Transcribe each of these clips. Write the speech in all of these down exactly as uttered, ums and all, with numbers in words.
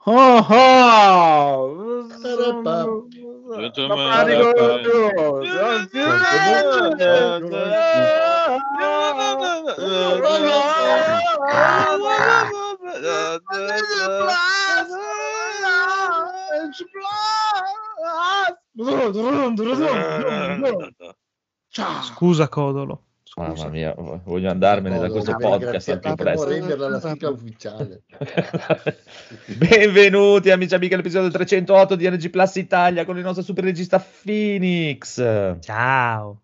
Oh, oh. Scusa Codolo. Scusa. Mamma mia, voglio andarmene da questo podcast al più presto. renderla la sigla ufficiale. Benvenuti amici e amiche all'episodio trecentootto di N G Plus Italia con il nostro super regista Phoenix. Ciao.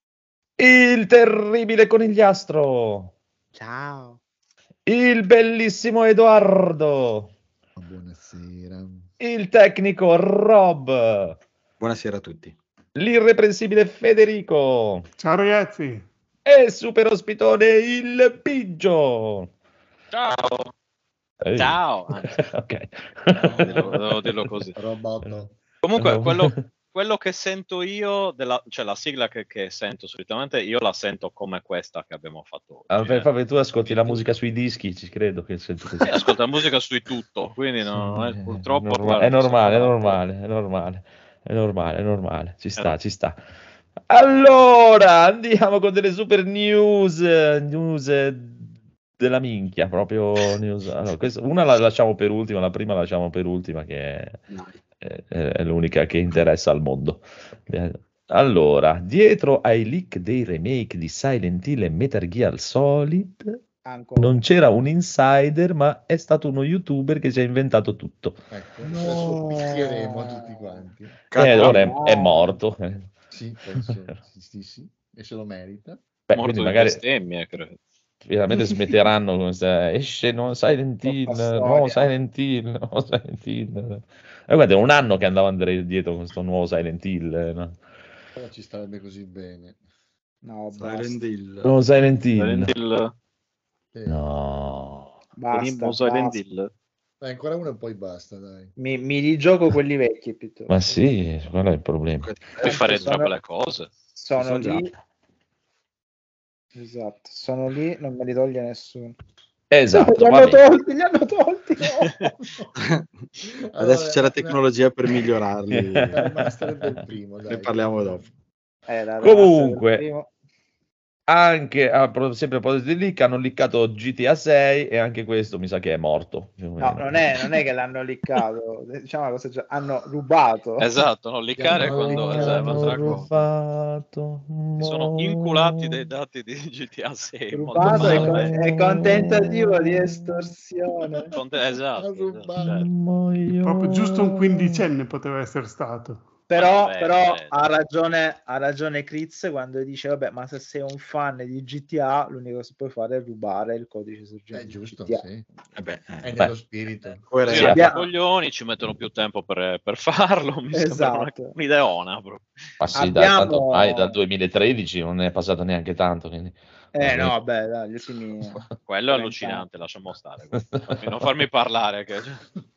Il terribile conigliastro. Ciao. Il bellissimo Edoardo. Buonasera. Il tecnico Rob. Buonasera a tutti. L'irreprensibile Federico. Ciao ragazzi. E super ospitone il Biggio. Ciao. Ehi. Ciao. Ok. Devo, devo dirlo così. Robotto. Comunque, quello, quello che sento io, della, cioè la sigla che, che sento solitamente, io la sento come questa che abbiamo fatto oggi. Ah, eh. Fabio, tu ascolti la musica sui dischi, ci credo che sento così. Eh, ascolta la musica sui tutto, quindi no, eh, purtroppo... Norma- guarda, è normale, è sono- normale, è normale, è normale, è normale, ci sta, ci sta. Allora, andiamo con delle super news, news eh, della minchia, proprio news. Allora, questa- una la lasciamo per ultima, la prima la lasciamo per ultima, che è, è- è l'unica che interessa al mondo. Eh, Allora, dietro ai leak dei remake di Silent Hill e Metal Gear Solid Ancora. non c'era un insider, ma è stato uno youtuber che ci ha inventato tutto. Ecco, No. adesso picchieremo tutti quanti. E ora è, no. è morto. Eh. Sì, penso, sì, sì, sì, e se lo merita. Beh, morto quindi di magari bestemmie, credo. veramente smetteranno con questa, esce no, Silent Hill, Troppa nuovo storia. Silent Hill, nuovo Silent Hill. E guarda, è un anno che andavo andare dietro con questo nuovo Silent Hill. eh, No? Però ci starebbe così bene. No, Silent basta. Hill. Nuovo Silent Hill. Silent Hill, Eh, No. Basta, Silent basta. Hill. Dai, ancora uno e poi basta, dai. Mi, mi rigioco quelli vecchi piuttosto. Ma sì, quello è il problema. Puoi fare sono- entrambe le cose. Sono Ci sono già. lì. Esatto, sono lì, non me li toglie nessuno. Esatto, li va hanno bene. tolti, li hanno tolti. no. Adesso c'è la Allora, tecnologia per migliorarli. la remaster del primo, dai. Ne parliamo dopo. Eh, la Comunque, remaster del primo. Anche a pro- sempre a proposito di leak, hanno leakato G T A sei e anche questo mi sa che è morto. più o No, meno. non è, non è che l'hanno liccato, diciamo la cosa, già- hanno rubato. Esatto, no, liccare Hanno quando rubato, esatto, Hanno un'altra cosa. rubato, Sono no. inculati dei dati di G T A sei. molto Rubato è, male. con- è con tentativo di estorsione. Con te- esatto, Ha esatto, rubato. certo. Muoio. Proprio giusto un quindicenne poteva essere stato. Però, Vabbè, però vabbè. ha ragione, ha ragione Chris quando dice vabbè, ma se sei un fan di G T A, l'unico che si può fare è rubare il codice sorgente È di giusto, G T A. sì. Eh beh, È eh, nello Beh. spirito. coerente. Sì, abbiamo- coglioni, ci mettono più tempo per, per farlo. Mi sembra Esatto. una- un'ideona. proprio. Ma sì, Abbiamo- dai, tanto ormai dal duemilatredici non è passato neanche tanto. Quindi... Eh no, vabbè, dai, gli ultimi... Quello è allucinante, lasciamo stare. Farmi- non farmi parlare. Che...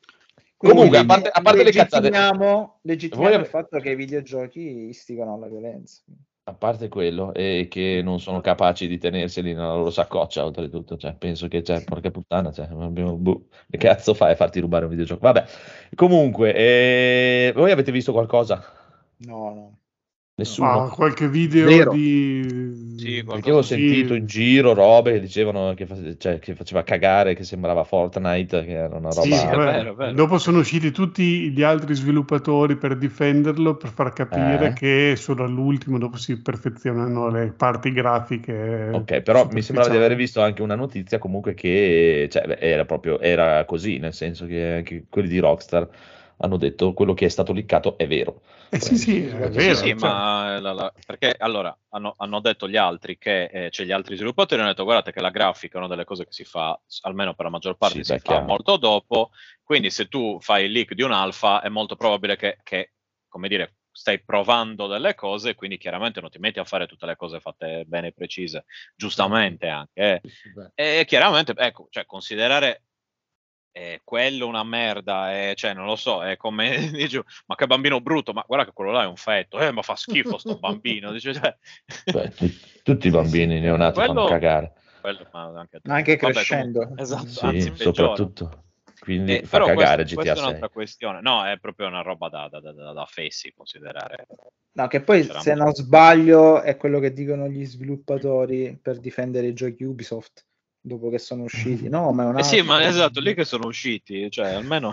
Quindi Comunque, a leggi- parte- a parte le cazzate- legittimiamo, legittimiamo Voi- il fatto che i videogiochi istigano alla violenza. A parte quello, e che non sono capaci di tenerseli nella loro saccoccia, oltretutto, cioè, penso che, cioè, porca puttana, cioè, abbiamo- boh, che cazzo fai a farti rubare un videogioco? Vabbè, comunque, eh, voi avete visto qualcosa? No, no. Nessuno? Ah, qualche video Zero. di... Sì, Perché avevo Sì. sentito in giro robe che dicevano che, fa- cioè, che faceva cagare, che sembrava Fortnite, che era una roba... Sì, è vabbè. vero, è vero. Dopo sono usciti tutti gli altri sviluppatori per difenderlo, per far capire Eh. che solo all'ultimo dopo si perfezionano le parti grafiche. Ok, però mi sembrava di aver superficiali. visto anche una notizia comunque che cioè, beh, era proprio era così, nel senso che anche quelli di Rockstar hanno detto quello che è stato liccato è vero. Eh sì, sì, è Sì, vero. Sì, sì, cioè. ma la- la- perché allora hanno, hanno detto gli altri che eh, cioè gli altri sviluppatori hanno detto guardate che la grafica è una delle cose che si fa, s- almeno per la maggior parte, Sì, si beh, fa chiaro. molto dopo, quindi se tu fai il leak di un alfa è molto probabile che, che, come dire, stai provando delle cose, quindi chiaramente non ti metti a fare tutte le cose fatte bene e precise, giustamente anche. eh. Sì, sì, beh. E chiaramente, ecco, cioè considerare eh, quello una merda, eh, cioè non lo so, è come dici, ma che bambino brutto, ma guarda che quello là è un feto, eh, ma fa schifo sto bambino, dice, cioè, Beh, tu- tutti i bambini neonati Quello- fanno cagare. quello, ma anche, Ma anche vabbè, crescendo. comunque, esatto, Sì, anzi peggiora. soprattutto quindi Eh, fa però cagare questo- G T A questa è sei. un'altra questione. No, è proprio una roba da, da, da, da- da fessi considerare. No, che poi C'era se molto- non sbaglio è quello che dicono gli sviluppatori per difendere i giochi Ubisoft dopo che sono usciti. No, ma è un Eh sì, altro. ma esatto, lì che sono usciti, cioè almeno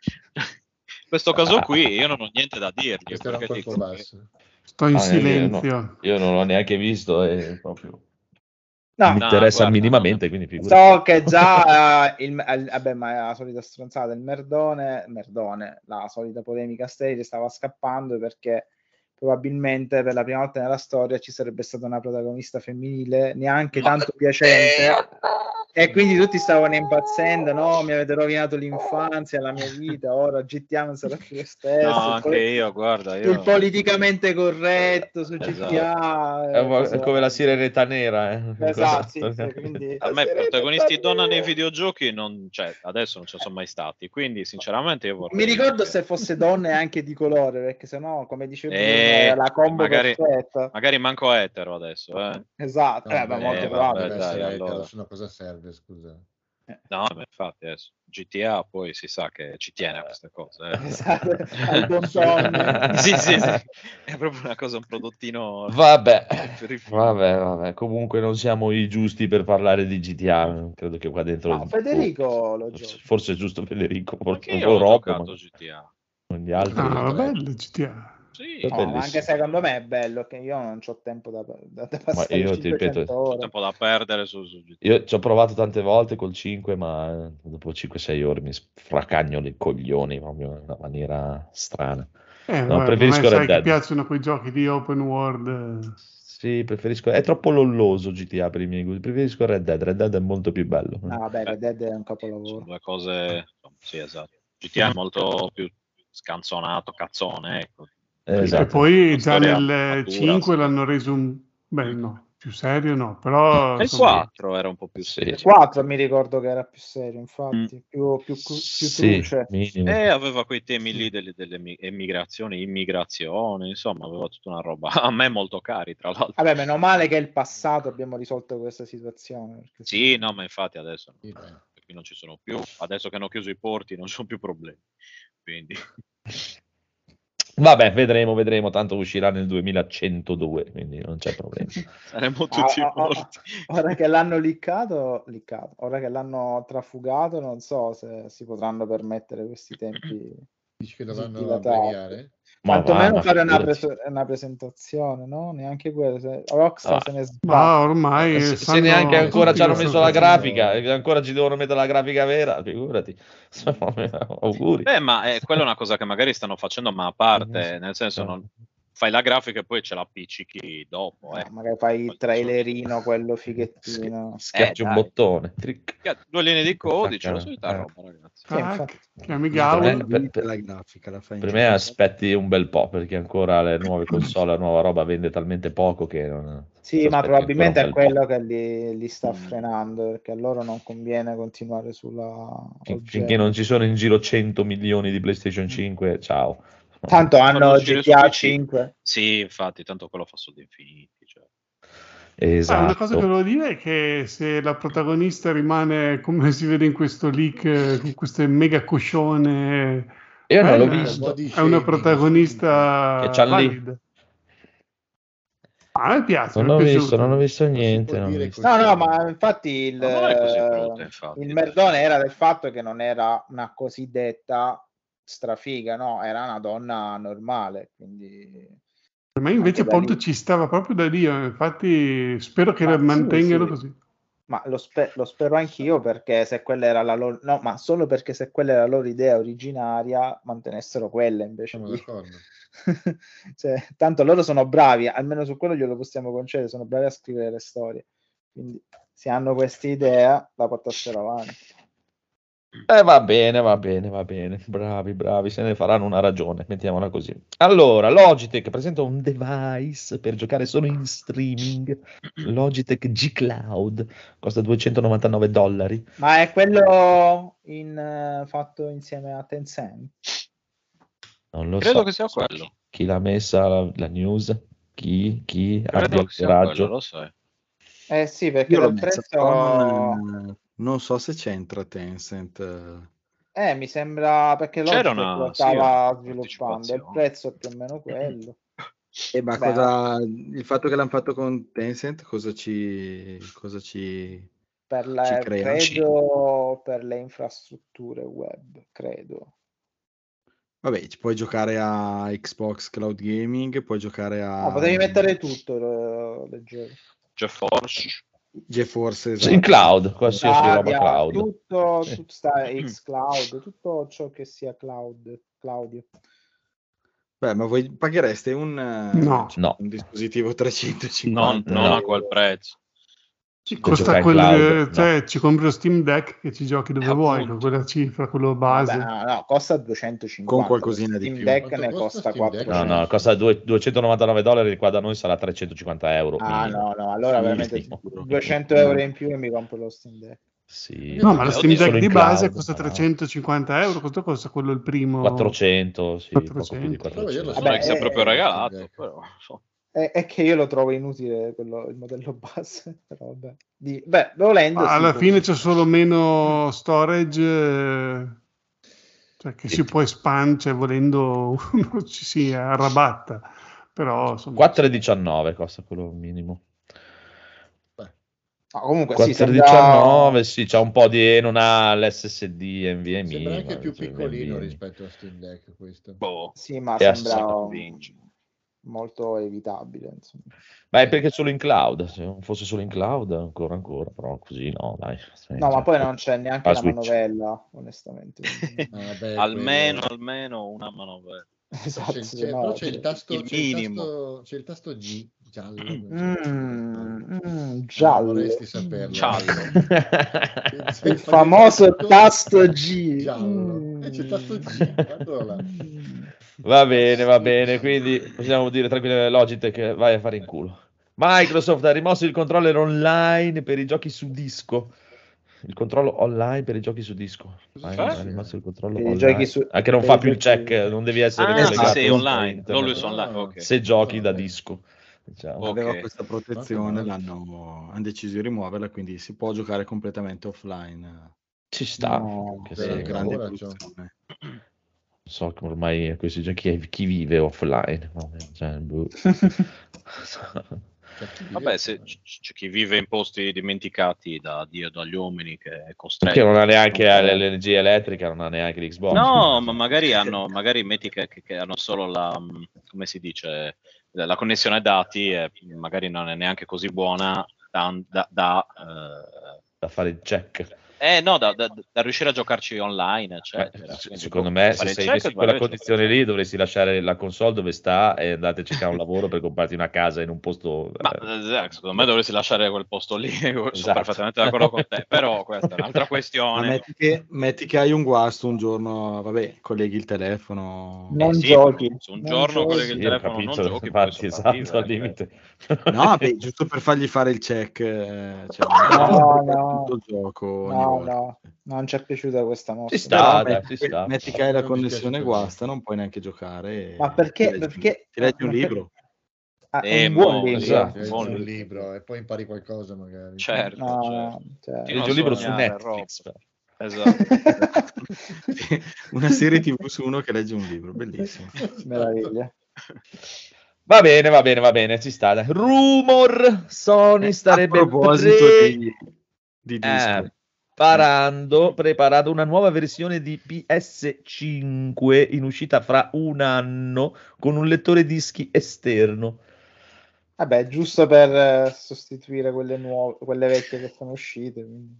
in questo caso qui io non ho niente da dirgli. Questo era un Perché colpo dico che- basso. Sto in Ah, io, silenzio. no, io non l'ho neanche visto e proprio No, non mi no, interessa guarda, minimamente, no. quindi figurati. so che già eh, il, eh, vabbè, ma è la solita stronzata, il merdone, merdone, la solita polemica sterile stava scappando perché probabilmente per la prima volta nella storia ci sarebbe stata una protagonista femminile neanche Ma- tanto piacente e quindi tutti stavano impazzendo, no, mi avete rovinato l'infanzia, la mia vita, ora G T A non sarà più lo stesso. No, il anche poli- io, guarda, io... il politicamente corretto su Esatto. G T A È, eh, un- cose- è come la sirenetta nera. Eh. esatto, sì, sì, quindi A me protagonisti donna nei videogiochi non, cioè, adesso non ci sono mai stati, quindi sinceramente io vorrei... mi ricordo se fosse donna e anche di colore, perché sennò, come dicevo, Eh, era la combo magari- perfetta. Magari manco etero adesso, eh. Esatto, No, eh, ma beh, molto eh, probabile. vabbè, deve essere dai, etero, allora. se no cosa serve, scusa? No, ma infatti adesso G T A poi si sa che ci tiene a queste cose. eh. Esatto, al buon ton. sì, sì, sì. È proprio una cosa, un prodottino... Vabbè, per i figli. vabbè, vabbè. Comunque non siamo i giusti per parlare di G T A. Credo che qua dentro. No, Federico lo forse, gioca. forse è giusto Federico, forse Anche un io po' ho troppo, giocato ma G T A. gli altri. Ah, Sì, bello dai. G T A. Sì, È No, ma bellissimo. anche secondo me è bello, che io non ho tempo da, da, da passare io ti ripeto, cinquecento ho ore. tempo da perdere su, su G T A. Io ci ho provato tante volte col cinque, ma dopo cinque sei ore mi sfracagno le coglioni proprio in una maniera strana. Eh, No, guarda, preferisco a me sai Red che Dead. piacciono quei giochi di open world. eh. Sì, preferisco. È troppo lolloso G T A per i miei gusti. Preferisco Red Dead. Red Dead è molto più bello. No, vabbè, Beh, Red Dead è un sono capolavoro. due cose, sì, esatto. G T A è molto più scanzonato, cazzone, ecco. E Esatto. poi Una già storia nel matura, cinque sì. l'hanno reso un... Beh, no, più serio no, però... E il insomma, quattro era un po' più Sì. serio. Il quattro mi ricordo che era più serio, infatti, più, più, cru- più Sì, truce. minimo. E aveva quei temi lì delle, delle mi- emigrazioni, immigrazione, insomma, aveva tutta una roba. A me molto cari, tra l'altro. Vabbè, meno male che è il passato abbiamo risolto questa situazione. Perché Sì, no, ma infatti adesso Sì, dai. perché non ci sono più. Adesso che hanno chiuso i porti non ci sono più problemi. Quindi Vabbè, vedremo, vedremo. Tanto uscirà nel duemilacentodue, quindi non c'è problema. saremmo tutti Ah, ah, ah, morti. ora che l'hanno liccato, liccato, ora che l'hanno trafugato, non so se si potranno permettere questi tempi. Dici che così dovranno dilatati. abbreviare? Ma Quantomeno va, ma fare una, figurati. pres- una presentazione, no? Neanche quello. Se... Rockstar Ah. se ne ma sbatte. ormai Eh, Se, se sanno neanche ancora tutti ci hanno che messo sono la così. grafica, e ancora ci devono mettere la grafica vera, figurati. Auguri. Beh, ma eh, quella è una cosa che magari stanno facendo, ma a parte, nel senso, non fai la grafica e poi ce l'appiccichi dopo. Eh. No, magari fai il trailerino, quello fighettino. Schiacci Eh, un dai. bottone. Trick. Due linee di codice, la Eh. solita roba, ragazzi. Sì, Tac, infatti. chiami Per Gaul. me- per- per la grafica la fai in Per me giro. aspetti un bel po', perché ancora le nuove console, la nuova roba vende talmente poco che non... Sì, ti ma aspetti probabilmente è ancora un bel po'. quello che li, li sta Mm. frenando, perché a loro non conviene continuare sulla Fin- oggetto. Finché non ci sono in giro cento milioni di PlayStation cinque, ciao. Tanto Fanno hanno uscire G T A su P C. cinque. Sì, infatti, tanto quello fa soldi infiniti. Cioè. Ah, una cosa che Esatto. volevo dire è che se la protagonista rimane come si vede in questo leak, eh, con queste mega coscione, Io non l'ho bella, visto. Un po' di è una shading protagonista Che c'ha lì. valida. A me piace, Non mi è ho visto, piaciuto. non ho visto Non si niente. può non ho dire visto. No, no, ma infatti il, Ma non è così brutta, infatti. il merdone era del fatto che non era una cosiddetta strafiga, no, era una donna normale, quindi... Per me invece Anche da appunto lì. ci stava proprio da Dio, infatti spero che Ma la sì, mantengano sì. così. Ma lo, spe- lo spero anch'io, perché se quella era la loro... No, ma solo perché se quella era la loro idea originaria, mantenessero quella invece Sono di... d'accordo. Cioè, tanto loro sono bravi, almeno su quello glielo possiamo concedere, sono bravi a scrivere le storie. Quindi se hanno questa idea, la portassero avanti. Eh, va bene, va bene, va bene. Bravi, bravi, se ne faranno una ragione, mettiamola così. Allora, Logitech presenta un device per giocare solo in streaming. Logitech G Cloud, costa duecentonovantanove dollari. Ma è quello in, eh, fatto insieme a Tencent? Non lo Credo so. che sia quello. Chi l'ha messa la, la news? Chi? Chi abbia Credo il che sia quello, coraggio? lo sai. Eh sì, perché Io l'ho dal messa, prezzo... però non, non so se c'entra Tencent. Eh, mi sembra perché C'era Logitech una- lo stava sì, sviluppando, il partecipazione. prezzo è più o meno quello. E ma Beh, cosa, il fatto che l'hanno fatto con Tencent, cosa ci, cosa ci, per ci le, crea? credo per le infrastrutture web, credo. Vabbè, ci puoi giocare a Xbox Cloud Gaming, puoi giocare a No, potevi mettere tutto, lo- leggevo. GeForce. GeForce, Sì, esatto. in cloud, qualsiasi roba Stadia, cloud. tutto, Sì. tutto sta xCloud, tutto ciò che sia cloud, Claudio. Beh, ma voi paghereste un, eh, No. cioè, No. un dispositivo Non, trecentocinquanta non No. a quel prezzo. Ci Per costa giocare in quel, cloud, no. cioè ci compri lo Steam Deck che ci giochi dove vuoi, con Appunto. quella cifra, quello No, base. beh, no, no, costa duecentocinquanta. Con qualcosina lo di Steam più. Deck Quanto ne costa costa Steam Deck? No, quattrocento. no, costa due- duecentonovantanove dollari, qua da noi sarà trecentocinquanta euro Ah, minimo. no, no, allora Sì, veramente minimo. duecento euro in più e mi compro lo Steam Deck. Sì. No, ma lo Beh, Steam oddio, Deck solo di in base cloud, costa no. trecentocinquanta euro. Quanto costa quello il primo? quattrocento, sì, poco più di quattrocento. Però vederlo quattrocento. su Vabbè, Non è che sia eh, proprio eh, regalato, Deck. però. so. È, è che io lo trovo inutile quello, il modello base, però vabbè. Di, beh, volendo Ma sì, alla fine comunque. c'è solo meno storage, eh, cioè che si può espandere, cioè volendo uno ci si arrabatta, però insomma, quattro e diciannove costa quello minimo. No, comunque sì, quattro e sembra... diciannove, sì, c'ha un po' di... non ha l'S S D NVMe. Sembra anche ma più c'è piccolino NVMe. rispetto a Steam Deck questo. Boh. Sì, ma E sembra ass- um, vince. molto evitabile, insomma. Ma è perché è solo in cloud, se non fosse solo in cloud ancora ancora, però così no, dai. No, ma poi non c'è neanche Ah, la Switch. manovella, onestamente. quindi- Ah, beh, almeno, quello- almeno una manovella. Esatto, c'è, se c'è- no- però c'è il tasto, il c'è il minimo. tasto, c'è il tasto G giallo. non c'è- Mm, mm, Eh, giallo. vorresti saperlo. Giallo. eh. Il famoso tasto G. giallo. Mm. E c'è il tasto G, guardala. Mm. Va bene, va bene, quindi possiamo dire tranquillamente Logitech, vai a fare in culo. Microsoft ha rimosso il controller online per i giochi su disco. Il controllo online per i giochi su disco. Cosa Microsoft c'è? ha rimosso il controllo Per i online. giochi su- Anche non per fa i più il giochi- check, non devi essere Ah, sì, collegato sì, a online. internet. Always Ah. online. Ok. Se giochi da Ok. disco. Diciamo. Ok. Aveva questa protezione, Ok. l'hanno, hanno deciso di rimuoverla, quindi si può giocare completamente offline. Ci sta. No, anche beh, se- È grande ora evoluzione. so che ormai questi giochi chi vive offline. Vabbè, cioè, boh. C'è chi vive Vabbè, se offline. c- c'è chi vive in posti dimenticati da Dio, dagli uomini che è costretto. Che non ha neanche Non può- l'energia elettrica, non ha neanche l'Xbox. No, ma magari hanno, magari metti che, che- che hanno solo la, mh, come si dice, la connessione dati e magari non è neanche così buona da, da, da, eh, Da fare il check. eh, no, da, da- da riuscire a giocarci online, Beh, eccetera. s- Quindi, secondo boh, me, se fare il sei check messo e in quella fare il condizione check. lì, dovresti lasciare la console dove sta e andate a cercare un lavoro per comprarti una casa in un posto. Ma eh, eh, secondo me dovresti lasciare quel posto lì, sono Esatto. perfettamente d'accordo con te, però questa è un'altra Ma questione. metti che, metti che hai un guasto un giorno, vabbè, colleghi il telefono. Non Eh sì, giochi. se un non giorno giochi. colleghi il Sì, ho telefono non capito, giochi, puoi infatti, sopravvivere. esatto, al eh. limite. No, vabbè, giusto per fargli fare il check, eh, cioè, No, per no. tutto il gioco ogni No, volta. no, non ci è piaciuta questa mossa. Ci sta. Però dai, metti, ci che- sta. metti che hai A me la non dispiace connessione per guasta, non puoi neanche giocare. e Ma perché- Ti leggi, perché- ti leggi un ma- libro. Ah, Eh, un buon mo- libro. esatto. Leggi buon un libro. libro e poi impari qualcosa magari. Certo, No, certo. cioè, Continua Leggi a un libro su sognare, Netflix. Rob. Esatto. Una serie tivù su uno che legge un libro, bellissimo. meraviglia. Va bene, va bene, va bene, ci sta. dai. Rumor, Sony Eh, starebbe a proposito pre- di, di disco. eh, parando, preparando una nuova versione di P S cinque in uscita fra un anno con un lettore dischi esterno. Vabbè, giusto per eh, sostituire quelle nuove, quelle vecchie che sono uscite. quindi.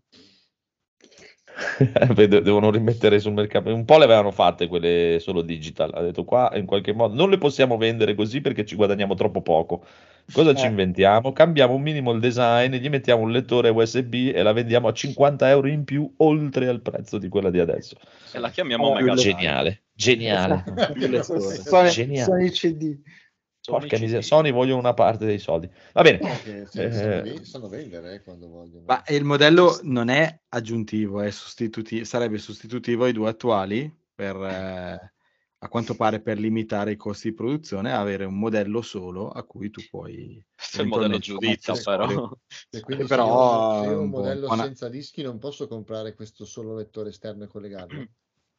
Beh, de- devono rimettere sul mercato. Un po' le avevano fatte quelle solo digital. Ha detto qua in qualche modo non le possiamo vendere così perché ci guadagniamo troppo poco. Cosa ci Eh. inventiamo? Cambiamo un minimo il design, gli mettiamo un lettore U S B e la vendiamo a cinquanta euro in più oltre al prezzo di quella di adesso. E la chiamiamo Oh, Mega Geniale, geniale. Più lettore. Sony, Geniale. Sony C D. Porca miseria, Sony vogliono una parte dei soldi. Va bene. Che se- Eh, sanno, ve- sanno vendere eh, quando vogliono. Ma il modello non è aggiuntivo, è sostitutivo, sarebbe sostitutivo ai due attuali per, eh, a quanto pare per limitare i costi di produzione, avere un modello solo a cui tu puoi... Questo è il modello eventualmente giudizio, come però. accessorio. E quindi Che se però io, se io ho un un po' modello buona- senza dischi non posso comprare questo solo lettore esterno e collegarlo.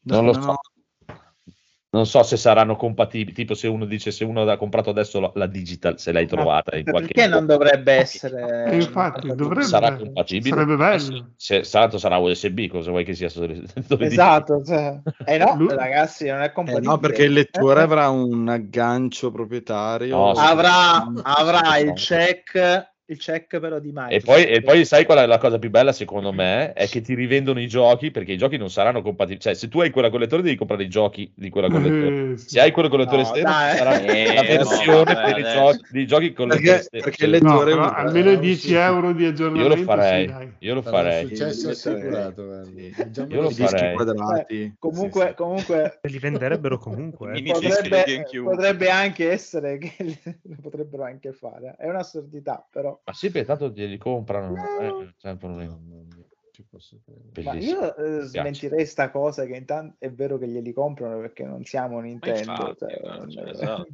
No, Non lo no, so. no. Non so se saranno compatibili, tipo se uno dice se uno ha comprato adesso la, la digital, se l'hai trovata in qualche Perché non modo, dovrebbe essere E infatti dovrebbe, sarà compatibile. sarebbe Adesso, bello. se, tanto sarà U S B, cosa vuoi che sia? Dove esatto, cioè. Eh no, Lui- ragazzi, non è Eh, compatibile. no, perché il lettore Eh, eh. avrà un aggancio proprietario. No, sì. avrà, sì, avrà sì, il sì. check il check però di Microsoft. E poi, e poi sai qual è la cosa più bella secondo me? È che ti rivendono i giochi perché i giochi non saranno compatibili. Cioè, se tu hai quella con lettore devi comprare i giochi di quella con lettore. Eh, sì. Se hai quello con lettore No, esterno dai. ci sarà Eh, la no, versione vabbè, per i adesso. giochi, dei giochi con lettore Perché, esterno. perché il Se- No, lettore però usa- almeno eh, dieci sì. euro di Io lo aggiornamento, farei, sì, dai. io lo Sarà un farei, successo Direttamente. assicurato. guarda. Sì. Già me Io lo i dischi farei. quadrati. Eh, comunque, Sì, sì. comunque E li venderebbero comunque. I eh. mini dischi di potrebbe, GameCube. potrebbe anche essere che lo potrebbero anche fare. È un'assurdità, però. Ma sì, perché tanto glieli comprano, eh, c'è un problema. Mamma mia, ci posso credere. Ma Bellissimo. io eh, Mi piace. smentirei sta cosa che intanto è vero che glieli comprano perché non siamo Nintendo. infatti, cioè, guarda, non- cioè, esatto.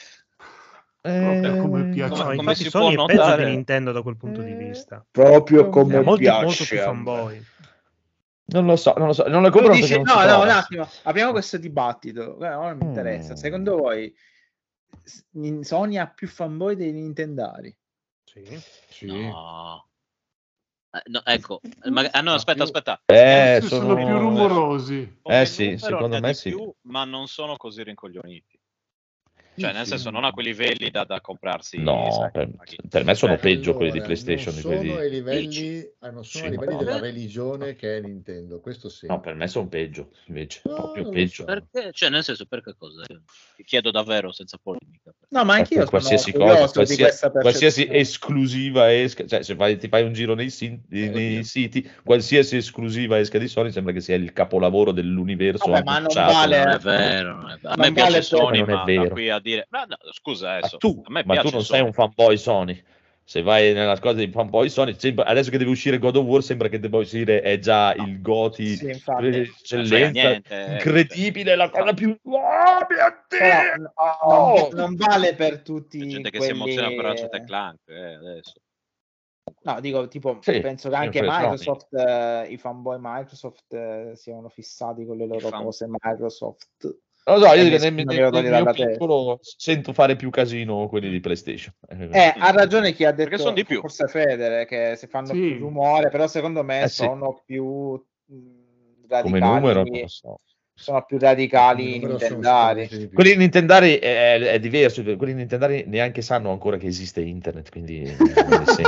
Proprio come Eh, piace. No, come infatti si Sony può è peggio notare- di Nintendo da quel punto di Eh, vista. Proprio È come È molto, piace molto più a me. fanboy. Non lo so, non lo so, non lo Tu comprano dici, perché non no, si no, un trova. attimo, apriamo questo dibattito. Eh, ora mi Mm. interessa. Secondo voi s- Nin- Sony ha più fanboy dei Nintendari? Sì. Sì. No. Eh, no, ecco, maga- ah, no, aspetta, aspetta. Eh, Forse sono, sono più rumorosi. Come Eh sì, numero secondo ne me di sì. più, ma non sono così rincoglioniti. Cioè, nel Sì. senso, non a quei livelli da, da comprarsi. No, sai, per, maghi- per me sono Cioè, peggio quelli di Allora, PlayStation di non sono quelli. ai livelli, Dici? ah, non sono Sì, ai livelli ma no. della religione che è Nintendo, questo sì. No, per me sono peggio, invece, No, proprio non lo peggio. so. Perché? Cioè, nel senso, perché cosa? Io ti chiedo davvero senza polemica. No, ma anche Perché io sono qualsiasi curioso cosa, di qualsiasi, questa qualsiasi percezione. esclusiva esca, cioè se fai, ti fai un giro nei, sin- nei oddio. siti, qualsiasi esclusiva esca di Sony sembra che sia il capolavoro dell'universo Vabbè, ma non annunciato. vale- Non è vero, non è vero. A Non me piace vale per- Sony, non è ma vero. da qui a dire... Ma no, scusa, Ma adesso, tu, a me ma tu piace non sei Sony. un fanboy Sony. Se vai nella cosa dei fanboy Sony, sembra- adesso che deve uscire God of War, sembra che debba uscire è già No. il Goti Sì, infatti. Non frega eccellenza, niente, eh, incredibile, la cosa più. Oh mio Però Dio! no, non, non vale per tutti C'è gente che quelli... si emoziona per Ratchet e Clank, eh, adesso. No, dico, tipo, Sì, penso che sì, anche per Sony. Microsoft, eh, i fanboy Microsoft eh, siano fissati con le loro fan- cose Microsoft. Non lo so, io E dico, ne nel, spendono nel- i rotoli nel mio dalla testa. piccolo sento fare più casino quelli di PlayStation. Eh, ha ragione chi ha Perché detto, sono di più. forse Federe, che se fanno Sì. più rumore, però secondo me Eh sì. sono più mh, Come radicali, numero non lo so. sono più radicali Come i numero sono nintendari. sicuramente di più. Quelli Nintendari è, è diverso, quelli Nintendari neanche sanno ancora che esiste internet, quindi quindi sì.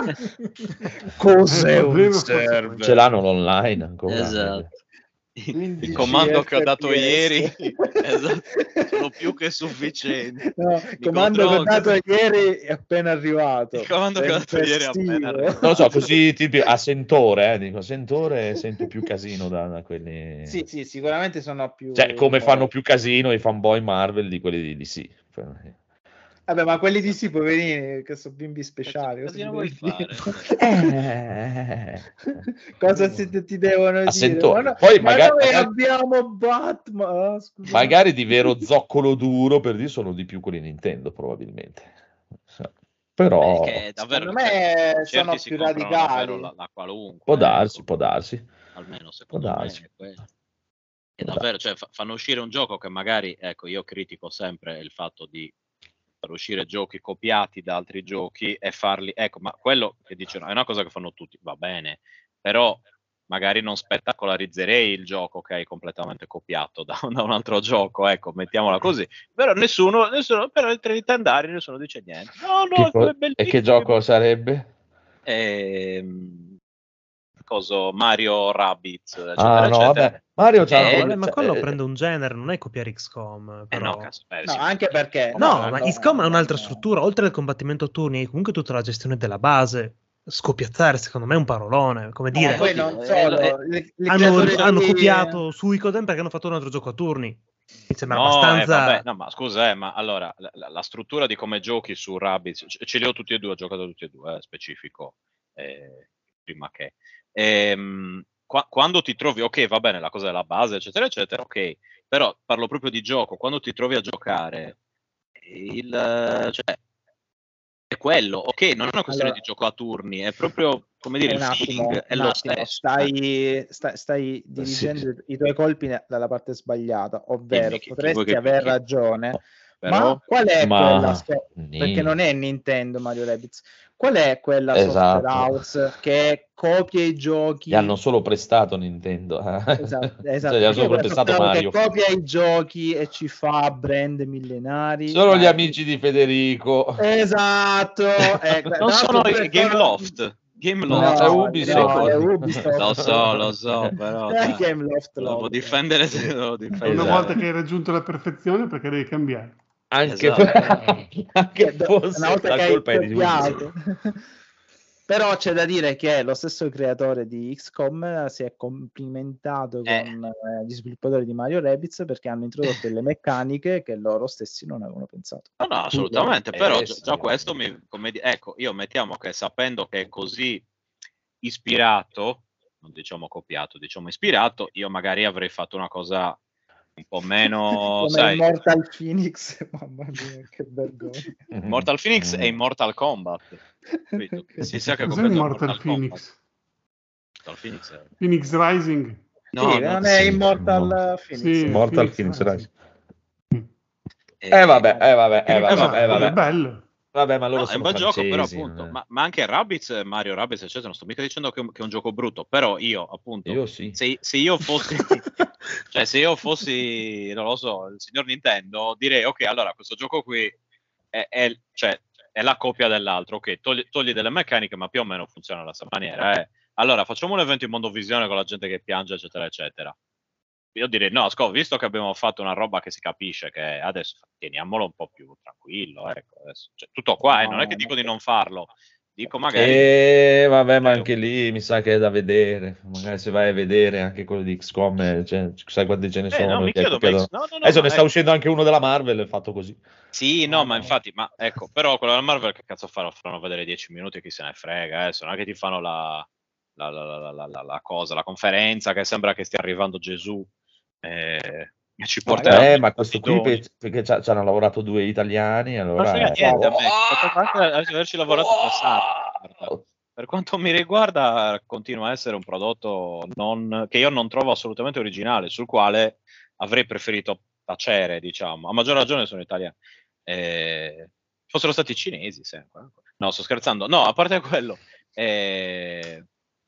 Cos'è Eh, un problema forse server? quello. Ce l'hanno l'online ancora. Esatto. quindici Il comando che ho dato F P S. ieri esatto, sono più che sufficienti. No, il Mi comando che ho controllo. dato ieri è appena arrivato. Il comando che ho dato ieri è appena Tempestivo. arrivato. Non lo so, così tipo a sentore, eh, dico sentore sento più casino da, da quelli. Sì, sì, sicuramente sono più... Cioè, come fanno più casino i fanboy Marvel di quelli di D C. Vabbè, ma quelli di sì, poverini, che sono bimbi speciali. Cazzo, cosa casino vuoi ti fare? devo Eh, dire? Cosa si- ti devono A dire? sentore. Ma, no- Poi ma magari- noi magari- abbiamo Batman. Ah, scusa. magari di vero zoccolo duro per dire sono di più quelli Nintendo, probabilmente. Però Perché davvero Secondo me certi sono si più comprano radicali. davvero la, la qualunque. può eh, darsi, ecco. può darsi. Almeno secondo Può me darsi. è quello. E davvero, cioè, fa- fanno uscire un gioco che magari, ecco, io critico sempre il fatto di far uscire giochi copiati da altri giochi e farli, ecco, ma quello che dicono è una cosa che fanno tutti, va bene, però magari non spettacolarizzerei il gioco che hai completamente copiato da, da un altro gioco, ecco, mettiamola così. Però nessuno, nessuno per i Nintendari nessuno dice niente. No, no, Che co- è bellissimo. e che gioco sarebbe? Ehm, coso Mario Rabbids, eccetera, Ah, no, eccetera. vabbè. Mario c'ha Eh, un No, pro- vabbè, ma cioè, quello eh, prende un genere, non è copiare X COM. Eh Però... no, cazzo, eh, No, sì. anche perché... No, no, ma no, X COM è un'altra no. struttura, oltre al combattimento a turni, hai comunque tutta la gestione della base. Scoppiazzare, secondo me, è un parolone. Come No, dire, poi oddio, non eh, solo, eh, le- le hanno, creatori hanno di- copiato su Icoden perché hanno fatto un altro gioco a turni. Mi sembra No, eh, abbastanza. vabbè, no, ma scusa, eh, ma allora la, la- la struttura di come giochi su Rabbids, ce, ce li ho tutti e due, ho giocato tutti e due, eh, specifico, eh, prima che. Ehm, qua- quando ti trovi, ok, va bene, la cosa della base, eccetera, eccetera, ok, però parlo proprio di gioco, quando ti trovi a giocare, il, cioè, È quello, ok, non è una questione Allora, di gioco a turni, è proprio, come dire, un il attimo, feeling è un lo attimo, stesso. eh. stai, stai, stai Sì. dirigendo i tuoi colpi ne- dalla parte sbagliata, ovvero Dimmi, chi, chi vuoi potresti che aver picchi? ragione, No. Però, ma qual è quella Ma so- perché nì. non è Nintendo Mario Rabbids, qual è quella software Esatto. house che copia i Gli giochi? hanno solo prestato Nintendo. eh. Esatto, Cioè, esatto. gli hanno Chi è solo quella prestato software house che Mario. copia i giochi e ci fa brand millenari? Solo gli Ma- amici di Federico. Esatto. eh, tra non sono l'altro pure i Game sono- Loft. Game No, Loft. è No, Ubisoft. no, è Ubisoft. Lo so, lo so, però dai, Game Loft devo Lord. difendere, devo Una difendere. Esatto. volta che hai raggiunto la perfezione, perché devi cambiare. Anche, Esatto. anche Eh, do- una fosse volta la che hai colpa è di copiato. Ubisoft. Però c'è da dire che lo stesso creatore di X COM si è complimentato Eh. con eh, gli sviluppatori di Mario Rabbids perché hanno introdotto delle meccaniche che loro stessi non avevano pensato. No, no, assolutamente, Eh, però sì. già, già questo mi, come di- ecco, io mettiamo che sapendo che è così ispirato, non diciamo copiato, diciamo ispirato, io magari avrei fatto una cosa un po' meno, Come sai, Immortal Phoenix, mamma mia, che vergogna. Mortal Phoenix Mm. e Immortal Kombat. Capito? Si sa che Cos'è completo Immortal Mortal Phoenix? Kombat. Mortal Phoenix è... Phoenix Rising? No, sì, no, non è sì, Immortal no. Phoenix. Sì, Mortal Phoenix Phoenix, Rising. eh, Eh vabbè, eh vabbè, Che eh vabbè, cos'ha? eh Quello è vabbè. bello. Vabbè, ma loro no, è un sono bel gioco, però francesi. appunto, non è- ma, ma anche Rabbids, Mario Rabbids, eccetera, non sto mica dicendo che è un, che è un gioco brutto, però io, appunto, Io sì. se, se io fossi, cioè se io fossi, non lo so, il signor Nintendo, direi, ok, allora questo gioco qui è, è, cioè, è la copia dell'altro, ok, togli, togli delle meccaniche, ma più o meno funziona alla stessa maniera, eh. Allora, facciamo un evento in mondovisione con la gente che piange, eccetera, eccetera. Io direi, no, sco, visto che abbiamo fatto una roba che si capisce, che adesso teniamolo un po' più tranquillo, ecco, adesso. Cioè, tutto qua, eh, non è che dico di non farlo, dico magari... E vabbè, ma anche lì mi sa che è da vedere. Magari se vai a vedere anche quello di X COM, eh, cioè, sai quante ce ne Eh, sono. no, mi che hai chiedo, ma copiato- X- no, no, no, Adesso ma ne sta ecco. uscendo anche uno della Marvel, è fatto così. Sì, no, No, ma no. infatti, ma ecco, però quello della Marvel che cazzo fanno? Fanno vedere dieci minuti, chi se ne frega, adesso non è che ti fanno la, la, la, la, la, la, la cosa, la conferenza, che sembra che stia arrivando Gesù, eh, e ci porterà Eh, tutti ma i questo qui bidoni. pe- perché ci ci hanno lavorato due italiani, Non allora... frega eh, niente a me, oh! potrebbe anche averci lavorato due Sarri, guarda. Per quanto mi riguarda, continua a essere un prodotto non, che io non trovo assolutamente originale, sul quale avrei preferito tacere, diciamo. A maggior ragione sono italiani. Eh, fossero stati cinesi, sempre. No, sto scherzando. No, a parte quello, eh,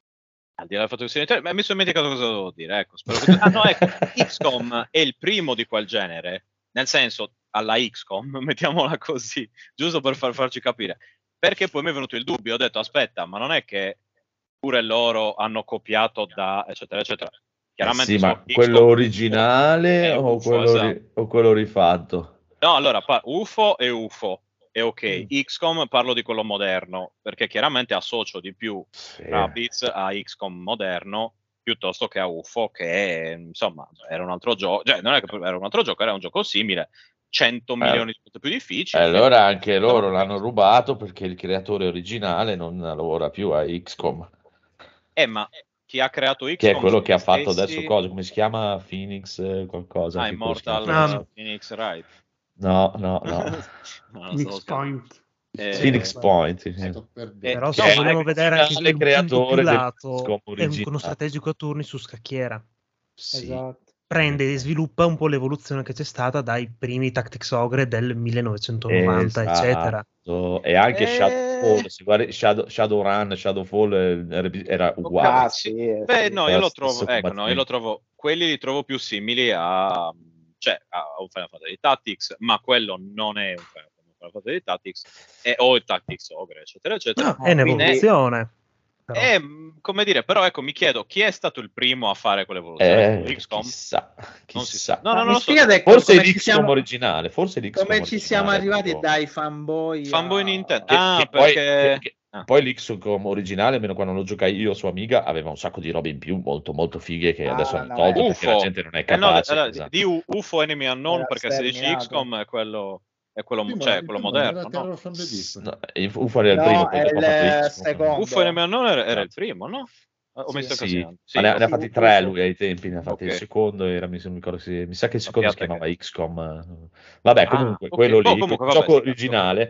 al di là del fatto che siano italiani, ma mi sono dimenticato cosa dovevo dire. Ecco, spero che tu... Ah, no, ecco, X COM è il primo di quel genere, nel senso, alla X COM, mettiamola così, giusto per far farci capire. Perché poi mi è venuto il dubbio, ho detto aspetta, ma non è che pure loro hanno copiato da eccetera eccetera. Eh Chiaramente sì, so ma X COM, quello originale è o U F O, quello, ri- esatto. o quello rifatto? No, allora, pa- U F O e U F O, è ok. Mm. X COM parlo di quello moderno, perché chiaramente associo di più Sì. Rabbids a X COM moderno piuttosto che a U F O, che insomma era un altro gioco, cioè non è che era un altro gioco, era un gioco simile, cento milioni di volte più difficile. Allora anche loro che- l'hanno rubato perché il creatore originale non lavora più a X COM, Eh, ma chi ha creato X che è COM quello sono che ha gli fatto stessi- adesso cosa, come si chiama? Phoenix eh, qualcosa. Ah, anche quello si chiama Immortal Ah. Phoenix Wright. No, no, no. No, non Phoenix so, Point. eh, Phoenix Point. sì, sì. Sto per Eh, dire. Però che se è vogliamo il vedere anche originale il punto più creatore del lato, X COM è un- originale. uno strategico a turni su scacchiera. Sì. Esatto. Prende e sviluppa un po' l'evoluzione che c'è stata dai primi Tactics Ogre del millenovecentonovanta, eccetera. Esatto. E anche Eh. Shadowfall, se guardi Shadow, Shadowrun, Shadowfall eh, era uguale. Ah, sì. sì, Beh, sì. no, io lo Stesso trovo, ecco, no, io combattimento. lo trovo, quelli li trovo più simili a, cioè, a un Final Fantasy Tactics, ma quello non è un Final Fantasy Tactics, è, o il Tactics Ogre, eccetera, eccetera. No, è quindi- un'evoluzione. però. È, mh, come dire, però ecco, mi chiedo, chi è stato il primo a fare quell'evoluzione? Eh, X COM? chissà, Non si chissà. sa. No, no, Ma non mi lo so. spiegate Forse come ci l'X COM siamo, originale, forse l'X COM come ci siamo originale, arrivati proprio. dai fanboy Fanboy a- Nintendo. Che- Ah, che poi, perché... che- che- ah. poi l'X COM originale, almeno quando lo giocai io su Amiga, aveva un sacco di robe in più, molto molto fighe, che Ah, adesso hanno no, tolto eh. perché la U F O. gente non è Eh no, capace. allora, esatto. di U- U F O Enemy Unknown, Era perché se dici sterminato. X COM è quello, è quello, Sì, ma cioè, il quello primo non era moderno, no? Terror from the Deep. No, il U F O era il No, primo, poi è dopo ha fatto il X COM. secondo. U F O Enemy Unknown era, era No. il primo, no? O Sì. mi sto Sì, incasinando? ma ne, Sì, ne ha sì, fatti U F O. tre lui ai tempi, ne ha fatti Ok. il secondo, era, mi, non mi ricordo se, mi sa che il secondo si Sappiate chiamava che- X COM. Vabbè, Ah, comunque, ok. quello Boh, lì, comunque, il vabbè, gioco sì, originale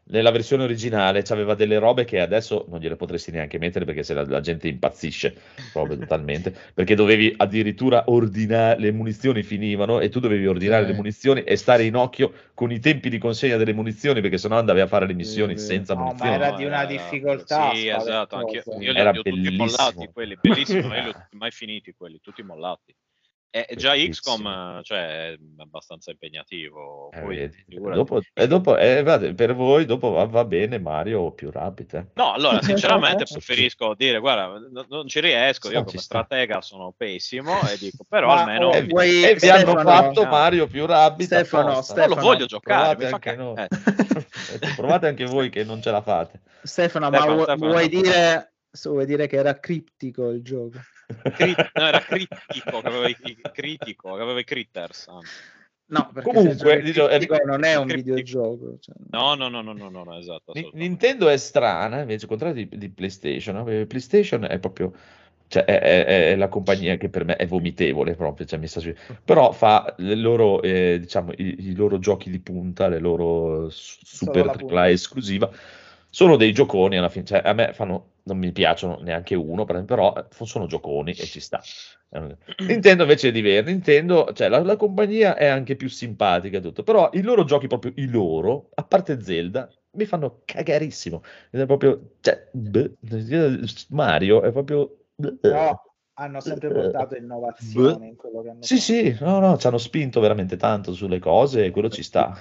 nella versione originale c'aveva delle robe che adesso non gliele potresti neanche mettere perché se la, la gente impazzisce proprio totalmente, perché dovevi addirittura ordinare, le munizioni finivano e tu dovevi ordinare Sì. le munizioni e stare in occhio con i tempi di consegna delle munizioni, perché sennò andavi a fare le missioni Sì, sì. senza No, ma munizioni. era No, di una era- difficoltà Sì, esatto, anche io, spaventosa. io li, Era li ho tutti bellissimo. mollati quelli, bellissimo, io li ho tutti mai finiti quelli, tutti mollati. E e già Bellissimo. X COM, cioè, è abbastanza impegnativo. Eh, Poi, vedi. figurati. Dopo, e dopo eh, guardate, per voi dopo va, va bene Mario più Rabbit. Eh. No, allora, sinceramente preferisco dire, guarda, no- non ci riesco, io No, come ci sta. stratega sono pessimo e dico, però Ma, almeno... oh, E vi, vuoi- e vi hanno Stefano- fatto Mario più Rabbit Stefano, apposta. non lo Stefano, voglio giocare, Provate mi fa anche, che... no. eh. Provate anche voi che non ce la fate. Stefano, ma Stefano, vu- Stefano. vuoi dire se vuoi dire che era criptico il gioco? Crit- no, era critico, che aveva i, i- critico, che aveva i critters. anzi. No, perché Comunque, se giochi dicevo, è- criptico non è un criptico. videogioco. Cioè. No, no, no, no, no, no, no, esatto. Ni- assolutamente. Nintendo è strana, invece, al contrario di, di PlayStation. No? Perché PlayStation è proprio, cioè, è, è- è la compagnia che per me è vomitevole proprio, cioè, mi sta su- però fa le loro, eh, diciamo, i, i loro giochi di punta, le loro s- super la tripla punta. A esclusiva, sono dei gioconi alla fine, cioè, a me fanno, non mi piacciono neanche uno, per- però eh, sono gioconi e ci sta. Eh, Nintendo invece è diverso, Nintendo, cioè la, la compagnia è anche più simpatica e tutto, però i loro giochi, proprio i loro, a parte Zelda, mi fanno cagarissimo. Ed è proprio, cioè, beh, Mario è proprio... Però hanno sempre portato innovazione in quello che hanno Sì, fatto. sì, no, no, ci hanno spinto veramente tanto sulle cose e quello ci sta.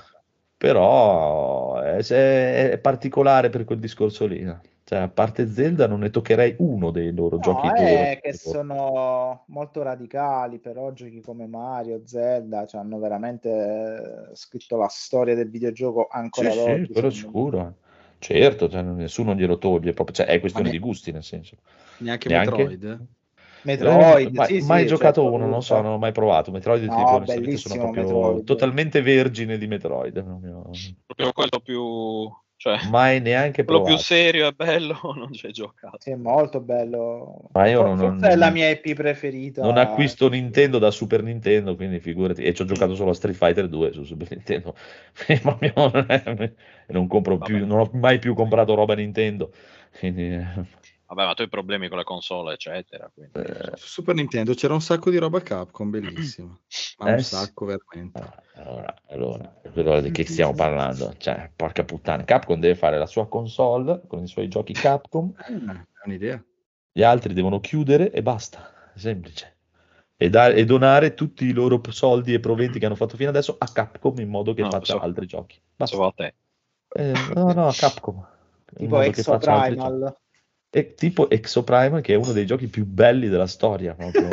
Però è, se- è particolare per quel discorso lì. no? Cioè, a parte Zelda non ne toccherei uno dei loro No, giochi è loro. che sono molto radicali, però giochi come Mario, Zelda, cioè, hanno veramente eh, scritto la storia del videogioco ancora Sì, ad sì, oggi. quello secondo me. sicuro. Certo, cioè, nessuno glielo toglie, proprio, cioè, è questione Ma ne- di gusti, nel senso. Neanche Neanche? Metroid? Metroid, Eh, mai, sì, mai sì, giocato certo, uno, non tutto. so, non ho mai provato. Metroid, ti No, dico onestamente, sono bellissimo proprio Metroid. totalmente vergine di Metroid. Non ho Proprio quello più... cioè, mai neanche quello più provato. serio e bello non ci hai giocato. Sì, è molto bello. Ma io For- non- Forse non- è la mia I P preferita. Non acquisto Nintendo da Super Nintendo, quindi figurati. E ci ho giocato solo a Street Fighter due su Super Nintendo. E proprio non è- e non compro più, Vabbè. non ho mai più comprato roba Nintendo. Quindi, eh, Vabbè, ma tu hai problemi con le console, eccetera. Quindi... eh, Su Super Nintendo c'era un sacco di roba Capcom, bellissima. Ma Eh un sì. sacco, veramente. Ah, Allora, allora, è quello di che stiamo parlando? Cioè, porca puttana, Capcom deve fare la sua console con i suoi giochi Capcom, Eh, è un'idea. gli altri devono chiudere e basta, è semplice. E, da- e donare tutti i loro soldi e proventi che hanno fatto fino adesso a Capcom in modo che No, faccia so- altri giochi. Basta. Pensavo a te. Eh, no, no, a Capcom. In Tipo modo che Exo faccia altri giochi. Primal. E tipo Exoprimal, che è uno dei giochi più belli della storia. Proprio.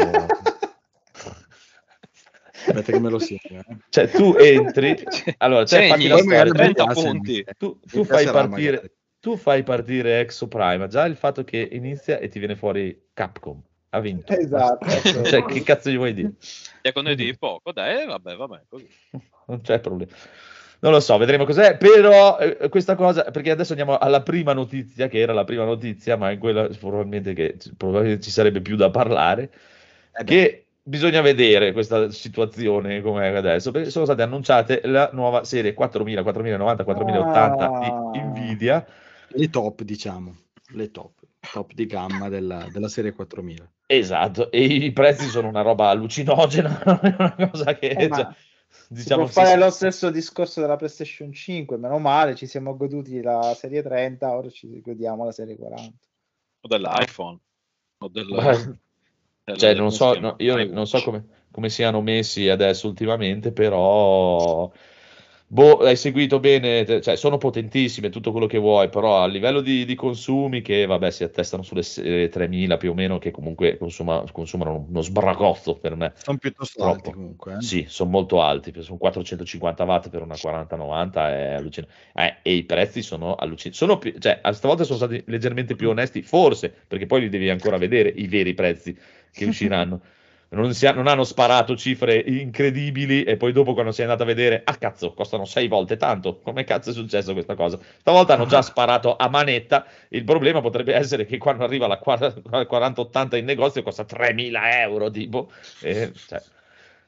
Aspetta che me lo segno. Eh. Cioè, tu entri. Allora, cioè, Segni, fatti la Poi magari storia. mi trenta piace, punti. mi- Tu, mi tu fai piacerà partire, magari. tu fai partire Exo Prime, già il fatto che inizia e ti viene fuori Capcom, ha vinto. Esatto, Basta. ok. Cioè, che cazzo gli vuoi dire? E con noi di poco, dai, eh, vabbè, vabbè, così. Non c'è problema. Non lo so, vedremo cos'è, però eh, questa cosa, perché adesso andiamo alla prima notizia, che era la prima notizia, ma in quella probabilmente, che, probabilmente ci sarebbe più da parlare, Eh beh. che bisogna vedere questa situazione come è adesso, perché sono state annunciate la nuova serie quattromila, quattromilanovanta, quattromilaottanta Ah. di Nvidia. Le top, diciamo. Le top. Top di gamma della, della serie quattromila. Esatto, e i prezzi sono una roba allucinogena, non è una cosa che... Eh, ma cioè, si diciamo, può fare sì, lo stesso discorso della PlayStation cinque, meno male, ci siamo goduti la serie trenta, ora ci godiamo la serie quaranta. O dell'iPhone. O del... Ma- del- cioè, del- non come so, si chiama? no, io iWatch. non so come, come siano messi adesso ultimamente, però boh, hai seguito bene, te- cioè sono potentissime, tutto quello che vuoi, però a livello di, di consumi che vabbè si attestano sulle se- tremila più o meno, che comunque consuma- consumano uno sbracozzo per me. Sono piuttosto Troppo. alti comunque. Eh. Sì, sono molto alti, sono quattrocentocinquanta watt per una quaranta novanta, è allucinante. Eh, e i prezzi sono allucinanti. Sono più, cioè, a stavolta sono stati leggermente più onesti, forse, perché poi li devi ancora vedere i veri prezzi che usciranno. Non, si ha- non hanno sparato cifre incredibili e poi dopo quando sei andato a vedere, ah cazzo, costano sei volte tanto. Come cazzo è successo questa cosa? Stavolta hanno già sparato a manetta. Il problema potrebbe essere che quando arriva la quaranta ottanta in negozio costa tremila euro, tipo. E, cioè,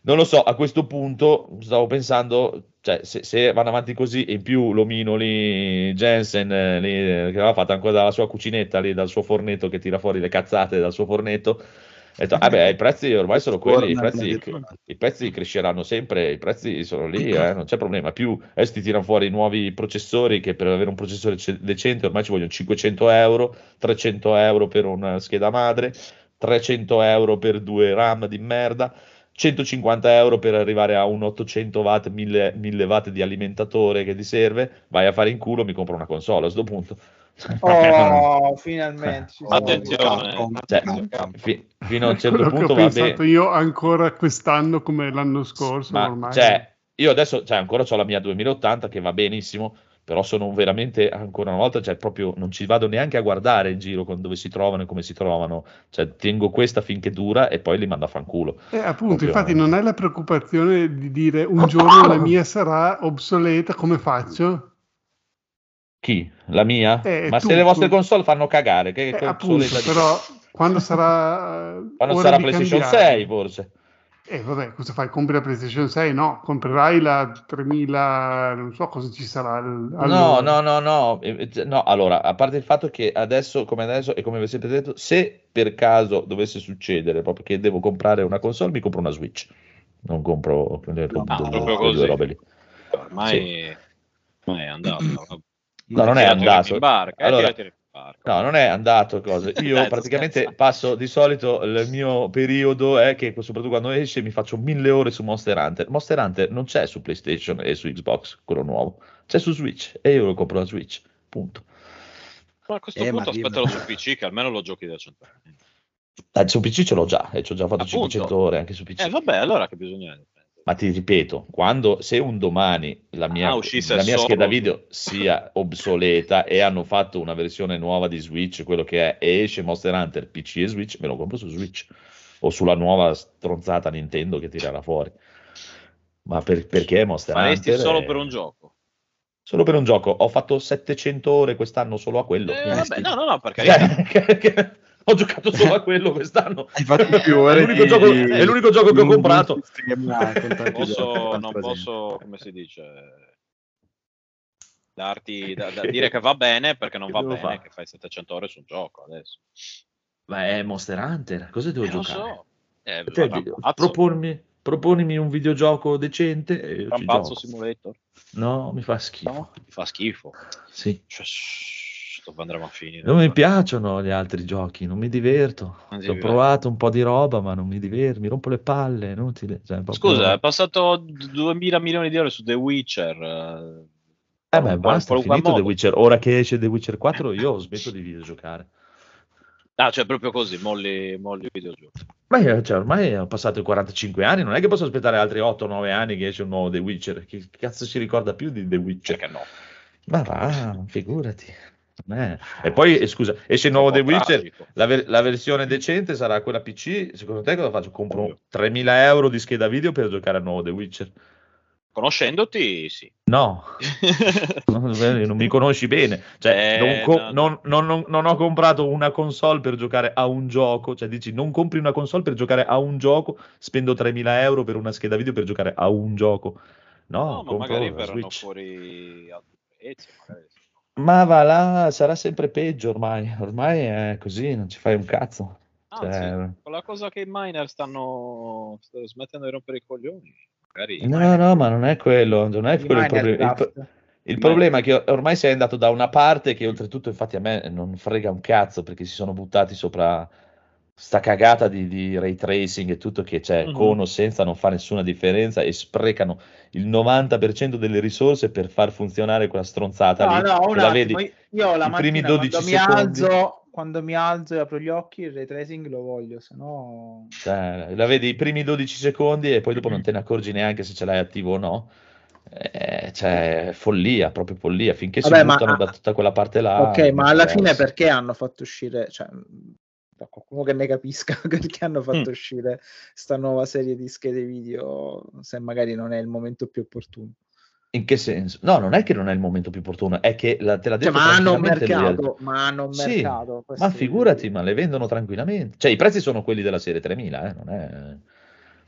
Non lo so, a questo punto stavo pensando, cioè, se, se vanno avanti così, e in più l'omino lì, Jensen, eh, lì, eh, che aveva fatto ancora dalla sua cucinetta, lì, dal suo fornetto, che tira fuori le cazzate dal suo fornetto, ho detto, ah beh, i prezzi ormai sono quelli, i prezzi, i prezzi cresceranno sempre, i prezzi sono lì, eh, non c'è problema. Più adesso ti tirano fuori i nuovi processori, che per avere un processore ce- decente ormai ci vogliono cinquecento euro, trecento euro per una scheda madre, trecento euro per due RAM di merda, centocinquanta euro per arrivare a un ottocento watt, mille, mille watt di alimentatore che ti serve. Vai a fare in culo, mi compro una console a questo punto. Oh, finalmente ci siamo Attenzione. arrivati. Cioè, fi- fino a un certo Quello che ho punto va pensato bene. io ancora quest'anno come l'anno scorso, Ma ormai. cioè, io adesso cioè, ancora ho la mia duemilaottanta che va benissimo, però sono veramente ancora una volta, cioè proprio non ci vado neanche a guardare in giro con dove si trovano e come si trovano. Cioè, tengo questa finché dura e poi li mando a fanculo. Eh, appunto, Proprio- infatti non hai la preoccupazione di dire un giorno la mia sarà obsoleta, come faccio? Chi? La mia? Eh, Ma tu, se le vostre tu- console fanno cagare, che, Eh, che appunto, obsoleta di- però quando sarà eh, Quando ora sarà di PlayStation cambiare? sei, forse. Eh, vabbè, cosa fai? Compri la PlayStation sei? No, comprerai la tremila, non so cosa ci sarà al- No, allora. no, no, no, eh, eh, no, allora, a parte il fatto che adesso, come adesso, e come vi sempre detto, se per caso dovesse succedere proprio che devo comprare una console, mi compro una Switch. Non compro quelle, No, due- proprio quelle così. due robe lì. Ormai, ormai è andato. No, non è Tirateli andato. in barca, eh, Allora, tirateli in barca. no, non è andato cosa. Io Dai, sto praticamente scherzando. passo di solito il mio periodo è che soprattutto quando esce mi faccio mille ore su Monster Hunter. Monster Hunter non c'è su PlayStation e su Xbox, quello nuovo. C'è su Switch e io lo compro la Switch. Punto. Ma a questo Eh, punto ma io- aspettalo su P C che almeno lo giochi decentemente. Ah, su P C ce l'ho già e ci ho già fatto Appunto. cinquecento ore anche su P C. Eh vabbè, allora che bisogna... Ma ti ripeto, quando se un domani la mia, Ah, uscisse la mia solo scheda su- video sia obsoleta e hanno fatto una versione nuova di Switch, quello che è, e esce Monster Hunter P C e Switch, me lo compro su Switch o sulla nuova stronzata Nintendo che tirerà fuori. Ma per- perché Monster Faresti Hunter? solo è- per un gioco? Solo per un gioco. Ho fatto settecento ore quest'anno solo a quello. Eh, quindi vabbè, schifo. no, no, no, perché... Che- che- Ho giocato solo a quello quest'anno. Hai fatto più È ore l'unico di- gioco- è l'unico gioco che ho di un comprato. sistema con tanti posso, giochi, non per posso, come si dice, darti da, da dire che va bene perché non Che va devo bene fare? che fai settecento ore su un gioco adesso. Ma è Monster Hunter, cosa devo Eh, lo giocare? so. Eh, Te, vabbè, gi- ammazzo. propormi, proponimi un videogioco decente e io ci Rampazzo gioco. Simulator? No, mi fa schifo. No, mi fa schifo. Sì. Cioè, shh, dove andremo a finire? Non mi piacciono gli altri giochi, non mi diverto. Non ti Ho diverti. provato un po' di roba, ma non mi diverto, mi rompo le palle, è inutile. Cioè, proprio- Scusa, è passato duemila milioni di ore su The Witcher. eh, Eh per beh, un- basta, è per un qual finito The modo. Witcher. Ora che esce The Witcher quattro io smetto di videogiocare. Ah, cioè proprio così, molli, molli i videogiochi. Ma io, cioè, ormai ho passato i quarantacinque anni, non è che posso aspettare altri otto nove anni che esce un nuovo The Witcher. Chi cazzo si ricorda più di The Witcher? Perché no? Ma va, figurati. Eh. E poi, eh, scusa, esce il nuovo The Troppo Witcher, tragico. la, ver- la versione decente sarà quella P C. Secondo te cosa faccio? Compro tremila euro di scheda video per giocare al nuovo The Witcher? Conoscendoti, sì. No, non mi conosci bene. Cioè, Eh, non, co- no, no. non- non- non- non ho comprato una console per giocare a un gioco. Cioè, dici, non compri una console per giocare a un gioco, spendo tremila euro per una scheda video per giocare a un gioco. No, No, ma compro magari la verranno Switch. fuori altri prezzi. Magari. Ma va là, sarà sempre peggio ormai. Ormai è così, non ci fai un cazzo. Anzi, Cioè, con la cosa che i miner stanno, stanno smettendo di rompere i coglioni, magari... no, no, ma non è quello, non è I quello il problema. Il, Minecraft. pro- il problema è che ormai sei andato da una parte che oltretutto infatti a me non frega un cazzo perché si sono buttati sopra sta cagata di, di ray tracing e tutto che c'è Mhm. con o senza non fa nessuna differenza e sprecano il novanta per cento delle risorse per far funzionare quella stronzata No, lì no, un che la attimo, vedi io la i primi mattina dodici quando mi secondi. alzo, quando mi alzo e apro gli occhi, il ray tracing lo voglio, se no... Cioè, la vedi i primi dodici secondi e poi dopo non te ne accorgi neanche se ce l'hai attivo o no. Eh, cioè, follia, proprio follia. Finché Vabbè, si ma- buttano da tutta quella parte là. Ok, non ma mi alla interessa. fine perché hanno fatto uscire, cioè, da qualcuno che ne capisca, perché hanno fatto Mm. uscire sta nuova serie di schede video, se magari non è il momento più opportuno. In che senso? No, non è che non è il momento più opportuno, è che la, te l'ha Cioè, detto ma hanno un tranquillamente lui. mercato, ma hanno un Sì, mercato. questo ma voglio figurati, dire. ma le vendono tranquillamente. Cioè, i prezzi sono quelli della serie tremila, eh, non è...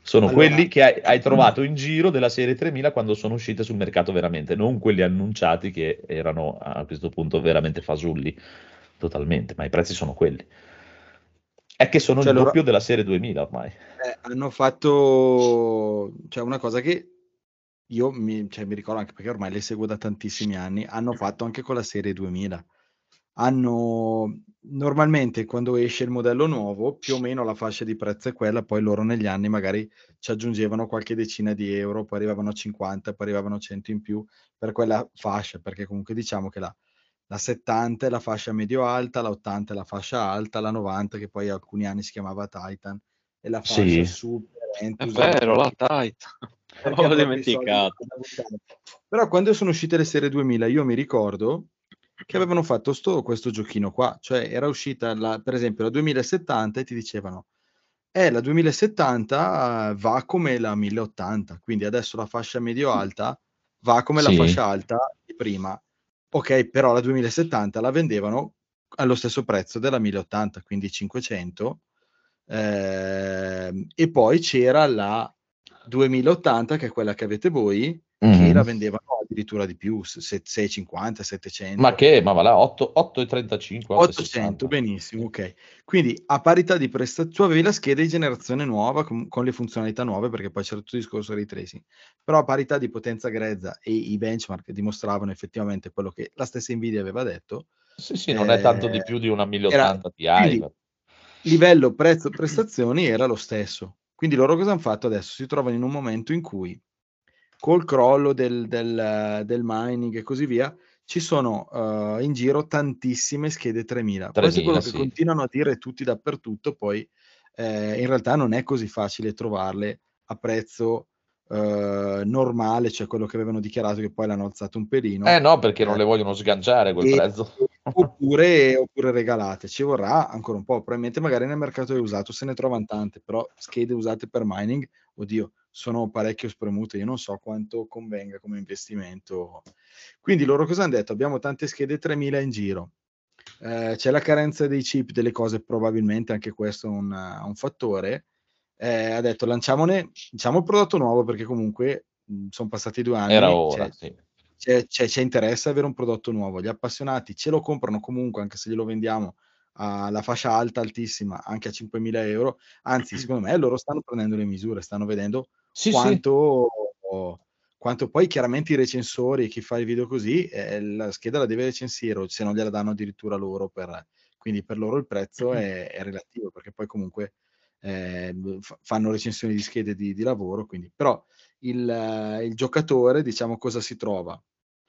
Sono Allora, quelli che hai, hai trovato in giro della serie tremila quando sono uscite sul mercato veramente, non quelli annunciati che erano a questo punto veramente fasulli totalmente, ma i prezzi sono quelli. È che sono cioè il loro doppio della serie duemila ormai. eh, hanno fatto, cioè una cosa che io mi, cioè, mi ricordo anche perché ormai le seguo da tantissimi anni, hanno fatto anche con la serie duemila. Hanno normalmente quando esce il modello nuovo, più o meno la fascia di prezzo è quella, poi loro negli anni magari ci aggiungevano qualche decina di euro, poi arrivavano a cinquanta, poi arrivavano a cento in più per quella fascia, perché comunque diciamo che la, la settanta è la fascia medio-alta, la ottanta è la fascia alta, la novanta che poi alcuni anni si chiamava Titan, è la fascia Sì, super È enthusiast, vero, la perché, Titan. perché ha Avevo proprio i soldi da dimenticato. da buttare. Però quando sono uscite le serie duemila io mi ricordo che avevano fatto sto, questo giochino qua, cioè era uscita la, per esempio la duemilasettanta e ti dicevano eh la duemilasettanta va come la mille ottanta, quindi adesso la fascia medio alta va come la sì, fascia alta di prima. Ok, però la duemilasettanta la vendevano allo stesso prezzo della mille ottanta, quindi cinquecento. Ehm, e poi c'era la duemilaottanta, che è quella che avete voi, che la Mhm. vendevano addirittura di più, se- seicentocinquanta, Ma settecento, che, ma va là, otto, otto virgola trentacinque, ottocento, otto virgola sessanta. benissimo, ok. Quindi a parità di prestazioni, tu avevi la scheda di generazione nuova con, con le funzionalità nuove, perché poi c'era tutto il discorso ray tracing, però a parità di potenza grezza e i benchmark dimostravano effettivamente quello che la stessa Nvidia aveva detto, Sì, sì, non è tanto di eh, più di una era, mille ottanta Ti. quindi ma- livello prezzo prestazioni era lo stesso. Quindi loro cosa hanno fatto adesso? Si trovano in un momento in cui col crollo del, del, del mining e così via ci sono uh, in giro tantissime schede tremila. Questo è quello tremila, che sì. continuano a dire tutti dappertutto, poi eh, in realtà non è così facile trovarle a prezzo uh, normale, cioè quello che avevano dichiarato, che poi l'hanno alzato un pelino. Eh no, perché non Eh, le vogliono sganciare quel e, prezzo. oppure, oppure regalate, ci vorrà ancora un po', probabilmente magari nel mercato è usato se ne trovano tante, però schede usate per mining, oddio, sono parecchio spremute, io non so quanto convenga come investimento. Quindi loro cosa hanno detto? Abbiamo tante schede tremila in giro, eh, c'è la carenza dei chip, delle cose, probabilmente anche questo è un, un fattore. Eh, ha detto lanciamone, diciamo il prodotto nuovo, perché comunque sono passati due Era anni, ora, c'è, sì. c'è, c'è, c'è interesse avere un prodotto nuovo, gli appassionati ce lo comprano comunque, anche se glielo vendiamo alla fascia alta, altissima, anche a cinquemila euro, anzi secondo me loro stanno prendendo le misure, stanno vedendo Sì, sì. quanto, quanto poi chiaramente i recensori, chi fa il video così, eh, la scheda la deve recensire, se non gliela danno addirittura loro, per, quindi per loro il prezzo è, è relativo, perché poi comunque eh, f- fanno recensioni di schede di, di lavoro, quindi però il, il giocatore, diciamo, cosa si trova?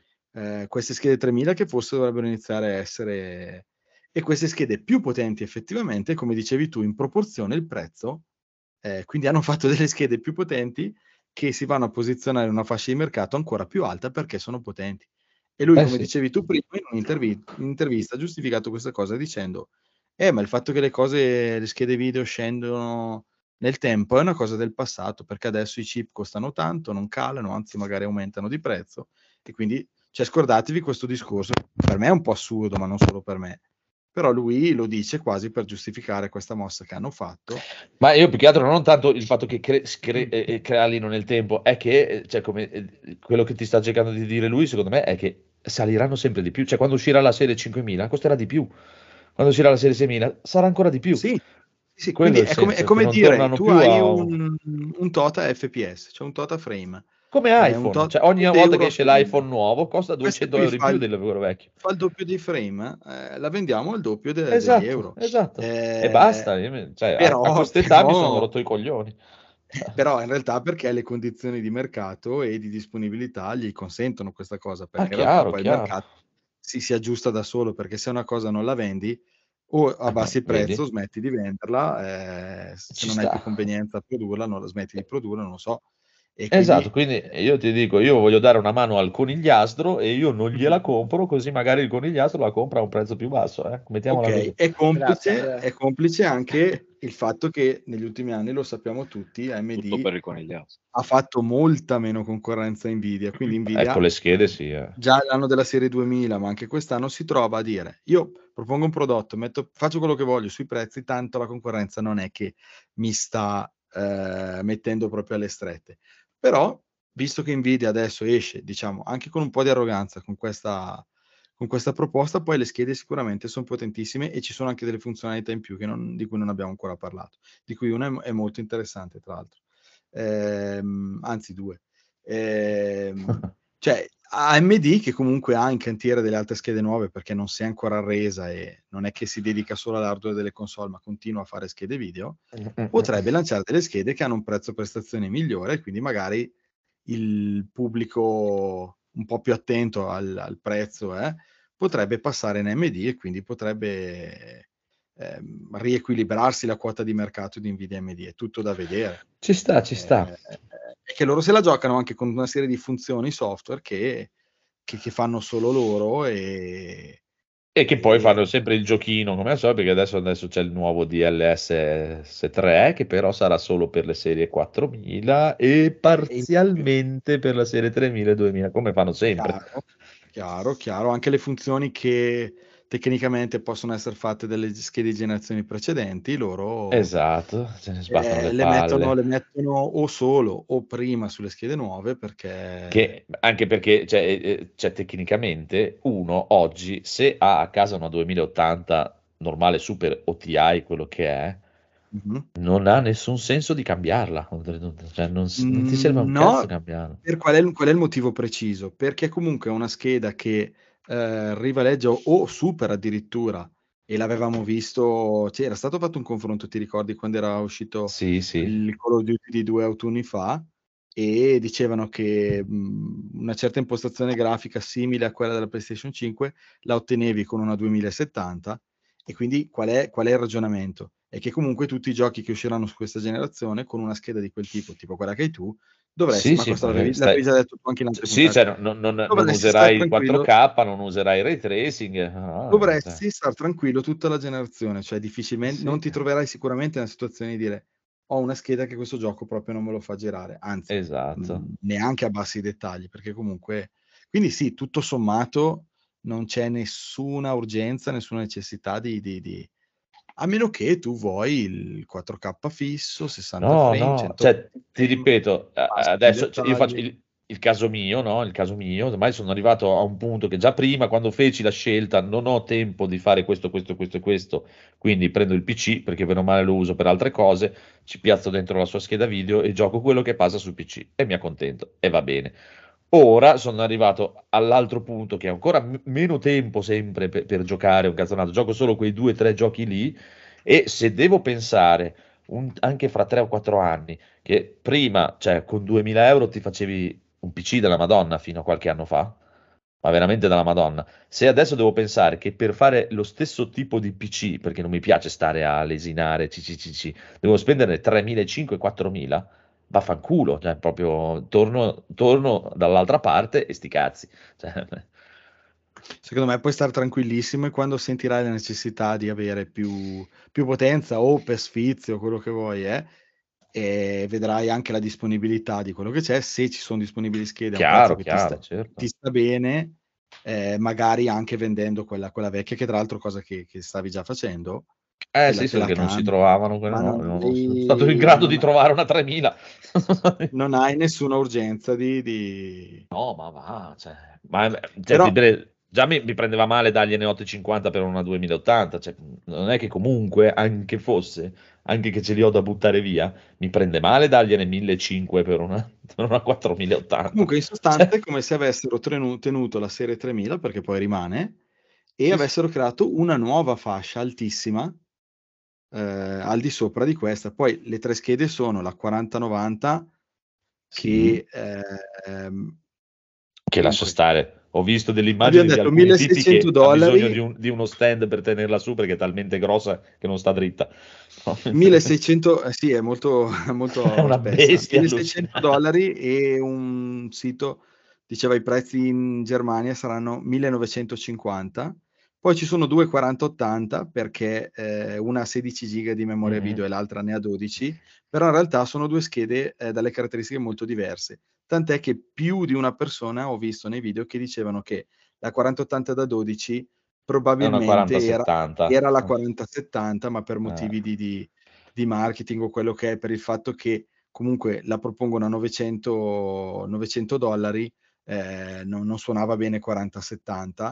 Eh, queste schede tremila che forse dovrebbero iniziare a essere, e queste schede più potenti effettivamente, come dicevi tu, in proporzione il prezzo, eh, quindi hanno fatto delle schede più potenti che si vanno a posizionare in una fascia di mercato ancora più alta perché sono potenti. E lui, Eh come sì. dicevi tu prima, in un'intervi- un'intervista ha giustificato questa cosa dicendo eh, ma il fatto che le cose, le schede video scendono nel tempo è una cosa del passato, perché adesso i chip costano tanto, non calano, anzi magari aumentano di prezzo, e quindi, cioè, scordatevi questo discorso. Per me è un po' assurdo, ma non solo per me. Però lui lo dice quasi per giustificare questa mossa che hanno fatto. Ma io più che altro non tanto il fatto che cre- cre- eh, crealino nel tempo, è che eh, cioè, come, eh, quello che ti sta cercando di dire lui, secondo me, è che saliranno sempre di più. Cioè, quando uscirà la serie cinquemila, costerà di più. Quando uscirà la serie seimila, sarà ancora di più. Sì, sì, Quello è quindi il è come, è senso, che come non dire, tornano tu più hai a... un, un tota F P S, cioè un tota frame, Come eh, un iPhone. tot Cioè, ogni volta che euro a esce frame. l'iPhone nuovo, costa Questo duecento qui euro in fa più il, del quello vecchio. fa il doppio dei frame, eh, la vendiamo al doppio de- degli Esatto, euro. esatto. E Eh, basta. Io mi- cioè, a, a però, quest'età mi sono però, rotto i coglioni. però in realtà perché le condizioni di mercato e di disponibilità gli consentono questa cosa, Ah, perché in realtà chiaro, poi il chiaro. mercato si, si aggiusta da solo, perché se una cosa non la vendi o abbassi il prezzo, Vedi? smetti di venderla, eh, se Ci non hai più sta. convenienza a produrla, non la smetti di produrre, non lo so. E Esatto, quindi quindi io ti dico, io voglio dare una mano al conigliastro e io non gliela compro, così magari il conigliastro la compra a un prezzo più basso, eh? Mettiamola ok, così. è Grazie complice, Andrea. è complice anche il fatto che negli ultimi anni, lo sappiamo tutti, Tutto A M D per riconigliarsi. ha fatto molta meno concorrenza a Nvidia, quindi Ecco Nvidia le schede, sì. eh. già l'anno della serie duemila, ma anche quest'anno si trova a dire io propongo un prodotto, metto, faccio quello che voglio sui prezzi, tanto la concorrenza non è che mi sta eh, mettendo proprio alle strette. Però, visto che Nvidia adesso esce, diciamo, anche con un po' di arroganza con questa, con questa proposta, poi le schede sicuramente sono potentissime e ci sono anche delle funzionalità in più che non, di cui non abbiamo ancora parlato, di cui una è, è molto interessante, tra l'altro. Ehm, anzi, due. Ehm, cioè, A M D, che comunque ha in cantiere delle altre schede nuove perché non si è ancora arresa e non è che si dedica solo all'hardware delle console, ma continua a fare schede video, potrebbe lanciare delle schede che hanno un prezzo prestazione migliore e quindi magari il pubblico un po' più attento al, al prezzo eh, potrebbe passare in A M D e quindi potrebbe eh, riequilibrarsi la quota di mercato di Nvidia A M D. È tutto da vedere. Ci sta, ci sta. Eh, e che loro se la giocano anche con una serie di funzioni software che, che, che fanno solo loro e, E che poi e- fanno sempre il giochino, come al solito, perché adesso, adesso c'è il nuovo D L S S tre, che però sarà solo per le serie quattromila e parzialmente per la serie tremila e duemila, come fanno sempre. Chiaro, chiaro, chiaro. Anche le funzioni che tecnicamente possono essere fatte dalle schede di generazioni precedenti, loro Esatto, se ne sbattono eh, le le, mettono, palle. le mettono o solo o prima sulle schede nuove perché... Che, anche perché, cioè, eh, cioè, tecnicamente, uno oggi, se ha a casa una duemila ottanta normale super O T I, quello che è, Mhm. non ha nessun senso di cambiarla. oltretutto. Cioè, non, s- non ti serve un Mm, cazzo no, cambiarla. per qual è, il- qual è il motivo preciso? Perché comunque è una scheda che eh, rivaleggia o supera addirittura, e l'avevamo visto, cioè, era stato fatto un confronto, ti ricordi quando era uscito Sì, sì. il Call of Duty di due autunni fa, e dicevano che mh, una certa impostazione grafica simile a quella della PlayStation cinque la ottenevi con una duemila settanta, e quindi qual è, qual è il ragionamento? È che comunque tutti i giochi che usciranno su questa generazione con una scheda di quel tipo, tipo quella che hai tu, dovresti, Sì, ma sì, questo ma l'avevi, stai- l'avevi già detto tu anche in altre sì, puntate, cioè, non, non- non dovresti userai star il tranquillo, quattro K, non userai il ray tracing. no, cioè, dovresti star tranquillo tutta la generazione, cioè difficilmente, non sì, ti troverai sicuramente nella situazione di dire ho una scheda che questo gioco proprio non me lo fa girare, anzi, esatto. mh, neanche a bassi dettagli, perché comunque, quindi sì, tutto sommato non c'è nessuna urgenza, nessuna necessità di, di- di- a meno che tu vuoi il quattro K fisso, sessanta No, frame, no, centoventi cioè, ti frame, ripeto, a- massimi adesso cioè, io faccio dettagli. il, il caso mio, no? Il caso mio, ormai sono arrivato a un punto che già prima, quando feci la scelta, non ho tempo di fare questo, questo, questo e questo, quindi prendo il P C, perché bene o male lo uso per altre cose, ci piazzo dentro la sua scheda video e gioco quello che passa sul P C e mi accontento e va bene. Ora sono arrivato all'altro punto che ho ancora m- meno tempo sempre per, per giocare un cazzonato, gioco solo quei due o tre giochi lì e se devo pensare un- anche fra tre o quattro anni che prima, cioè con duemila euro ti facevi un P C della Madonna fino a qualche anno fa, ma veramente della Madonna. Se adesso devo pensare che per fare lo stesso tipo di P C, perché non mi piace stare a lesinare, ci, ci, ci, ci, devo spendere tremilacinquecento-quattromila, vaffanculo, cioè proprio torno, torno dall'altra parte e sti cazzi. Cioè, Secondo me puoi stare tranquillissimo e quando sentirai la necessità di avere più, più potenza o per sfizio, quello che vuoi, eh, e vedrai anche la disponibilità di quello che c'è, se ci sono disponibili schede a un prezzo chiaro, che ti sta, chiaro, certo. ti sta bene, eh, magari anche vendendo quella, quella vecchia, che tra l'altro cosa che, che stavi già facendo, Eh te la, sì, te solo la che non si cambi, trovavano quelle ma nuove, non non sono stato in hai, grado di non, trovare una tremila. non hai nessuna urgenza di... di... No, ma va, cioè, ma, cioè, Però ti dire, già mi, mi prendeva male dargliene ottocentocinquanta per una duemila ottanta, cioè, non è che comunque, anche fosse, anche che ce li ho da buttare via, mi prende male dargliene millecinquecento per una, per una quattromila ottanta. comunque in sostanza è Cioè, come se avessero trenu- tenuto la serie tremila, perché poi rimane, e sì, sì, avessero creato una nuova fascia altissima eh, al di sopra di questa. Poi le tre schede sono la quaranta novanta sì, che ehm, che lascia dunque stare. Ho visto delle abbiamo immagini di detto alcuni tipi milleseicento che ha bisogno di, dollari, un- di uno stand per tenerla su perché è talmente grossa che non sta dritta. milleseicento, eh, sì, è molto, È molto una spessa, bestia milleseicento allucinante. dollari, e un sito diceva i prezzi in Germania saranno millenovecentocinquanta. Poi ci sono due quaranta ottanta perché eh, una ha sedici giga di memoria Mhm. video e l'altra ne ha dodici, però in realtà sono due schede eh, dalle caratteristiche molto diverse, tant'è che più di una persona ho visto nei video che dicevano che la quaranta ottanta da dodici È una probabilmente era quaranta settanta. era la quaranta settanta, ma per Eh, motivi di, di- di marketing o quello che è, per il fatto che comunque la propongono a novecento, novecento dollari, eh, non, non suonava bene quaranta settanta,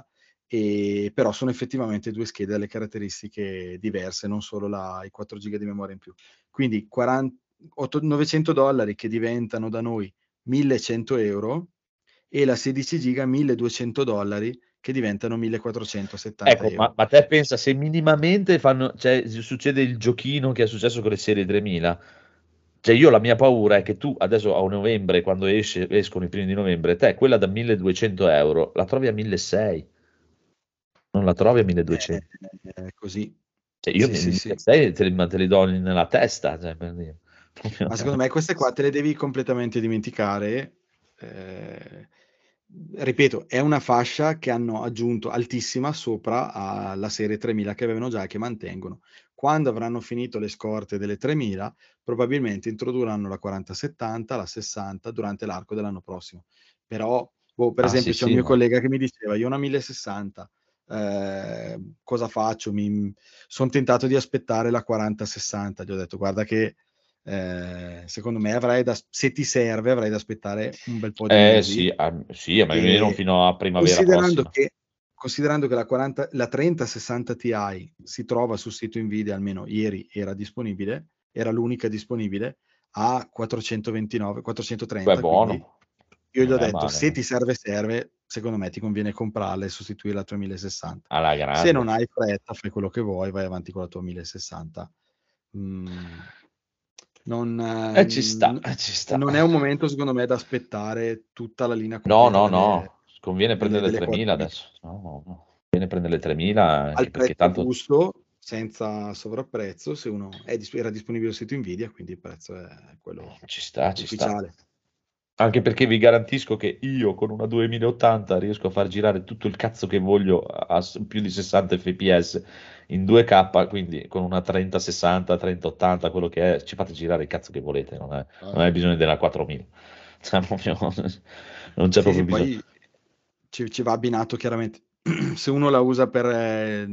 e però sono effettivamente due schede dalle caratteristiche diverse, non solo la, i quattro giga di memoria in più. Quindi quaranta, otto, novecento dollari che diventano da noi millecento euro, e la sedici giga milleduecento dollari che diventano millequattrocentosettanta Ecco, euro. ma, ma te pensa se minimamente fanno, cioè, succede il giochino che è successo con le serie tremila. Cioè io la mia paura è che tu adesso a novembre, quando esce, escono i primi di novembre, te quella da milleduecento euro la trovi a milleseicento, non la trovi a milleduecento. È, è così. Cioè io Sì, mi, sì, mi- sì. te, te li, te li do nella testa, cioè, per dire. Ma secondo me queste qua te le devi completamente dimenticare. Eh, ripeto, è una fascia che hanno aggiunto altissima sopra alla serie tremila che avevano già e che mantengono. Quando avranno finito le scorte delle tremila, probabilmente introdurranno la quaranta settanta, la sessanta durante l'arco dell'anno prossimo. Però, boh, per Ah, esempio, sì, c'è sì, un mio ma- collega che mi diceva, io ho una millesessanta, eh, cosa faccio? Mi, sono tentato di aspettare la quaranta sessanta, gli ho detto, guarda che eh, secondo me avrai da, se ti serve avrai da aspettare un bel po' di Eh mesi, sì, ah, sì, ma almeno e fino a primavera considerando prossima. che, considerando che la, quaranta, la trenta sessanta Ti si trova sul sito Nvidia, almeno ieri era disponibile, era l'unica disponibile a quattrocentoventinove, Beh, quattrocentotrenta, quindi buono, io gli non ho è detto, male, se no? ti serve serve, secondo me ti conviene comprarla e sostituire la tua millesessanta. Alla Se non grande. hai fretta, fai quello che vuoi, vai avanti con la tua millesessanta. Mm, non, E ci sta, ehm, eh, ci sta. non è un momento, secondo me, da aspettare tutta la linea No, completa no, delle, no, conviene delle, prendere le delle tremila quattro giga adesso. No, no, no. Conviene prendere le tremila anche al perché prezzo tanto giusto, senza sovrapprezzo. Se uno è, dis- era disponibile sul sito Nvidia, quindi il prezzo è quello ci sta, ci sta. ufficiale. Anche perché vi garantisco che io con una duemila ottanta riesco a far girare tutto il cazzo che voglio a s- più di sessanta fps in due K, quindi con una trenta sessanta, trenta ottanta, quello che è, ci fate girare il cazzo che volete, non è- Ah, non hai bisogno della quattromila. Cioè, proprio- non c'è Sì, proprio sì, bisogno. poi ci, ci va abbinato chiaramente. Se uno la usa per, eh,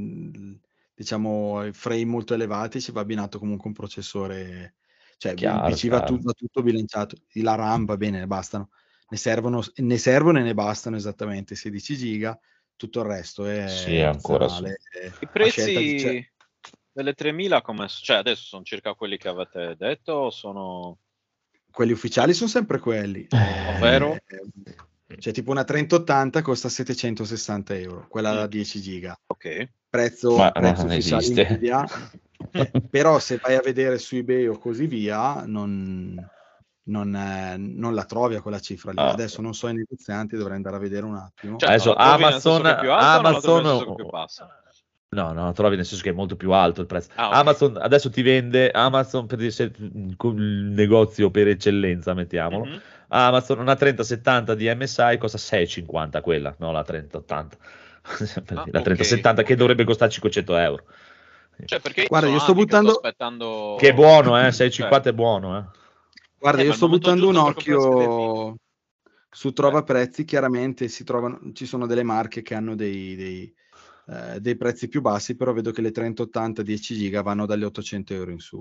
diciamo, frame molto elevati, ci va abbinato comunque un processore, cioè il Chiaro, P C va, tu- chiaro. va tutto bilanciato. La RAM va bene, ne bastano. Ne servono, ne servono e ne bastano esattamente sedici giga, tutto il resto Sì, è ancora sì. opzionale, è I a scelta di... Cioè, prezzi delle tremila come cioè adesso sono circa quelli che avete detto o sono quelli ufficiali sono sempre quelli. ovvero? Eh, cioè tipo una trenta ottanta costa settecentosessanta euro, quella da Mm, dieci giga. ok. Prezzo, Ma prezzo non ufficiale esiste. Nvidia. Però se vai a vedere su eBay o così via, non, non, eh, non la trovi a quella cifra lì. Ah. Adesso non so i negozianti, dovrei andare a vedere un attimo. Cioè, non Adesso la trovi nel Amazon, senso che è più alta o non la trovi nel senso che è Amazon, più bassa? no, no, la trovi nel senso che è molto più alto il prezzo. Ah, ok. Amazon adesso ti vende, Amazon per dire se- il negozio per eccellenza, mettiamolo. Mhm. Amazon una trenta settanta di M S I costa sei e cinquanta quella, no la trenta ottanta. Ah, La ok, trenta settanta che ok. dovrebbe costare cinquecento euro. Cioè, perché io Guarda, sono io sto anni che sto buttando, aspettando... Che è buono, eh, sei e Cioè, cinquanta è buono, eh. guarda, eh, io ma il sto momento buttando un giusto per comprare schede video. occhio su Cioè, Trova Prezzi. Chiaramente si trovano, ci sono delle marche che hanno dei, dei, eh, dei prezzi più bassi, però vedo che le trenta ottanta dieci giga vanno dagli ottocento euro in su.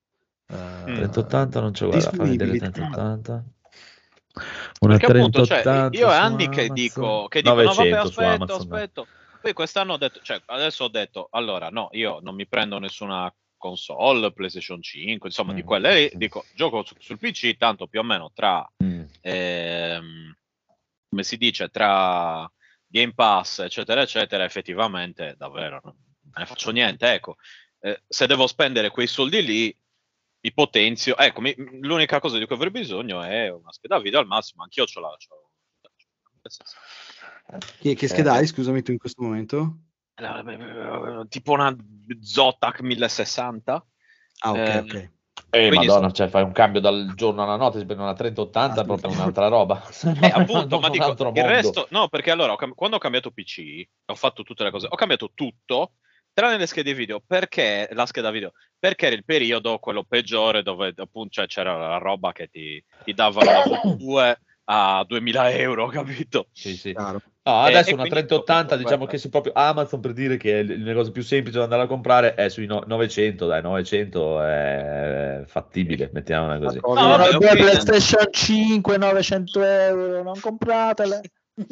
mm. Eh, trenta ottanta non c'è, guarda, fammi vedere disponibili. trenta ottanta. Una Perché appunto, cioè, trenta ottanta io è su anni che Amazon. dico, che dico, no vabbè, novecento su aspetto, Amazon. dai. aspetto. Poi quest'anno ho detto, cioè, adesso ho detto, allora, no, io non mi prendo nessuna console, PlayStation cinque, insomma, di Mm. quelle lì, dico, gioco su- sul P C, tanto più o meno tra, Mm. ehm, come si dice, tra Game Pass, eccetera, eccetera, effettivamente, davvero, non ne faccio niente, ecco. Eh, se devo spendere quei soldi lì, mi potenzio. Ecco, mi- l'unica cosa di cui avrei bisogno è una scheda video al massimo. Anch'io ce l'ho. ce l'ho. Che, che scheda hai, scusami, tu in questo momento? Eh, tipo una Zotac millesessanta. Ah, ok, Eh, ok. Eh, quindi Madonna, cioè fai un cambio dal giorno alla notte, si prende una trenta ottanta, è proprio un'altra roba. Eh, appunto, ma un dico, altro il mondo. resto, no, perché allora ho cam- quando ho cambiato P C, ho fatto tutte le cose, ho cambiato tutto, tranne le schede video, perché la scheda video, perché era il periodo quello peggiore dove appunto cioè, c'era la roba che ti, ti davano la V due a duemila euro, capito? Sì, sì. Chiaro. No, E- adesso e una quindi trenta ottanta, dico, diciamo guarda, che se proprio Amazon, per dire che è il il negozio più semplice da andare a comprare, è sui no- novecento, dai, novecento è fattibile, mettiamola La così. trovi No, vabbè, a- Sono ho due capito. PlayStation cinque, novecento euro, non compratele.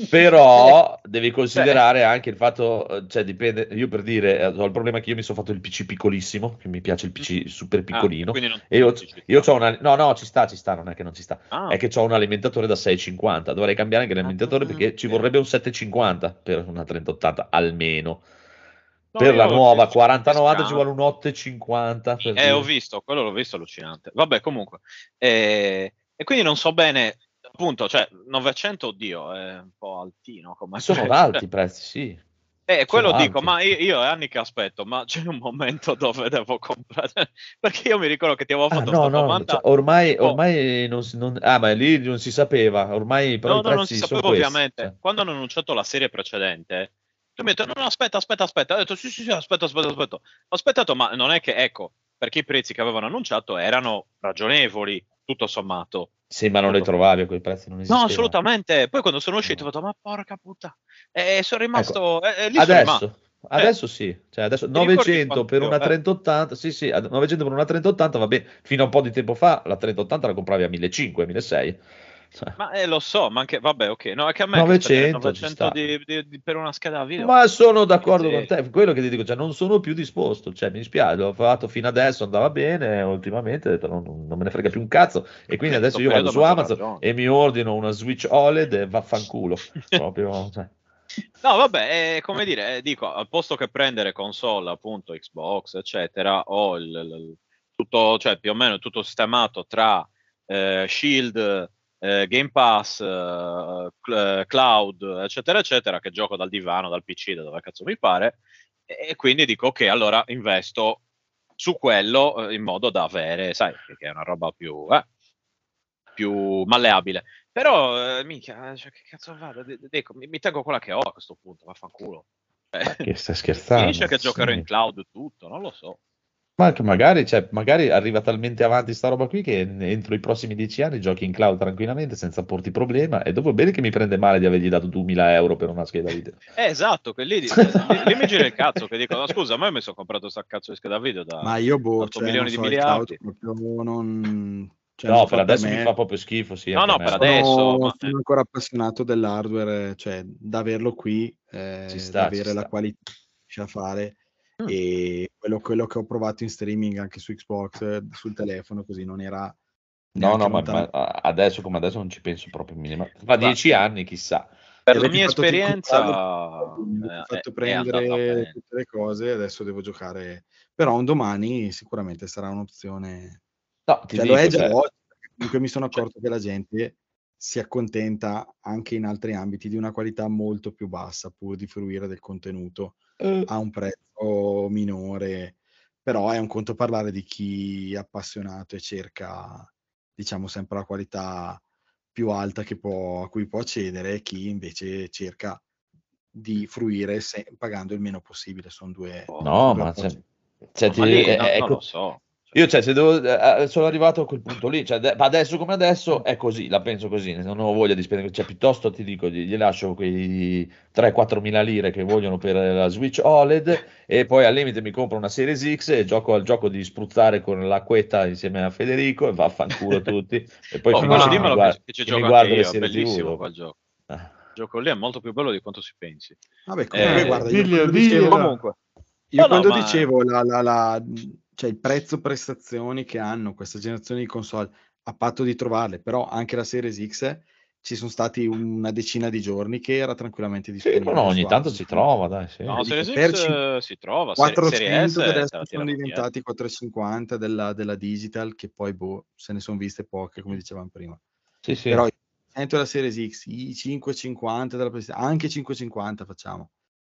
Però devi Cioè, considerare anche il fatto, eh, cioè dipende, io per dire, eh, ho il problema che io mi sono fatto il P C piccolissimo, che mi piace il P C super ah, piccolino, quindi non, e non io, ti ci io sta. ho una, no, no, ci sta, ci sta, non è che non ci sta, Ah, è che ho un alimentatore da sei virgola cinquanta, dovrei cambiare anche l'alimentatore perché ci ok. vorrebbe un sette virgola cinquanta per una trenta ottanta almeno. No, Per la io nuova ti, quaranta ti novanta ci scampo. vuole un otto virgola cinquanta per Eh, ho dire. visto, quello l'ho visto allucinante. Vabbè, comunque. Eh, e quindi non so bene, appunto, cioè, novecento, oddio, è un po' altino come Sono prezzo. alti i prezzi, sì, Eh, quello sono dico, alti. ma io, io è anni che aspetto, ma c'è un momento dove devo comprare? Perché io mi ricordo che ti avevo Ah fatto no, questa no, cioè, domanda, ormai, tipo, ormai non, si- non- ah, ma lì non si sapeva, ormai però i no, no, non si prezzi sono sapeva questi. ovviamente. Cioè. Quando hanno annunciato la serie precedente, tu mi hai detto, no, no, aspetta, aspetta, aspetta. Ho detto, sì, sì, sì, aspetta, aspetta, aspetta. Ho aspettato, ma non è che, ecco, perché i prezzi che avevano annunciato erano ragionevoli, tutto sommato. Sì, ma non le Tutto. trovavi a quei prezzi, non No, esistevano. assolutamente. Poi quando sono uscito ho No. detto, ma porca puttana. E sono Ecco, rimasto, e, e lì sono rimasto. adesso, Cioè, adesso sì, cioè adesso ti ricordi novecento quando per io... una eh, trenta ottanta, sì sì, ad- novecento per una trenta ottanta va bene, fino a un po' di tempo fa la trenta ottanta la compravi a millecinquecento, milleseicento. Cioè, ma eh, lo so, ma anche, vabbè, ok. No, è che a me che spendere novecento ci novecento sta. di, di- di- per una scheda video... Ma sono che d'accordo con sì. te, quello che ti dico, cioè non sono più disposto, cioè mi dispiace, l'ho fatto fino adesso, andava bene, ultimamente ho detto, non, non me ne frega più un cazzo, e quindi In adesso questo io vado periodo a su maggior Amazon ragione. e mi ordino una Switch O L E D e vaffanculo, proprio, cioè. No, vabbè, è come dire, eh, dico, al posto che prendere console, appunto, Xbox, eccetera, ho il, il- tutto, cioè più o meno tutto sistemato tra eh, Shield, eh, Game Pass, eh, cl- Cloud, eccetera, eccetera, che gioco dal divano, dal P C, da dove cazzo mi pare, e, e quindi dico, ok, allora investo su quello eh, in modo da avere, sai, che che è una roba più, eh, più malleabile. Però, eh, minchia, cioè, che cazzo vado? D- d- dico, mi, mi tengo quella che ho a questo punto, vaffanculo. Ma Eh, che stai scherzando? finisce che giocherò in Sì. cloud tutto, non lo so. Ma che magari, cioè, magari arriva talmente avanti sta roba qui che entro i prossimi dieci anni giochi in cloud tranquillamente senza porti problema e dopo bene che mi prende male di avergli dato duemila euro per una scheda video. Eh, esatto, che lì, lì, lì mi gira il cazzo, che dico, no, scusa, ma io mi sono comprato sta cazzo di scheda video da Ma io, boh, otto cioè, milioni non di so, il cloud miliardi. proprio non... Cioè, No, non per fa per adesso mi me. fa proprio schifo, sì, No, anche a no, me. per guarda. adesso, Sono, ma sono eh, ancora appassionato dell'hardware, cioè, da averlo qui, Ci eh, sta, da ci avere la sta. qualità che riesce a fare. mm, E quello, quello che ho provato in streaming anche su Xbox, eh, sul telefono, così non era No, neanche no, ma, ma lontanamente. adesso come adesso non ci penso proprio minimamente. Tra guarda, dieci anni, chissà. per Mi la avete mia fatto tu comprarlo, esperienza mi avete eh, è, fatto è andata prendere bene. tutte le cose, adesso devo giocare. Però un domani sicuramente sarà un'opzione. No, ti Cioè, lo è dico, già cioè, oggi, perché comunque mi sono Cioè, accorto che la gente si accontenta anche in altri ambiti di una qualità molto più bassa, pur di fruire del contenuto eh, a un prezzo minore. Però è un conto parlare di chi è appassionato e cerca, diciamo, sempre la qualità più alta che può, a cui può accedere, e chi invece cerca di fruire se- pagando il meno possibile. Sono due, boh, sono no, due ma, cioè, approcci. cioè, no, ti- ma lì eh, no- non lo ecco, so. Cioè, io cioè, se devo, eh, eh, sono arrivato a quel punto lì, cioè, de- ma adesso come adesso è così, la penso così, non ho voglia di spendere, cioè, piuttosto ti dico, gli, gli lascio quei tre quattro mila lire che vogliono per la Switch O L E D e poi al limite mi compro una Series X e gioco al gioco di spruzzare con l'acquetta insieme a Federico e vaffanculo tutti e poi oh, Ma quello finisce che mi, no, dimmelo che, guarda, che ci che mi gioco anche guardo le io, è serie T V bellissimo dopo. quel gioco. Eh. Il gioco lì è molto più bello di quanto si pensi. Vabbè, comunque, eh, guarda, Eh, io diglielo, quando dicevo, diglielo. comunque, io no, no, quando ma dicevo la, la- la- cioè il prezzo prestazioni che hanno questa generazione di console, a patto di trovarle, però anche la Series X, ci sono stati una decina di giorni che era tranquillamente Sì, no, no, disponibile su ogni tanto si Amazon. trova, dai, sì. no, E dico, Series per X cin- eh, si trova, Serie, Serie S quattrocento, che eh, adesso se la sono tirano dietro. diventati quattrocentocinquanta della, della Digital, che poi boh, se ne sono viste poche, come dicevamo prima. Sì, sì. Però i cento della Series X, i cinquecentocinquanta della PlayStation, anche cinquecentocinquanta facciamo.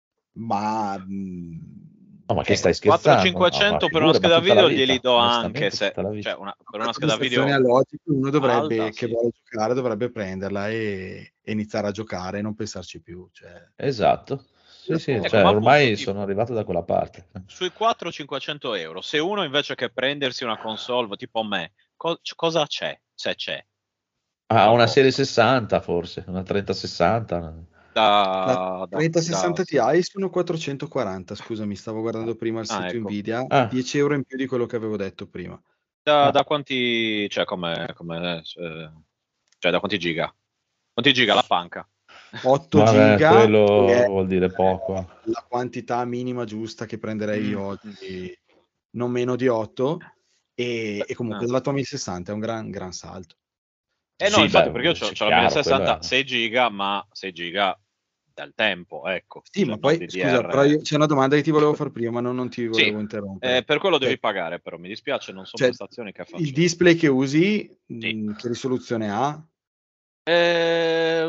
Ma mh, No, ma che ecco, stai scherzando? No, ma quattrocentocinquecento per una figura, ma scheda tutta la video glieli vita, do anche onestamente se, tutta la cioè vita. una, per a una scheda prestazioni video allogiche, uno dovrebbe, alta, che sì. vuole giocare, dovrebbe prenderla e, e iniziare a giocare e non pensarci più. Cioè, Esatto. Sì, sì, Ecco, cioè ma appunto, ormai tipo, sono arrivato da quella parte. sui quattrocento-cinquecento euro, se uno invece che prendersi una console tipo me, co- c- cosa c'è? Se c'è. Ah, una serie sessanta forse, una trenta sessanta. Da, La da- trenta sessanta da- Ti sono quattrocentoquaranta, scusami, stavo guardando prima il Ah, sito ecco. Nvidia, Ah. dieci euro in più di quello che avevo detto prima. Da, Ah. da quanti, cioè, come, come, eh, cioè, da quanti giga? Quanti giga la panca? otto Vabbè, giga, quello che è vuol dire poco. la quantità minima giusta che prenderei io Mm. oggi, non meno di otto, e, e comunque Ah. dalla tua mille sessanta è un gran, gran salto. Eh no, Sì, infatti, beh, perché io sì, ho la chiaro, mille sessanta, quello è- sei giga, ma sei giga del tempo, ecco. Sì, Cioè, ma non poi, D D R. scusa, però io- c'è una domanda che ti volevo fare prima, ma non, non ti volevo Sì, interrompere. eh, per quello devi Cioè, pagare, però mi dispiace, non sono cioè, prestazioni che faccio. il display che usi, Sì. mh, che risoluzione ha? Eh,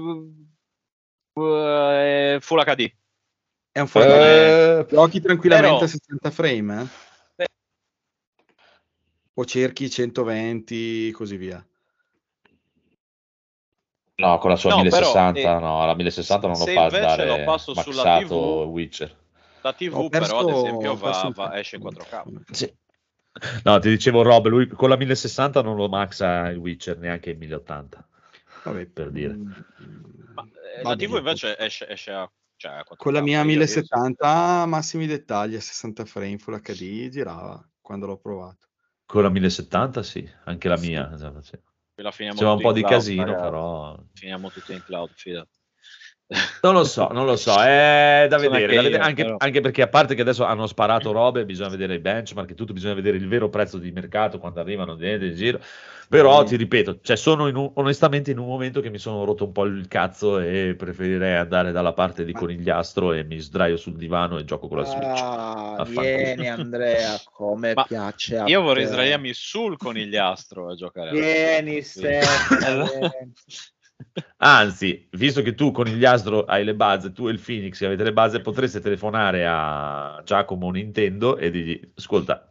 eh, Full H D. È un Full H D. Eh, Giochi tranquillamente però- a sessanta frame, eh? O cerchi centoventi, così via. No, con la sua No, mille sessanta, però, eh, no, la mille sessanta non lo se fa invece lo andare passo sulla maxato tivù, Witcher. la tivù Ho perso- però ad esempio ho perso va, un va- cazzo. esce in quattro K. Sì. No, ti dicevo Rob, lui con la mille sessanta non lo maxa il Witcher neanche in mille ottanta. Vabbè, Per dire. mh, Ma, eh, va la tivù bene. invece esce, esce a, cioè, a quattro K. Con la mia io- mille io- settanta, massimi dettagli a sessanta frame Full H D, girava quando l'ho provato. Con la mille settanta sì, anche la Sì. mia. esatto, sì. la finiamo Faceva un tutti po' in di cloud, casino, ragazzi. però... Finiamo tutti in cloud, fidati. Non lo so, non lo so, è da Sono vedere, anche da vedere, io, anche, però. anche perché a parte che adesso hanno sparato robe, bisogna vedere i benchmark e tutto, bisogna vedere il vero prezzo di mercato quando arrivano dentro in giro, però Sì. ti ripeto, cioè sono in un- onestamente in un momento che mi sono rotto un po' il cazzo e preferirei andare dalla parte di Ma- Conigliastro e mi sdraio sul divano e gioco con la Switch. Ah, Vaffanculo. vieni Andrea, come Ma piace a Io vorrei te. sdraiarmi sul conigliastro a giocare. a- Vieni, Stefano, Esatto. vieni. Anzi, visto che tu con il Gliastro hai le base, tu e il Phoenix avete le base, potreste telefonare a Giacomo Nintendo e dirgli: ascolta,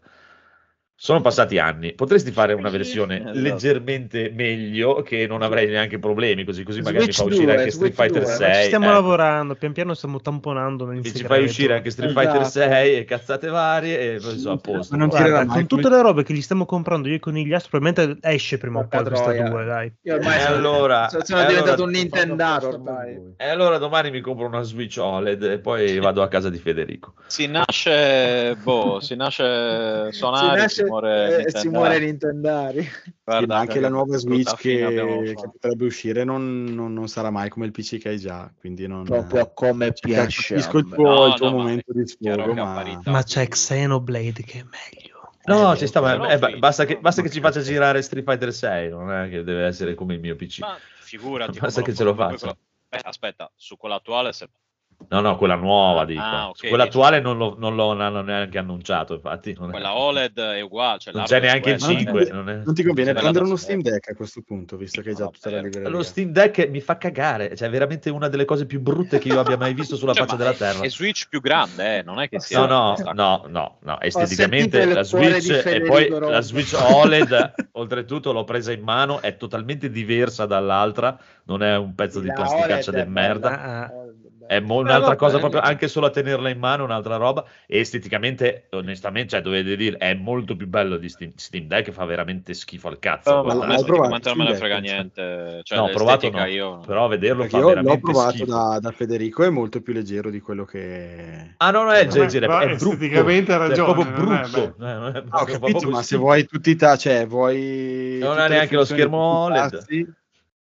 sono passati anni, potresti fare una versione Esatto. leggermente meglio che non avrei neanche problemi, così, così magari mi Switch fa uscire due, anche Street Switch Fighter due. sei. Ma ci stiamo ecco. lavorando, pian piano stiamo tamponando nel Mi ci segreto. fai uscire anche Street Fighter Esatto. sei e cazzate varie e poi sono a posto. Ma non Guarda, tirerà mai con tutte come- le robe che gli stiamo comprando io con gli astro, probabilmente esce prima o Porca poi questa troia. due, dai. Io ormai E sono, allora- sono, sono e diventato allora- un Nintendaro ormai. E allora domani mi compro una Switch O L E D e poi vado a casa di Federico. Si nasce, boh, si nasce Si Sonari, si, nasce muore eh, si Nintendari. muore Nintendari. Sì, Guarda ma anche la nuova brutta Switch fine che, abbiamo che fatto. potrebbe uscire non, non- non sarà mai come il P C che hai già, quindi non... Proprio come piace Capisco a il me. tuo, No, il tuo no, ma momento di è chiaro sfogo, che a ma... parità Ma di- c'è Xenoblade che è meglio. No, Eh, ci sta, ma- però eh, ba- Switch, basta che, no? basta che Ma ci faccia cazzo. girare Street Fighter sei, non è che deve essere come il mio P C. Ma figurati Basta come che ce lo come poi faccia. quello- Aspetta, aspetta, su quella attuale se... No, no, quella nuova Ah, dico. ah, ok, Su quella dici- attuale non lo, non lo hanno neanche annunciato, infatti. Non, è- quella O L E D è uguale, cioè non l'hardware c'è neanche il è quello, cinque. eh. Non, è- Non ti conviene Sì, prendere bella uno da Steam Deck a questo punto, visto che hai già No, tutta la vabbè. libreria. Lo Steam Deck mi fa cagare, cioè è veramente una delle cose più brutte che io abbia mai visto sulla Cioè, faccia ma della è- terra. È Switch più grande, eh, non è che sia... No, no, sta- no, no, no, sentito esteticamente il la cuore di Switch e Federico poi Robba. la Switch O L E D, oltretutto l'ho presa in mano, è totalmente diversa dall'altra, non è un pezzo di La plasticaccia O L E D del è merda. bella. Ah, O L E D è bella. È mo- Eh, un'altra vabbè, cosa proprio, niente. anche solo a tenerla in mano, un'altra roba. E esteticamente, onestamente, cioè, dovete dire, è molto più bello di Steam, Steam Deck, fa veramente schifo al cazzo. No, ma guardate. a me l'hai provato esteticamente non me ne Steam frega Deck? niente. Cioè, No, ho provato l'estetica no, io... però a vederlo Perché fa io l'ho veramente provato schifo. da, da Federico, è molto più leggero di quello che... Ah, no, non è il Vabbè, genere, ma è brutto. esteticamente ha Cioè, è ragione, proprio non è brutto. bello. Eh, non è- Ah, ho fa capito, proprio ma se schifo. vuoi tutti i ta- cioè vuoi Non tutte ha le neanche lo funzioni, schermo tutti i O L E D. tasti,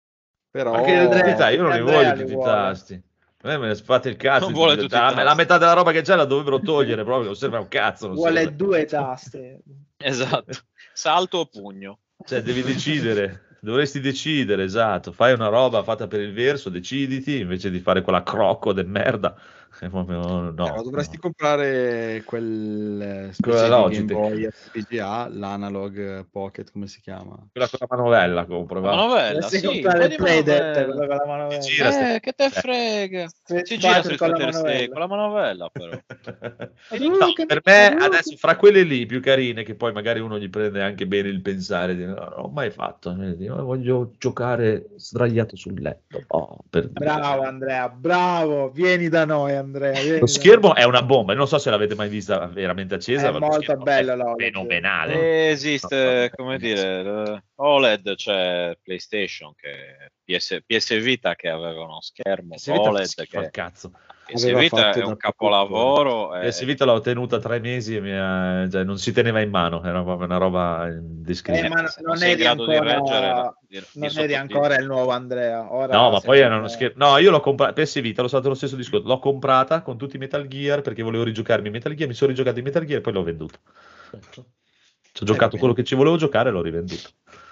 però Anche le Andrea, tasti, io non li Andrea voglio li tutti i vuole. tasti. A me me ne fate il cazzo. Non vuole di- tutti i la, tasti. la metà della roba che c'è la dovrebbero togliere proprio, non serve un cazzo. Non Vuole serve. due taste. Esatto. Salto o pugno. Cioè, devi decidere, dovresti decidere, esatto. Fai una roba fatta per il verso, deciditi, invece di fare quella crocco de merda. È proprio, no, però dovresti no. comprare quel eh, Quella specie di Game Logitech. Boy F P G A, l'Analog Pocket, come si chiama? Quella con la manovella compro, La va. manovella, Dovresti sì, comprare un po' il di Playdead, manovella. quello con la manovella. Si gira, sta- Eh, che te frega. Street Si gira Fighter Street con la Fighter sei manovella. con la manovella, però. No, che per mi- me uh, adesso fra quelle lì più carine che poi magari uno gli prende anche bene il pensare di no, non ho mai fatto, io voglio giocare sdraiato sul letto. Oh, per dire. Bravo Andrea, bravo, vieni da noi Andrea. vieni Lo da schermo è una bomba, non so se l'avete mai vista veramente accesa, È ma lo molto schermo bello, è l'O L E D. fenomenale. Eh, esiste, come dire, O L E D c'è PlayStation, che P S, P S Vita che aveva uno schermo P S Vita O L E D fa che cazzo. P S Aveva Vita fatto è un da capolavoro. P S Vita l'ho tenuta tre mesi e mi ha- cioè, non si teneva in mano, era proprio una roba Eh, indescrivibile. ma non non sei in eri grado di ancora, reggere la- di- di non eri sottotitoli. ancora il nuovo Andrea. Ora No, ma sei poi un- era uno scherzo. No, io l'ho comprata. P S Vita, l'ho stato lo stesso discorso. L'ho comprata con tutti i Metal Gear perché volevo rigiocarmi i Metal Gear. Mi sono rigiocato i Metal Gear e poi l'ho venduto. Ci ho giocato bene. quello che ci volevo giocare e l'ho rivenduto.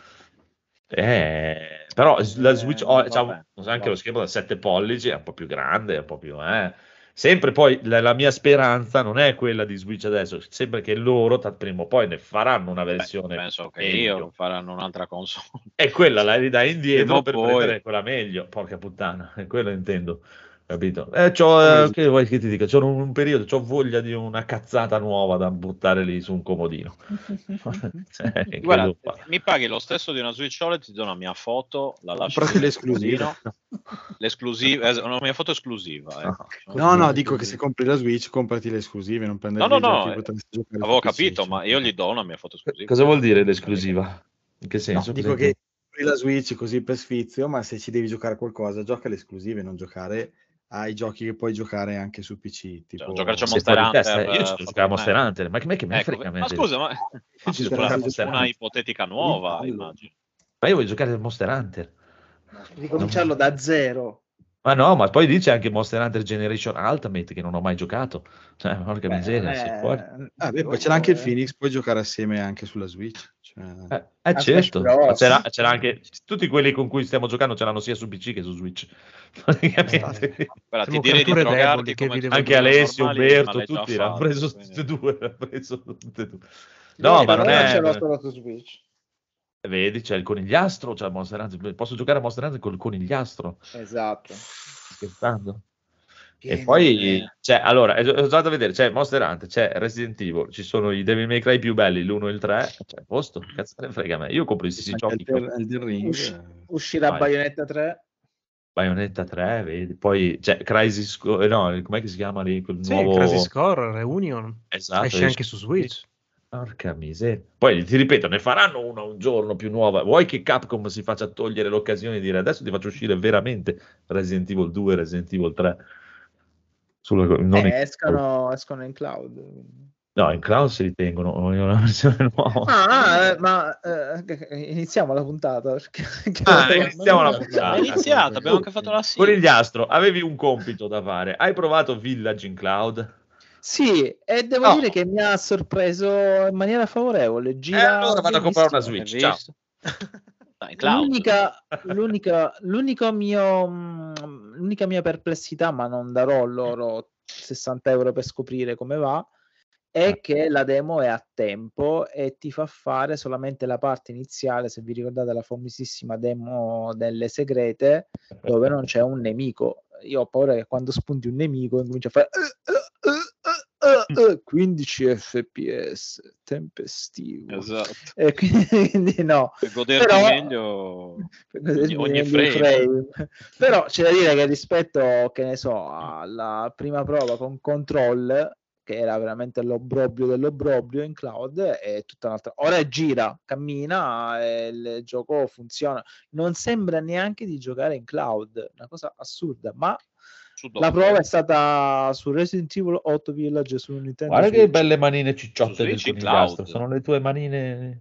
Eh, però la Switch oh, va diciamo, bene, anche va lo schermo da sette pollici è un po' più grande, è un po' più eh. Sempre poi la, la mia speranza non è quella di Switch adesso, sembra che loro ta- prima o poi ne faranno una Beh, versione penso che meglio. io faranno un'altra console. E quella la ridai indietro Prima o per poi. prendere quella meglio, porca puttana, è quello intendo, capito? Eh, c'ho, Come eh, che vuoi che ti dica? C'ho un, un periodo, c'ho voglia di una cazzata nuova da buttare lì su un comodino. Cioè, che Guarda, devo fare? mi paghi lo stesso di una Switch O L E D, ti do una mia foto, la lascio Comprati sul l'esclusiva. comodino. L'esclusiva, es- una mia foto esclusiva. Ecco. No, no, dico che se compri la Switch, comprati le esclusive, non prendere No, no, i giochi no, che eh, potresti giocare avevo su P C, capito, cioè. ma io gli do una mia foto esclusiva. Cosa vuol dire l'esclusiva? In che No, senso? dico Cosa che intendi? compri la Switch così per sfizio, ma se ci devi giocare a qualcosa, gioca le esclusive, non giocare ai giochi che puoi giocare anche su P C. Tipo... Cioè, giocarci a Sei Monster fuori di testa, Hunter, eh? Io ci eh, devo fatto giocare a di Monster me. Hunter, ma che me, che me Ecco, frega a me ma del- scusa, ma, Io ma ci su giocare a una, Monster una Hunter. ipotetica nuova, Bello. immagino. Ma io voglio giocare a Monster Hunter. Ricominciarlo da zero. Ma no, ma poi dice anche Monster Hunter Generation Ultimate che non ho mai giocato. Cioè, porca Beh, miseria, non sei è- fuori. Ah, beh, poi c'era anche il Phoenix, puoi giocare assieme anche sulla Switch. Cioè... Eh, eh, Ah, certo, Smash Bros. ma c'era, c'era anche tutti quelli con cui stiamo giocando ce l'hanno sia su P C che su Switch. Praticamente. Eh, Guarda, ti siamo direi di creature drogarti deboli che come vi devo Anche dire. Alessio, normali, Umberto, ma l'hai già tutti l'hanno fatto, preso quindi- tutti e due. L'hanno preso tutti e due. Io No, ma per non ora è. ce l'ho solo su Switch. Vedi, c'è il conigliastro, c'è Monster Hunter. Posso giocare a Monster Hunter col conigliastro? Esatto. Scherzando? E Pieno poi, di- c'è, allora, è- ho andato a vedere, c'è Monster Hunter, c'è Resident Evil, ci sono i Devil May Cry più belli, l'uno e il tre, cioè, posto, cazzo ne frega a me, io compro i stessi Anche giochi, che ho- Elden, Elden Ring. Usci- eh. uscirà Vai. Bayonetta tre. Bayonetta tre, vedi, poi c'è Crysis, Co- eh, no, com'è che si chiama lì, quel Sì, nuovo... Crisis Core, Reunion. Esatto, Esce esce- anche su Switch. Porca miseria. Poi ti ripeto, ne faranno una un giorno più nuova. Vuoi che Capcom si faccia togliere l'occasione di dire adesso ti faccio uscire veramente Resident Evil due, Resident Evil tre? Sulla- non Eh, in- escono, escono in cloud. No, in cloud si ritengono, vogliono una versione nuova. Ah, eh, ma eh, iniziamo la puntata. perché- Ah, che- iniziamo la È puntata. iniziata, abbiamo anche fatto la sigla. Conigliastro, avevi un compito da fare. Hai provato Village in cloud? Sì, e devo No. dire che mi ha sorpreso in maniera favorevole. E Gira allora vado a comprare una benissimo. Switch. Ciao. visto? Dai, in cloud. L'unica, l'unica, l'unico mio, mm, l'unica mia perplessità, ma non darò loro sessanta euro per scoprire come va, è Ah. che la demo è a tempo e ti fa fare solamente la parte iniziale, se vi ricordate la famosissima demo delle segrete, dove non c'è un nemico. Io ho paura che quando spunti un nemico incomincia a fare "Uh, uh, uh, uh, uh", quindici F P S tempestivo. Esatto. E quindi no. Per goderti Però- meglio per godermi ogni meglio frame. il frame. Però c'è da dire che rispetto, che ne so, alla prima prova con Control, che era veramente l'obbrobrio dell'obbrobrio in cloud, è tutta un'altra. Ora gira, cammina e il gioco funziona. Non sembra neanche di giocare in cloud, una cosa assurda, ma Su la dove? prova è stata su Resident Evil otto Village su Nintendo Guarda che Switch. belle manine Su cicciotte del Switch in conigliastro. cloud. Sono le tue manine.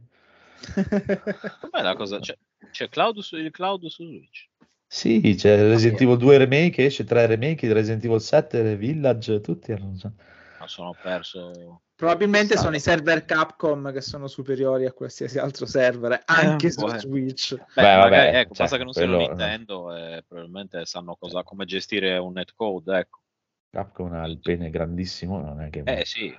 Com'è la cosa? C'è, c'è cloud su, il cloud su Switch. Sì, c'è Resident Sì. Evil due Remake, esce tre remake, Resident Evil sette, Village, tutti. Non so. Ma sono perso. Probabilmente Sa- sono i server Capcom che sono superiori a qualsiasi altro server, anche su può essere. Switch. Beh, Beh, magari, vabbè, ecco, cioè, basta che non siano quello- Nintendo e probabilmente sanno cosa, come gestire un netcode, ecco. Capcom ha il pene grandissimo, non è che... Eh sì,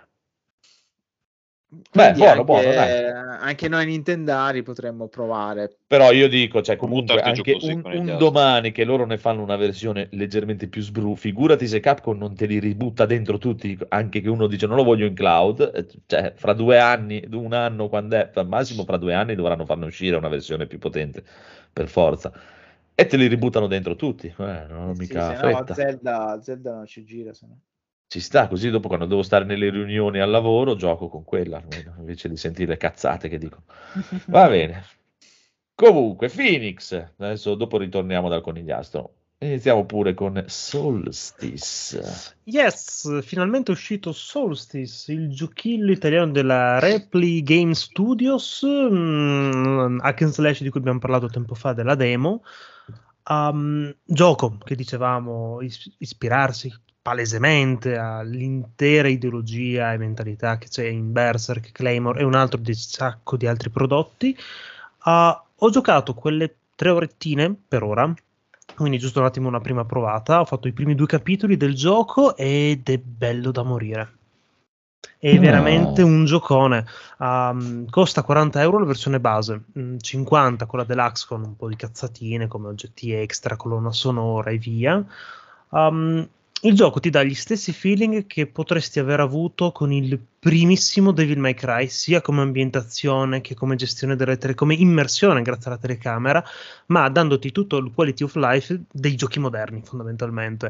Beh, Quindi buono, anche, buono, dai. anche noi nintendari potremmo provare. Però io dico, cioè comunque Buttarti giù anche così un, con il un gas. domani che loro ne fanno una versione leggermente più sbru, figurati se Capcom non te li ributta dentro tutti, anche che uno dice non lo voglio in cloud, eh, cioè fra due anni, un anno quando è, al massimo fra due anni dovranno farne uscire una versione più potente, per forza. E te li ributtano dentro tutti, eh, non ho Sì, mica se no fretta. Zelda, Zelda non ci gira. Se no. Ci sta, così dopo quando devo stare nelle riunioni al lavoro gioco con quella, almeno, invece di sentire le cazzate che dico. Va bene. Comunque, Phoenix, adesso dopo ritorniamo dal conigliastro. Iniziamo pure con Solstice. Yes, finalmente è uscito Solstice, il giochillo italiano della Repli Game Studios, mm, hack and slash di cui abbiamo parlato tempo fa della demo. Um, gioco che dicevamo is- ispirarsi palesemente all'intera ideologia e mentalità che c'è in Berserk, Claymore e un altro di sacco di altri prodotti. Uh, ho giocato quelle tre orettine per ora, quindi giusto un attimo una prima provata. Ho fatto i primi due capitoli del gioco ed è bello da morire. È Ah. veramente un giocone. Um, costa quaranta euro la versione base, mm, cinquanta quella deluxe con un po' di cazzatine come oggetti extra, colonna sonora e via. Um, il gioco ti dà gli stessi feeling che potresti aver avuto con il primissimo Devil May Cry, sia come ambientazione che come gestione delle tele, come immersione grazie alla telecamera, ma dandoti tutto il quality of life dei giochi moderni fondamentalmente.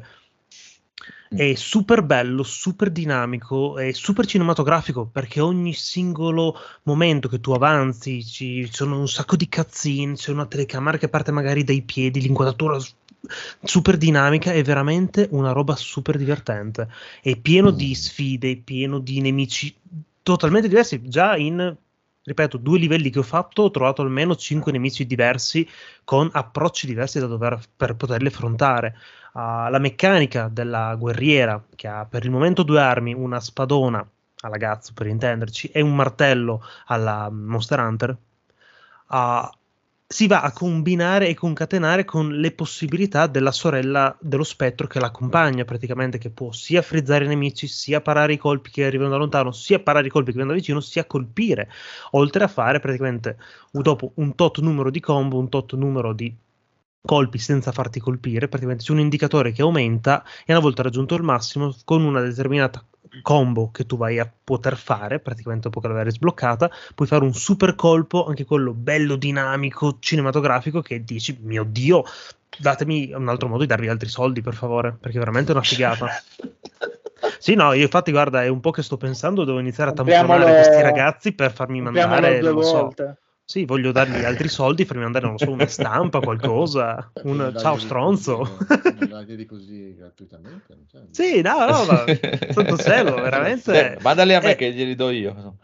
È super bello, super dinamico e super cinematografico, perché ogni singolo momento che tu avanzi ci sono un sacco di cutscene, c'è una telecamera che parte magari dai piedi, l'inquadratura s- super dinamica, è veramente una roba super divertente. È pieno di sfide, è pieno di nemici totalmente diversi. Già in, ripeto, due livelli che ho fatto ho trovato almeno cinque nemici diversi con approcci diversi da dover per poterli affrontare. Uh, la meccanica della guerriera, che ha per il momento due armi, una spadona alla Gazzo per intenderci e un martello alla Monster Hunter, uh, si va a combinare e concatenare con le possibilità della sorella dello spettro che l'accompagna praticamente, che può sia frizzare i nemici, sia parare i colpi che arrivano da lontano, sia parare i colpi che vengono da vicino, sia colpire, oltre a fare praticamente dopo un tot numero di combo, un tot numero di colpi senza farti colpire. Praticamente c'è un indicatore che aumenta e una volta raggiunto il massimo, con una determinata combo che tu vai a poter fare, praticamente dopo che l'avevi sbloccata, puoi fare un super colpo, anche quello bello dinamico, cinematografico, che dici, mio Dio, datemi un altro modo di darvi altri soldi per favore, perché è veramente una figata. Sì, no, io infatti guarda, è un po' che sto pensando, devo iniziare a tamponare Compriamolo- questi ragazzi per farmi compriamolo mandare, due non lo so. volte. Sì, voglio dargli altri soldi, farmi mandare, non lo so, una stampa, qualcosa, un Non ciao dargli stronzo. così, non dargli così gratuitamente. Non c'è- Sì, no, no, ma sotto cielo, veramente. Eh, mandali a me Eh. che glieli do io.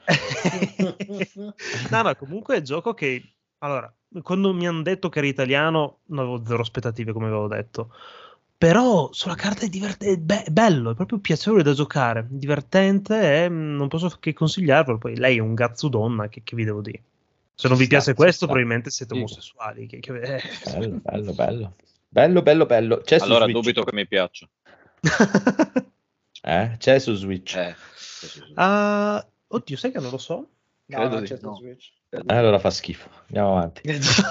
No, no, comunque è un gioco che, allora, quando mi hanno detto che era italiano, non avevo zero aspettative, come avevo detto. Però sulla carta è, divert- è be- bello, è proprio piacevole da giocare, divertente e mm, non posso che consigliarvelo. Poi lei è un gazzo donna, che, che vi devo dire. Se non Ci vi sta, piace ci questo, sta. probabilmente siete Sì. omosessuali. Che, che- eh. Bello, bello, bello. Bello, bello, bello. C'è su Allora Switch. dubito che mi piaccia. Eh? C'è su Switch. Eh, Ah, oddio, sai che non lo so? No, Credo non di c'è su no. Switch. Allora fa schifo. Andiamo avanti.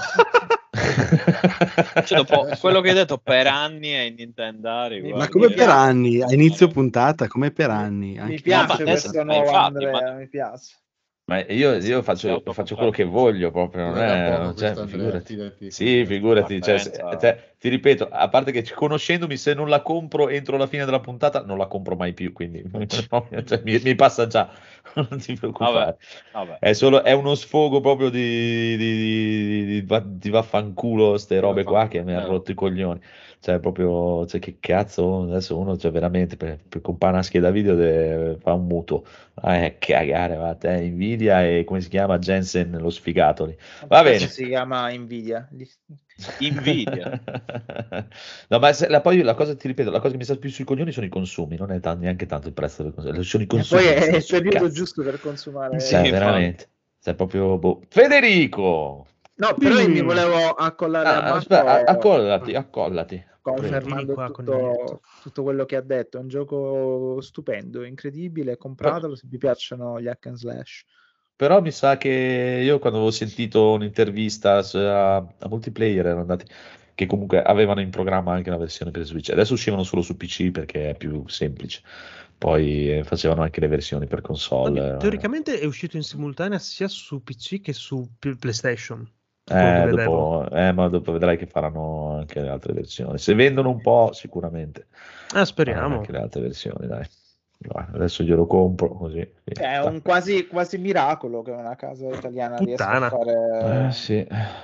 Cioè, dopo quello che hai detto per anni è in Nintendari. Ma Ma guarda, come mi per piace. anni, a inizio puntata, come per anni. Mi Anche piace ma questo adesso- ma nuovo infatti, Andrea, ma- mi piace. Ma io, io Si faccio, è faccio quello che voglio proprio, non Guarda un po' è, con cioè, questo Andrea, figurati. fidati, Sì, quindi- figurati, cioè, se- Partenza. cioè, ti ripeto, a parte che conoscendomi, se non la compro entro la fine della puntata, non la compro mai più, quindi cioè, mi, mi passa già, non ti preoccupare. Vabbè, vabbè. È solo, è uno sfogo proprio di, di, di, di, va- di vaffanculo, ste robe qua che mi hanno rotto i coglioni. Cioè, proprio, cioè, che cazzo, adesso uno, cioè, veramente, per, per comprare una scheda video deve fa un mutuo. Eh, cagare, va, te, Nvidia e come si chiama Jensen, lo sfigato lì. Va Questo bene. si chiama Nvidia. Invidia. No, ma se- la, poi la cosa, ti ripeto, la cosa che mi sta più sui coglioni sono i consumi, non è tan- neanche tanto il prezzo del consumo, sono i E consumi. poi che mi è stanno il sul periodo cazzo. giusto per consumare. Sì, Cioè, infatti. veramente. Cioè, proprio, boh. Federico! No, però io Dimmi. mi volevo accollare Ah, a Marco, aspetta, a- accollati, accollati. confermando Vieni qua, coniglietto. tutto, tutto quello che ha detto. È un gioco stupendo, incredibile, compratelo se vi piacciono gli hack and slash. Però mi sa che io quando avevo sentito un'intervista su- a, a Multiplayer erano andati, che comunque avevano in programma anche una versione per Switch. Adesso uscivano solo su P C perché è più semplice. Poi eh, facevano anche le versioni per console. Oddio, eh. teoricamente è uscito in simultanea sia su P C che su P- PlayStation. quello che Eh, vedevo. dopo, eh, ma dopo vedrai che faranno anche le altre versioni. Se vendono un po', sicuramente Ah, faranno speriamo. anche le altre versioni, dai. Guarda, adesso glielo compro così. sì, È sta. un quasi, quasi miracolo che una casa italiana riesca a Puttana. fare. Eh, sì.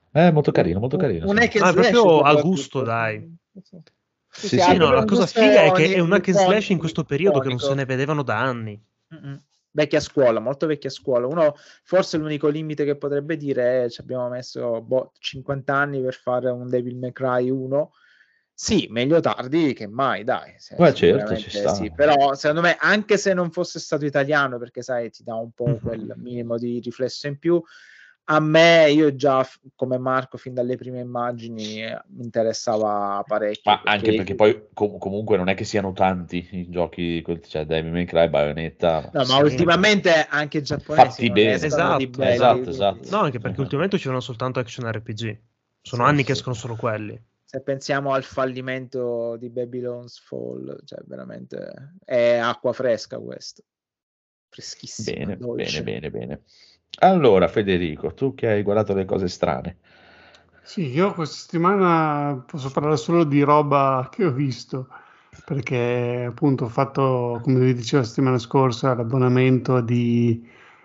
È molto carino, molto Un- carino. un sì. hack and Ah, è slash proprio al soprattutto. gusto, dai. Sì, Sì, sì, sì. ha Sì, no, proprio la un cosa gusto figa è che è un iconico, hack and slash in questo periodo che non se iconico. ne vedevano da anni. Mm-mm. Vecchia scuola, molto vecchia scuola. Uno, forse l'unico limite che potrebbe dire è ci abbiamo messo boh, cinquanta anni per fare un Devil May Cry uno. Sì, meglio tardi che mai, dai. se- Beh, certo, ci sicuramente sta. sì. Però secondo me, anche se non fosse stato italiano, perché sai, ti dà un po' Mhm. quel minimo di riflesso in più, a me, io già f- come Marco, fin dalle prime immagini, eh, mi interessava parecchio. Ma anche perché poi com- comunque non è che siano tanti i giochi, quel- cioè Devil May Cry, Bayonetta, No, ma Sì. ultimamente anche i giapponesi fatti non bene. escono di Esatto, belli. esatto, quindi- esatto. No, anche perché Mhm. ultimamente ci sono soltanto action R P G. Sono Sì, anni che sì. escono solo quelli. Se pensiamo al fallimento di Babylon's Fall, cioè veramente è acqua fresca questo. Freschissima, Bene, dolce. bene, bene, bene. Allora, Federico, tu che hai guardato le cose strane. Sì, io questa settimana posso parlare solo di roba che ho visto, perché appunto ho fatto, come vi dicevo la settimana scorsa, l'abbonamento di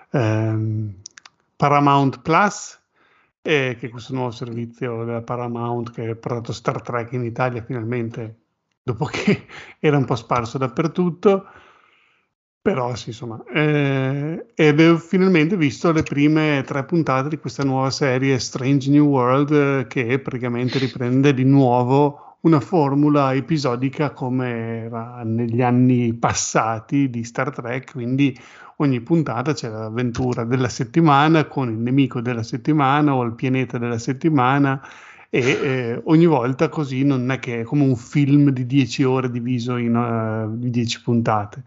ehm, Paramount Plus, e che è questo nuovo servizio della Paramount che ha portato Star Trek in Italia finalmente, dopo che era un po' sparso dappertutto. Però sì, insomma, eh, ed ho finalmente visto le prime tre puntate di questa nuova serie Strange New World, eh, che praticamente riprende di nuovo una formula episodica come era negli anni passati di Star Trek, quindi ogni puntata c'è l'avventura della settimana con il nemico della settimana o il pianeta della settimana, e eh, ogni volta così non è che è come un film di dieci ore diviso in uh, dieci puntate.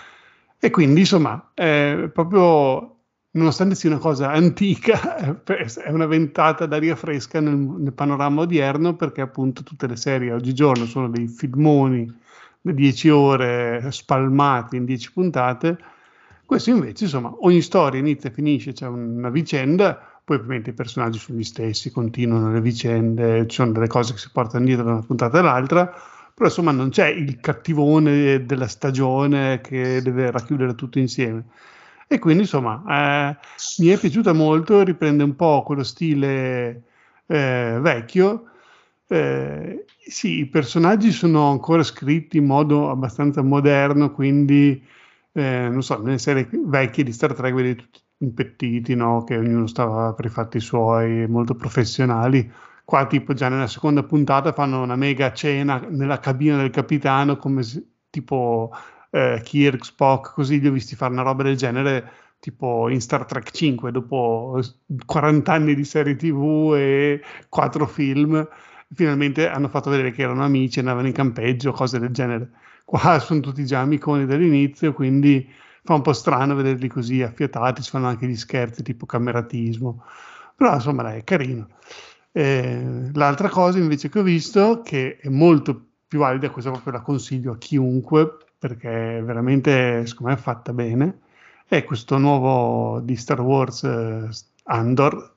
E quindi, insomma, è proprio, nonostante sia una cosa antica, è una ventata d'aria fresca nel, nel panorama odierno, perché appunto tutte le serie oggigiorno sono dei filmoni di dieci ore spalmati in dieci puntate. Questo invece, insomma, ogni storia inizia e finisce, c'è una vicenda, poi ovviamente i personaggi sono gli stessi, continuano le vicende, ci sono delle cose che si portano dietro da una puntata all'altra, però insomma non c'è il cattivone della stagione che deve racchiudere tutto insieme. E quindi insomma eh, mi è piaciuta molto, riprende un po' quello stile eh, vecchio. Eh, sì, i personaggi sono ancora scritti in modo abbastanza moderno, quindi eh, non so, nelle serie vecchie di Star Trek vedi tutti impettiti, no? Che ognuno stava per i fatti suoi, molto professionali. Qua tipo già nella seconda puntata fanno una mega cena nella cabina del capitano, come se, tipo eh, Kirk, Spock, così li ho visti fare una roba del genere tipo in Star Trek cinque, dopo quaranta anni di serie tivù e quattro film, finalmente hanno fatto vedere che erano amici, andavano in campeggio, cose del genere. Qua sono tutti già amiconi dall'inizio, quindi fa un po' strano vederli così affiatati, ci fanno anche gli scherzi tipo cameratismo, però insomma dai, è carino. Eh, l'altra cosa invece che ho visto, che è molto più valida, questa proprio la consiglio a chiunque, perché veramente secondo me è fatta bene, è questo nuovo di Star Wars eh, Andor,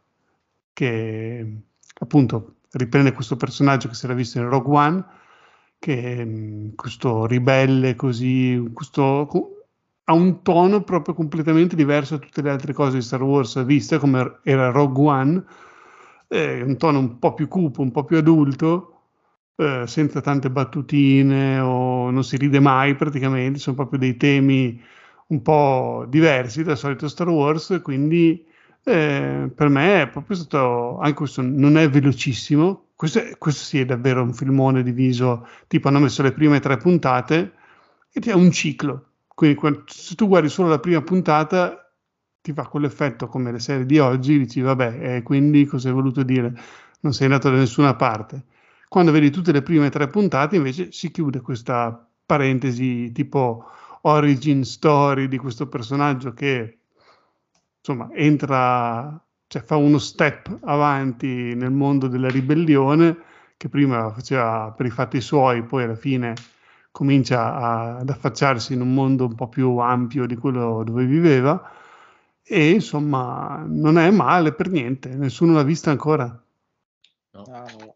che appunto riprende questo personaggio che si era visto in Rogue One, che mh, questo ribelle così, questo, ha un tono proprio completamente diverso da tutte le altre cose di Star Wars viste, come era Rogue One, eh, un tono un po' più cupo, un po' più adulto, eh, senza tante battutine, o non si ride mai praticamente, sono proprio dei temi un po' diversi dal solito Star Wars, quindi eh, per me è proprio stato, anche questo non è velocissimo, questo, è, questo sì è davvero un filmone diviso, tipo hanno messo le prime tre puntate ed è un ciclo, quindi se tu guardi solo la prima puntata ti fa quell'effetto come le serie di oggi, dici vabbè, eh, quindi cosa hai voluto dire? Non sei andato da nessuna parte. Quando vedi tutte le prime tre puntate invece si chiude questa parentesi tipo origin story di questo personaggio che insomma entra, cioè fa uno step avanti nel mondo della ribellione, che prima faceva per i fatti suoi, poi alla fine comincia a, ad affacciarsi in un mondo un po' più ampio di quello dove viveva, e insomma non è male per niente, nessuno l'ha vista ancora. No. Ah, no.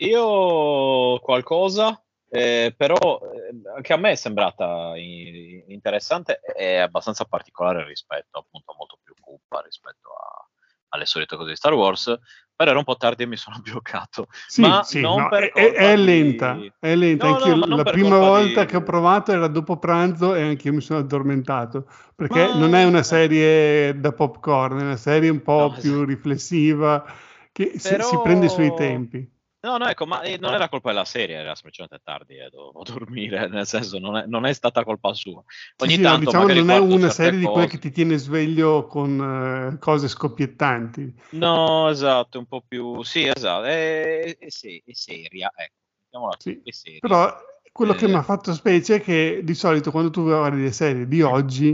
Io qualcosa, eh, però eh, anche a me è sembrata i- interessante e abbastanza particolare rispetto, appunto, molto più cupa rispetto a- alle solite cose di Star Wars, però era un po' tardi e mi sono bloccato. Sì, ma sì, non no, per è, colpa è di- lenta, è lenta. No, no, Anch'io ma non la per prima colpa volta di- che ho provato era dopo pranzo e anch'io mi sono addormentato, perché Ma- non è una serie da popcorn, è una serie un po' No, più esatto. riflessiva, che si, Però... si prende i suoi tempi. No, no, ecco, ma eh, non era colpa della serie, era semplicemente tardi e dovevo dormire, nel senso non è, non è stata colpa sua. Sì, Ogni sì, no, tanto diciamo magari non è guardo una certe serie di quelle cose. che ti tiene sveglio con eh, cose scoppiettanti. No, esatto, un po' più... Sì, esatto, è, è, se- è seria, ecco, mettiamola così, Sì. è seria. Però quello che Eh. mi ha fatto specie è che di solito quando tu guardi le serie di oggi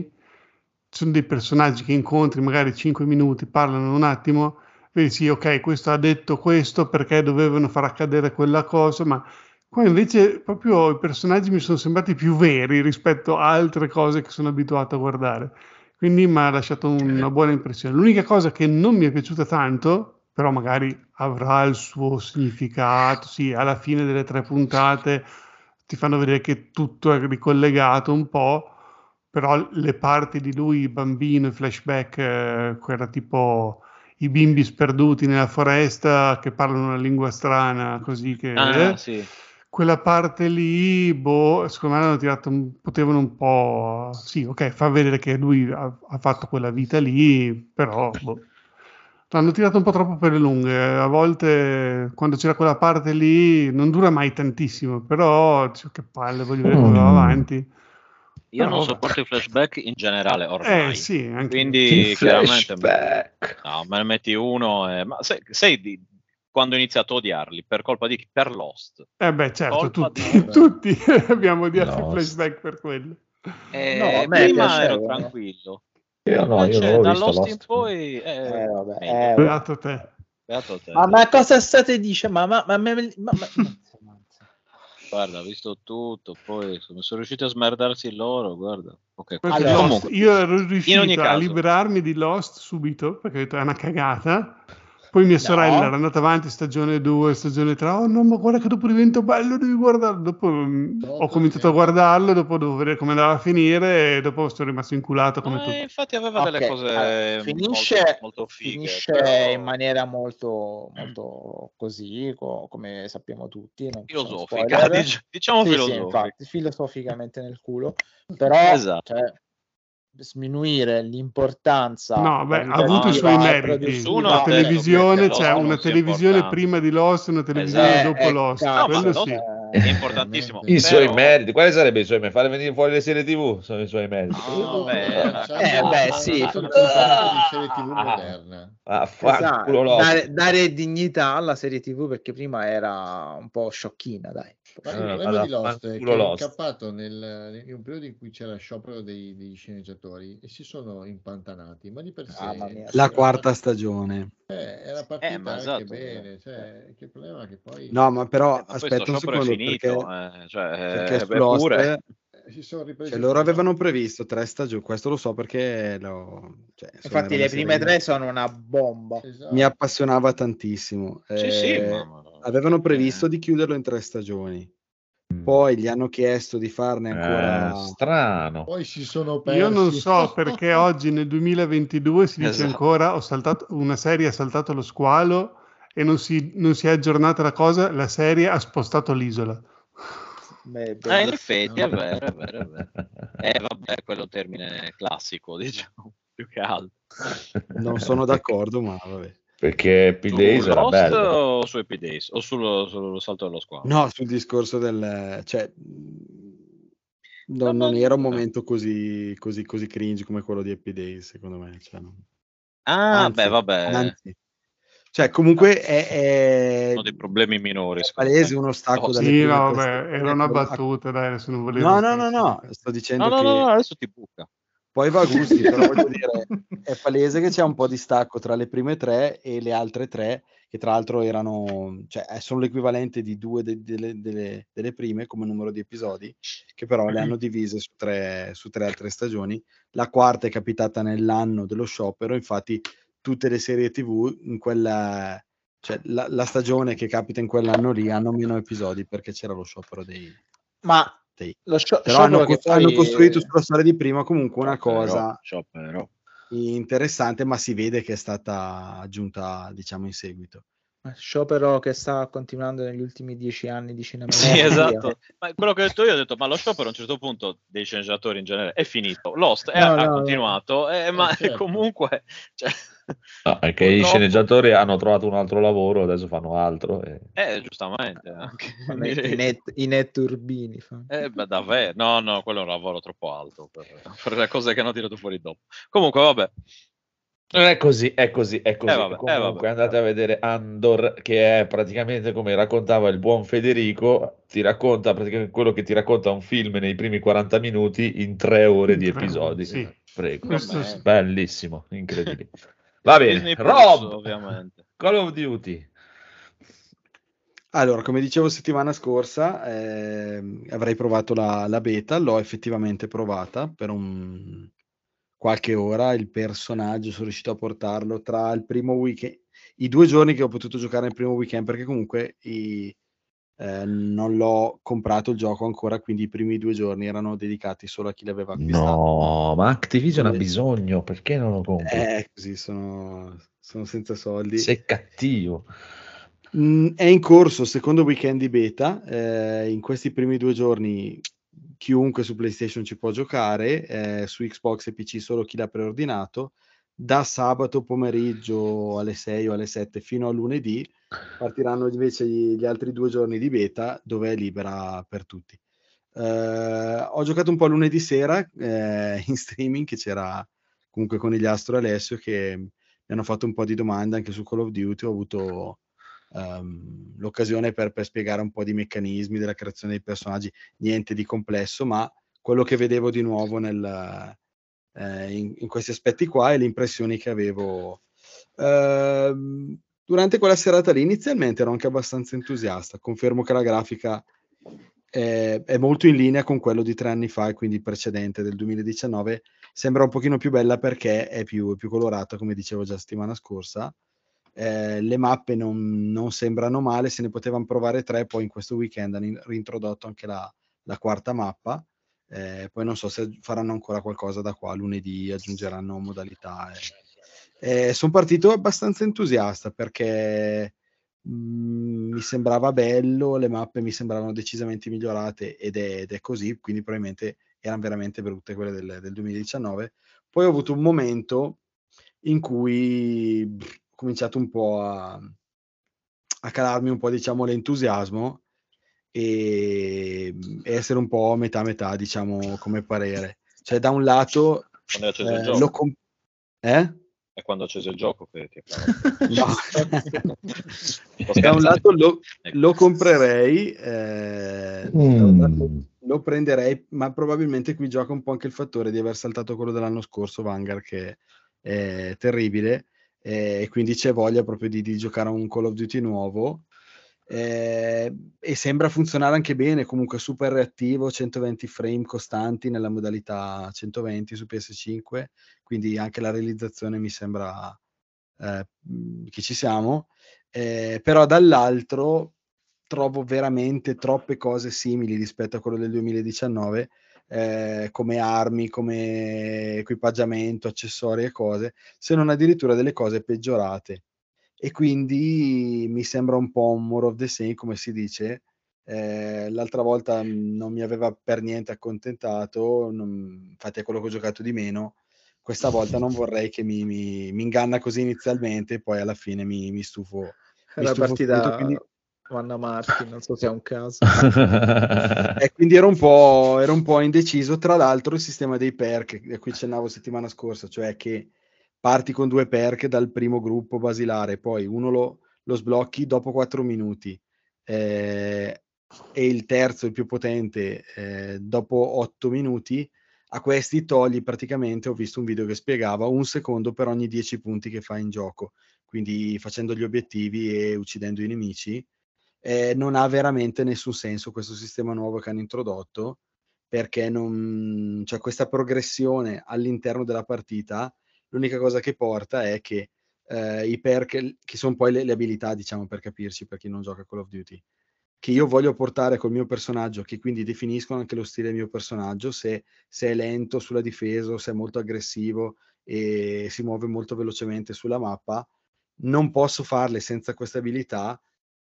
ci sono dei personaggi che incontri magari cinque minuti, parlano un attimo, vedi sì, ok, questo ha detto questo perché dovevano far accadere quella cosa, ma qua invece proprio i personaggi mi sono sembrati più veri rispetto a altre cose che sono abituato a guardare. Quindi mi ha lasciato una buona impressione. L'unica cosa che non mi è piaciuta tanto, però magari avrà il suo significato, sì, alla fine delle tre puntate ti fanno vedere che tutto è ricollegato un po', però le parti di lui bambino, i flashback, eh, quella tipo i bimbi sperduti nella foresta che parlano una lingua strana, così che... Ah, eh, sì. quella parte lì, boh, secondo me hanno tirato, un- potevano un po'... Sì, ok, fa vedere che lui ha, ha fatto quella vita lì, però, boh. L'hanno tirato un po' troppo per le lunghe. A volte, quando c'era quella parte lì, non dura mai tantissimo, però, dico, che palle, voglio vedere come va avanti. Io Però, non vabbè. sopporto i flashback in generale ormai. Eh, sì, anche Quindi I chiaramente flashback. no, me ne metti uno e... ma sai, sai di... quando ho iniziato a odiarli per colpa di per Lost. Eh beh, certo, Colpa tutti, di- tutti abbiamo odiato i No, flashback per quello. Eh, No, a me prima ero piacevano. tranquillo. Io no, io Invece non l'ho da visto Lost in Lost. poi è Eh, vabbè, meglio. eh, Beato te. Beato te. Ma, ma cosa state dicendo? Ma, ma, ma, ma, ma- ma- mazza, mazza. Guarda, ha visto tutto, poi sono, sono riusciti a smerdarsi loro, guarda. Ok, Perché Allora, Lost- comunque, io ero in ogni riuscito a caso, liberarmi di Lost subito perché ho detto è una cagata. Poi mia sorella era andata avanti stagione due, stagione tre. Oh no, ma guarda che dopo diventa bello, devi guardarlo. Dopo mm, Dopo ho cominciato a diventa- guardarlo, dopo dovevo vedere come andava a finire e dopo sono rimasto inculato come ma tutti. infatti aveva Ok, delle cose allora, finisce, molto, molto fighe, finisce però in maniera molto, molto così, co- come sappiamo tutti, non ci sono filosofica, spoiler. dic- diciamo Sì, sì, filosofica. infatti, filosoficamente nel culo, però Esatto. cioè, sminuire l'importanza No, beh, ha qualitativa avuto i No, suoi e meriti. nessuno La ha produttiva. detto televisione, che c'è Lost una non sia televisione importante. prima di Lost e una televisione Esatto. dopo Eh, Lost. eh, No, ma Quello cazzo, sì. Lost è importantissimo. I suoi però- meriti, quali sarebbero i suoi meriti? Fare venire fuori le serie tivù sono i suoi meriti. No, beh, Eh, beh, sì. Tutto il concetto di serie tivù moderna. Ah, fa il esatto, culo Lost. dare, dare dignità alla serie tivù perché prima era un po' sciocchina, dai. Ma il Eh, problema vada di Lost a è che culo è Lost. incappato nel, in un periodo in cui c'era sciopero dei, degli sceneggiatori e si sono impantanati, ma di per sé Mamma mia. La era quarta part- stagione. eh, era partita Eh, ma anche esatto. bene, cioè, che il problema è che poi No, ma però Eh, ma poi sto aspetta un sciopero è secondo perché, finito, eh, cioè, perché eh, su beh, Lost pure. eh, si sono ripresi cioè, loro prima. avevano previsto tre stagioni, questo lo so perché lo, cioè, insomma, Infatti era le una prime serie tre sono una bomba. che Esatto. mi appassionava tantissimo. Sì, sì, Eh, ma- ma- avevano eh. previsto di chiuderlo in tre stagioni, Mm. poi gli hanno chiesto di farne ancora Eh, strano. Poi si sono persi. Io non so perché oggi nel duemilaventidue si dice Esatto. ancora ho saltato, una serie ha saltato lo squalo e non si, non si è aggiornata la cosa, la serie ha spostato l'isola. Beh, Eh, in bellissimo. effetti è vero, è vero, è vero. Eh, vabbè, quello termine classico, diciamo, più che altro. non sono d'accordo, ma vabbè. Perché P. Su Days era Lost bello. o su Epic Days? O sullo, sullo salto dello squalo? No, sul discorso del... cioè, no, No, non ma- era un momento così, così, così cringe come quello di Happy Days, secondo me. Cioè, no. Ah, Anzi, beh, vabbè. anzi. Cioè, comunque è, è, Sono dei problemi minori, è secondo palese me. uno stacco Oh, dalle Sì, prime no, tre vabbè, stagioni era una con la- battuta, dai, adesso non volevo... No, no, no, no, sto No, dicendo no, che... no, no, adesso ti buca. Poi va a gusti, però voglio dire, è palese che c'è un po' di stacco tra le prime tre e le altre tre, che tra l'altro erano, cioè sono l'equivalente di due de- delle, delle- delle prime come numero di episodi, che però le hanno divise su tre, su tre altre stagioni. La quarta è capitata nell'anno dello sciopero, infatti tutte le serie tivù in quella, cioè la, la stagione che capita in quell'anno lì hanno meno episodi perché c'era lo sciopero dei... Ma dei- lo scio- Però hanno, sciopero che cos- hanno poi... costruito sulla storia di prima comunque una Sciopero, cosa sciopero. interessante, ma si vede che è stata aggiunta, diciamo, in seguito. Sciopero che sta continuando negli ultimi dieci anni di Sì, cinematografia. esatto. Ma quello che ho detto io, ho detto, ma lo sciopero a un certo punto dei sceneggiatori in genere è finito. Lost è- No, ha no, no. continuato, eh, ma certo. comunque... Cioè, No, è che i purtroppo- sceneggiatori hanno trovato un altro lavoro, adesso fanno altro. E... Eh, giustamente. Anche, Fanno i, i net, i net turbini. fanno. Eh, beh, davvero. No, no, quello è un lavoro troppo alto per, per le cose che hanno tirato fuori dopo. Comunque, vabbè. Non è così, è così, è così. Eh, vabbè, eh, Comunque vabbè. andate a vedere Andor, che è praticamente come raccontava il buon Federico, ti racconta praticamente quello che ti racconta un film nei primi quaranta minuti in tre ore In di tre ore, episodi. sì. Prego. Questo Va sì. bene. Bellissimo, incredibile. Va bene, Disney Plus, Rob, ovviamente. Call of Duty. Allora, come dicevo settimana scorsa, ehm, avrei provato la, la beta, l'ho effettivamente provata per un qualche ora, il personaggio sono riuscito a portarlo tra il primo weekend, i due giorni che ho potuto giocare nel primo weekend, perché comunque i, eh, non l'ho comprato il gioco ancora, quindi i primi due giorni erano dedicati solo a chi l'aveva acquistato. No, ma Activision ha Dove- bisogno, perché non lo compri? Eh, così sono, sono senza soldi. Sei cattivo. Mm, è in corso il secondo weekend di beta, eh, in questi primi due giorni chiunque su PlayStation ci può giocare, eh, su Xbox e P C solo chi l'ha preordinato. Da sabato pomeriggio alle sei o alle sette fino a lunedì partiranno invece gli, gli altri due giorni di beta, dove è libera per tutti. Eh, ho giocato un po' lunedì sera eh, in streaming, che c'era comunque Conigliastro e Alessio, che mi hanno fatto un po' di domande anche su Call of Duty. Ho avuto um, l'occasione per, per spiegare un po' di meccanismi della creazione dei personaggi, niente di complesso, ma quello che vedevo di nuovo nel, eh, in, in questi aspetti qua e le impressioni che avevo. Uh, durante quella serata lì inizialmente ero anche abbastanza entusiasta, confermo che la grafica è, è molto in linea con quello di tre anni fa, e quindi il precedente del duemiladiciannove. Sembra un pochino più bella perché è più, più colorata, come dicevo già settimana scorsa. Eh, le mappe non, non sembrano male, se ne potevano provare tre, poi in questo weekend hanno in- reintrodotto anche la, la quarta mappa. Eh, poi non so se faranno ancora qualcosa da qua, lunedì aggiungeranno modalità. Eh. Eh, sono partito abbastanza entusiasta perché mh, mi sembrava bello, le mappe mi sembravano decisamente migliorate ed è, ed è così, quindi probabilmente erano veramente brutte quelle del, del duemiladiciannove. Poi ho avuto un momento in cui pff, ho cominciato un po' a, a calarmi un po', diciamo, l'entusiasmo e, e essere un po' metà metà, diciamo, come parere. Cioè, da un lato Quando hai acceso il eh, gioco. lo com- eh? È quando ho acceso il gioco che ti No. Sto Da un scherzando. lato lo, Ecco. lo comprerei, eh, da un lato lo prenderei, ma probabilmente qui gioca un po' anche il fattore di aver saltato quello dell'anno scorso, Vanguard, che è terribile, eh, e quindi c'è voglia proprio di, di giocare a un Call of Duty nuovo. Eh, e sembra funzionare anche bene, comunque super reattivo, centoventi frame costanti nella modalità centoventi su P S cinque, quindi anche la realizzazione mi sembra eh, che ci siamo, eh, però dall'altro trovo veramente troppe cose simili rispetto a quello del duemiladiciannove, eh, come armi, come equipaggiamento, accessori e cose, se non addirittura delle cose peggiorate. E quindi mi sembra un po' un more of the same, come si dice. Eh, l'altra volta mh, non mi aveva per niente accontentato, non, infatti è quello che ho giocato di meno. Questa volta non vorrei che mi, mi, mi inganna così inizialmente e poi alla fine mi, mi stufo. Mi La stufo partita subito, quindi... Vanna Marchi, non so se è un caso. E quindi ero un po', ero un po' indeciso. Tra l'altro il sistema dei perk, a cui accennavo settimana scorsa, cioè che parti con due perk dal primo gruppo basilare, poi uno lo, lo sblocchi dopo quattro minuti eh, e il terzo, il più potente, eh, dopo otto minuti. A questi togli praticamente, ho visto un video che spiegava, un secondo per ogni dieci punti che fai in gioco, quindi facendo gli obiettivi e uccidendo i nemici. Eh, non ha veramente nessun senso questo sistema nuovo che hanno introdotto, perché non, cioè, questa progressione all'interno della partita, l'unica cosa che porta è che eh, i perk, che sono poi le, le abilità, diciamo, per capirci, per chi non gioca a Call of Duty, che io voglio portare col mio personaggio, che quindi definiscono anche lo stile del mio personaggio, se, se è lento sulla difesa o se è molto aggressivo e si muove molto velocemente sulla mappa. Non posso farle senza questa abilità.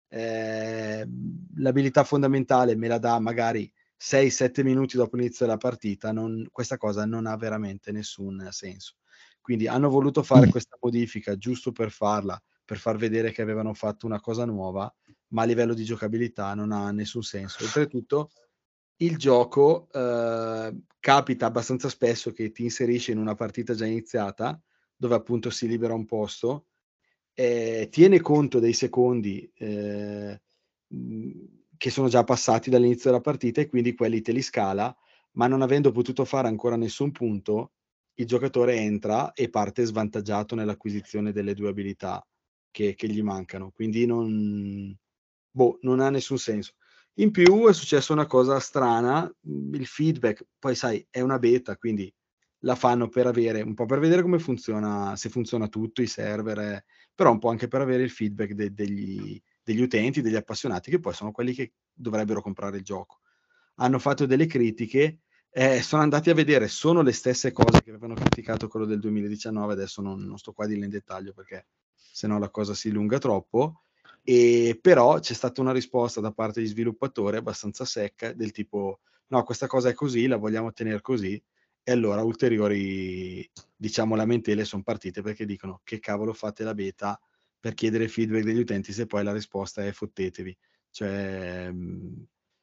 Eh, l'abilità fondamentale me la dà magari sei sette minuti dopo l'inizio della partita. Non, questa cosa non ha veramente nessun senso. Quindi hanno voluto fare questa modifica giusto per farla, per far vedere che avevano fatto una cosa nuova, ma a livello di giocabilità non ha nessun senso. Oltretutto il gioco eh, capita abbastanza spesso che ti inserisce in una partita già iniziata, dove appunto si libera un posto, eh, tiene conto dei secondi eh, che sono già passati dall'inizio della partita, e quindi quelli te li scala, ma non avendo potuto fare ancora nessun punto, il giocatore entra e parte svantaggiato nell'acquisizione delle due abilità che, che gli mancano. Quindi non, boh, non ha nessun senso. In più è successa una cosa strana, il feedback, poi sai, è una beta, quindi la fanno per avere, un po' per vedere come funziona, se funziona tutto, i server, eh, però un po' anche per avere il feedback de- degli, degli utenti, degli appassionati, che poi sono quelli che dovrebbero comprare il gioco. Hanno fatto delle critiche, eh, sono andati a vedere, sono le stesse cose che avevano criticato quello del duemiladiciannove, adesso non, non sto qua a dirle in dettaglio perché sennò la cosa si allunga troppo. E però c'è stata una risposta da parte degli sviluppatori abbastanza secca, del tipo no, questa cosa è così, la vogliamo tenere così, e allora ulteriori, diciamo, lamentele sono partite, perché dicono che cavolo fate la beta per chiedere feedback degli utenti se poi la risposta è fottetevi. Cioè, mh,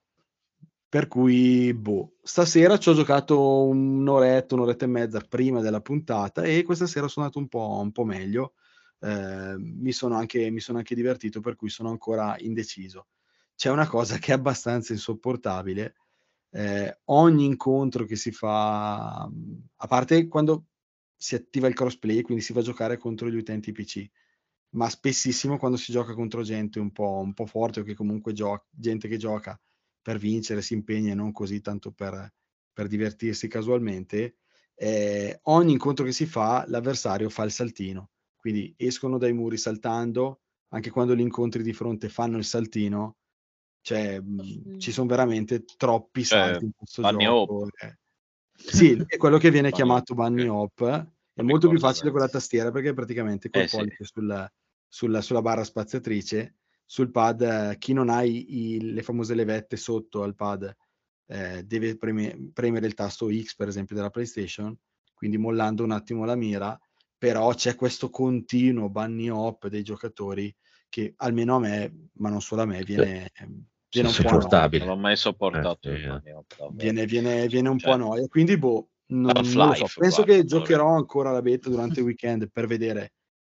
per cui, boh, stasera ci ho giocato un'oretta, un'oretta e mezza prima della puntata, e questa sera sono andato un po', un po' meglio. Eh, mi sono anche, mi sono anche divertito, per cui sono ancora indeciso. C'è una cosa che è abbastanza insopportabile. Eh, ogni incontro che si fa, a parte quando si attiva il crossplay, quindi si va a giocare contro gli utenti P C, ma spessissimo quando si gioca contro gente un po', un po' forte, o che comunque gioca, gente che gioca per vincere, si impegna e non così tanto per, per divertirsi casualmente, eh, ogni incontro che si fa l'avversario fa il saltino, quindi escono dai muri saltando, anche quando li incontri di fronte fanno il saltino, cioè mh, ci sono veramente troppi Cioè, salti in questo bunny gioco. hop. eh. Sì, è quello che viene Bunny chiamato hop, bunny ok. hop, è Non mi molto più ricordo facile con bene. la tastiera, perché praticamente col Eh sì. pollice sul- sulla, sulla barra spaziatrice, sul pad, eh, chi non ha i- i- le famose levette sotto al pad eh, deve preme- premere il tasto X, per esempio, della PlayStation, quindi mollando un attimo la mira, però c'è questo continuo bunny hop dei giocatori che almeno a me, ma non solo a me, viene, viene un po' a noia. Insopportabile. Non l'ho mai sopportato Eh, il sì, bunny hop, davvero. Viene, viene, viene un po' a Cioè, noia, quindi boh, non, non lo so. Half-Life, Penso guarda, che te lo giocherò vedo. ancora la beta durante il weekend per vedere.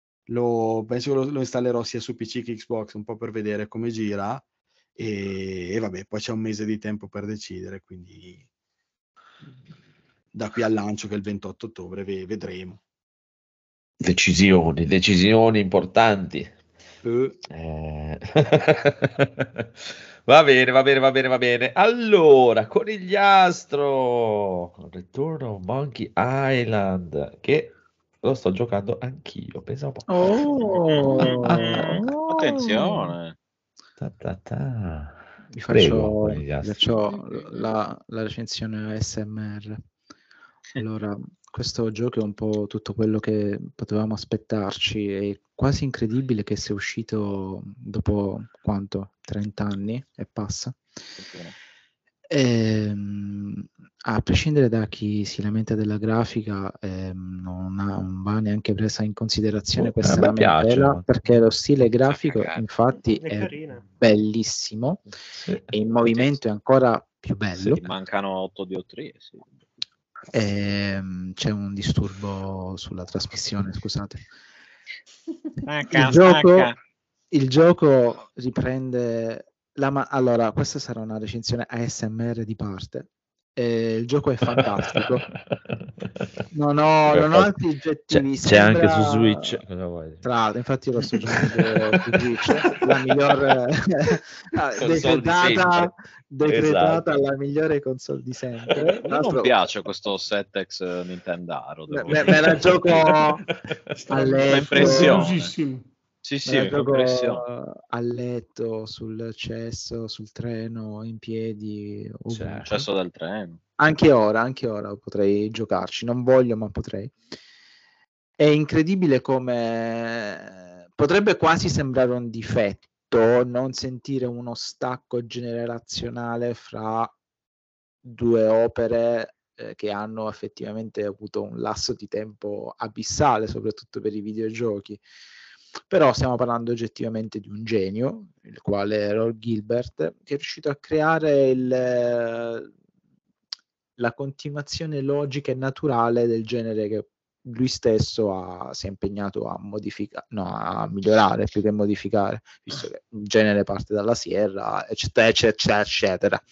Lo, penso che lo, lo installerò sia su P C che Xbox, un po' per vedere come gira, e, e vabbè, poi c'è un mese di tempo per decidere, quindi da qui al lancio, che è il ventotto ottobre, ve- vedremo. Decisioni, decisioni importanti. Eh, Eh. Va bene, va bene, va bene, va bene. Allora, Conigliastro, Return of Monkey Island, che lo sto giocando anch'io, pensa un po'. Oh, Ah, ah, ah. Mm, oh. attenzione. Ta, ta, ta. Vi Prego, faccio, vi Conigliastro. faccio la, la recensione A S M R. Allora, questo gioco è un po' tutto quello che potevamo aspettarci. È quasi incredibile che sia uscito dopo quanto? trenta anni e passa. Ehm, a prescindere da chi si lamenta della grafica, ehm, non, ha, non va neanche presa in considerazione Oh, questa a me piace. lamentela, perché lo stile grafico cagare. infatti È è carina. bellissimo Sì. e in movimento è ancora più bello. Ti mancano otto diottrie, sì. Ehm, c'è un disturbo sulla trasmissione, scusate. Stacca, Il gioco, stacca. il gioco riprende la ma- allora, questa sarà una recensione A S M R di parte. Eh, il gioco è fantastico. Non ho, non ho altri C'è, aggettivi. c'è anche su Sembra... Switch. Cosa vuoi? Tra l'altro, infatti, io lo sto giocando su Twitch, la migliore ah, Console di decretata, sempre. decretata Esatto. la migliore console di sempre. A me Tra non l'altro, piace questo Settex eh, Nintendaro. me, Devo me- dire. me la gioco a Una letto, impressione. Noiosissimo. Sì, me sì, la una gioco impressione. a letto, sul cesso, sul treno, in piedi, Cioè, ovunque. Cesso del treno. Anche ora, anche ora potrei giocarci. Non voglio, ma potrei. è incredibile come potrebbe quasi sembrare un difetto non sentire uno stacco generazionale fra due opere eh, che hanno effettivamente avuto un lasso di tempo abissale, soprattutto per i videogiochi. Però stiamo parlando oggettivamente di un genio, il quale è Roy Gilbert, che è riuscito a creare il, la continuazione logica e naturale del genere che lui stesso ha, si è impegnato a modificare, no, a migliorare più che modificare, visto che il genere parte dalla Sierra, eccetera, eccetera, eccetera.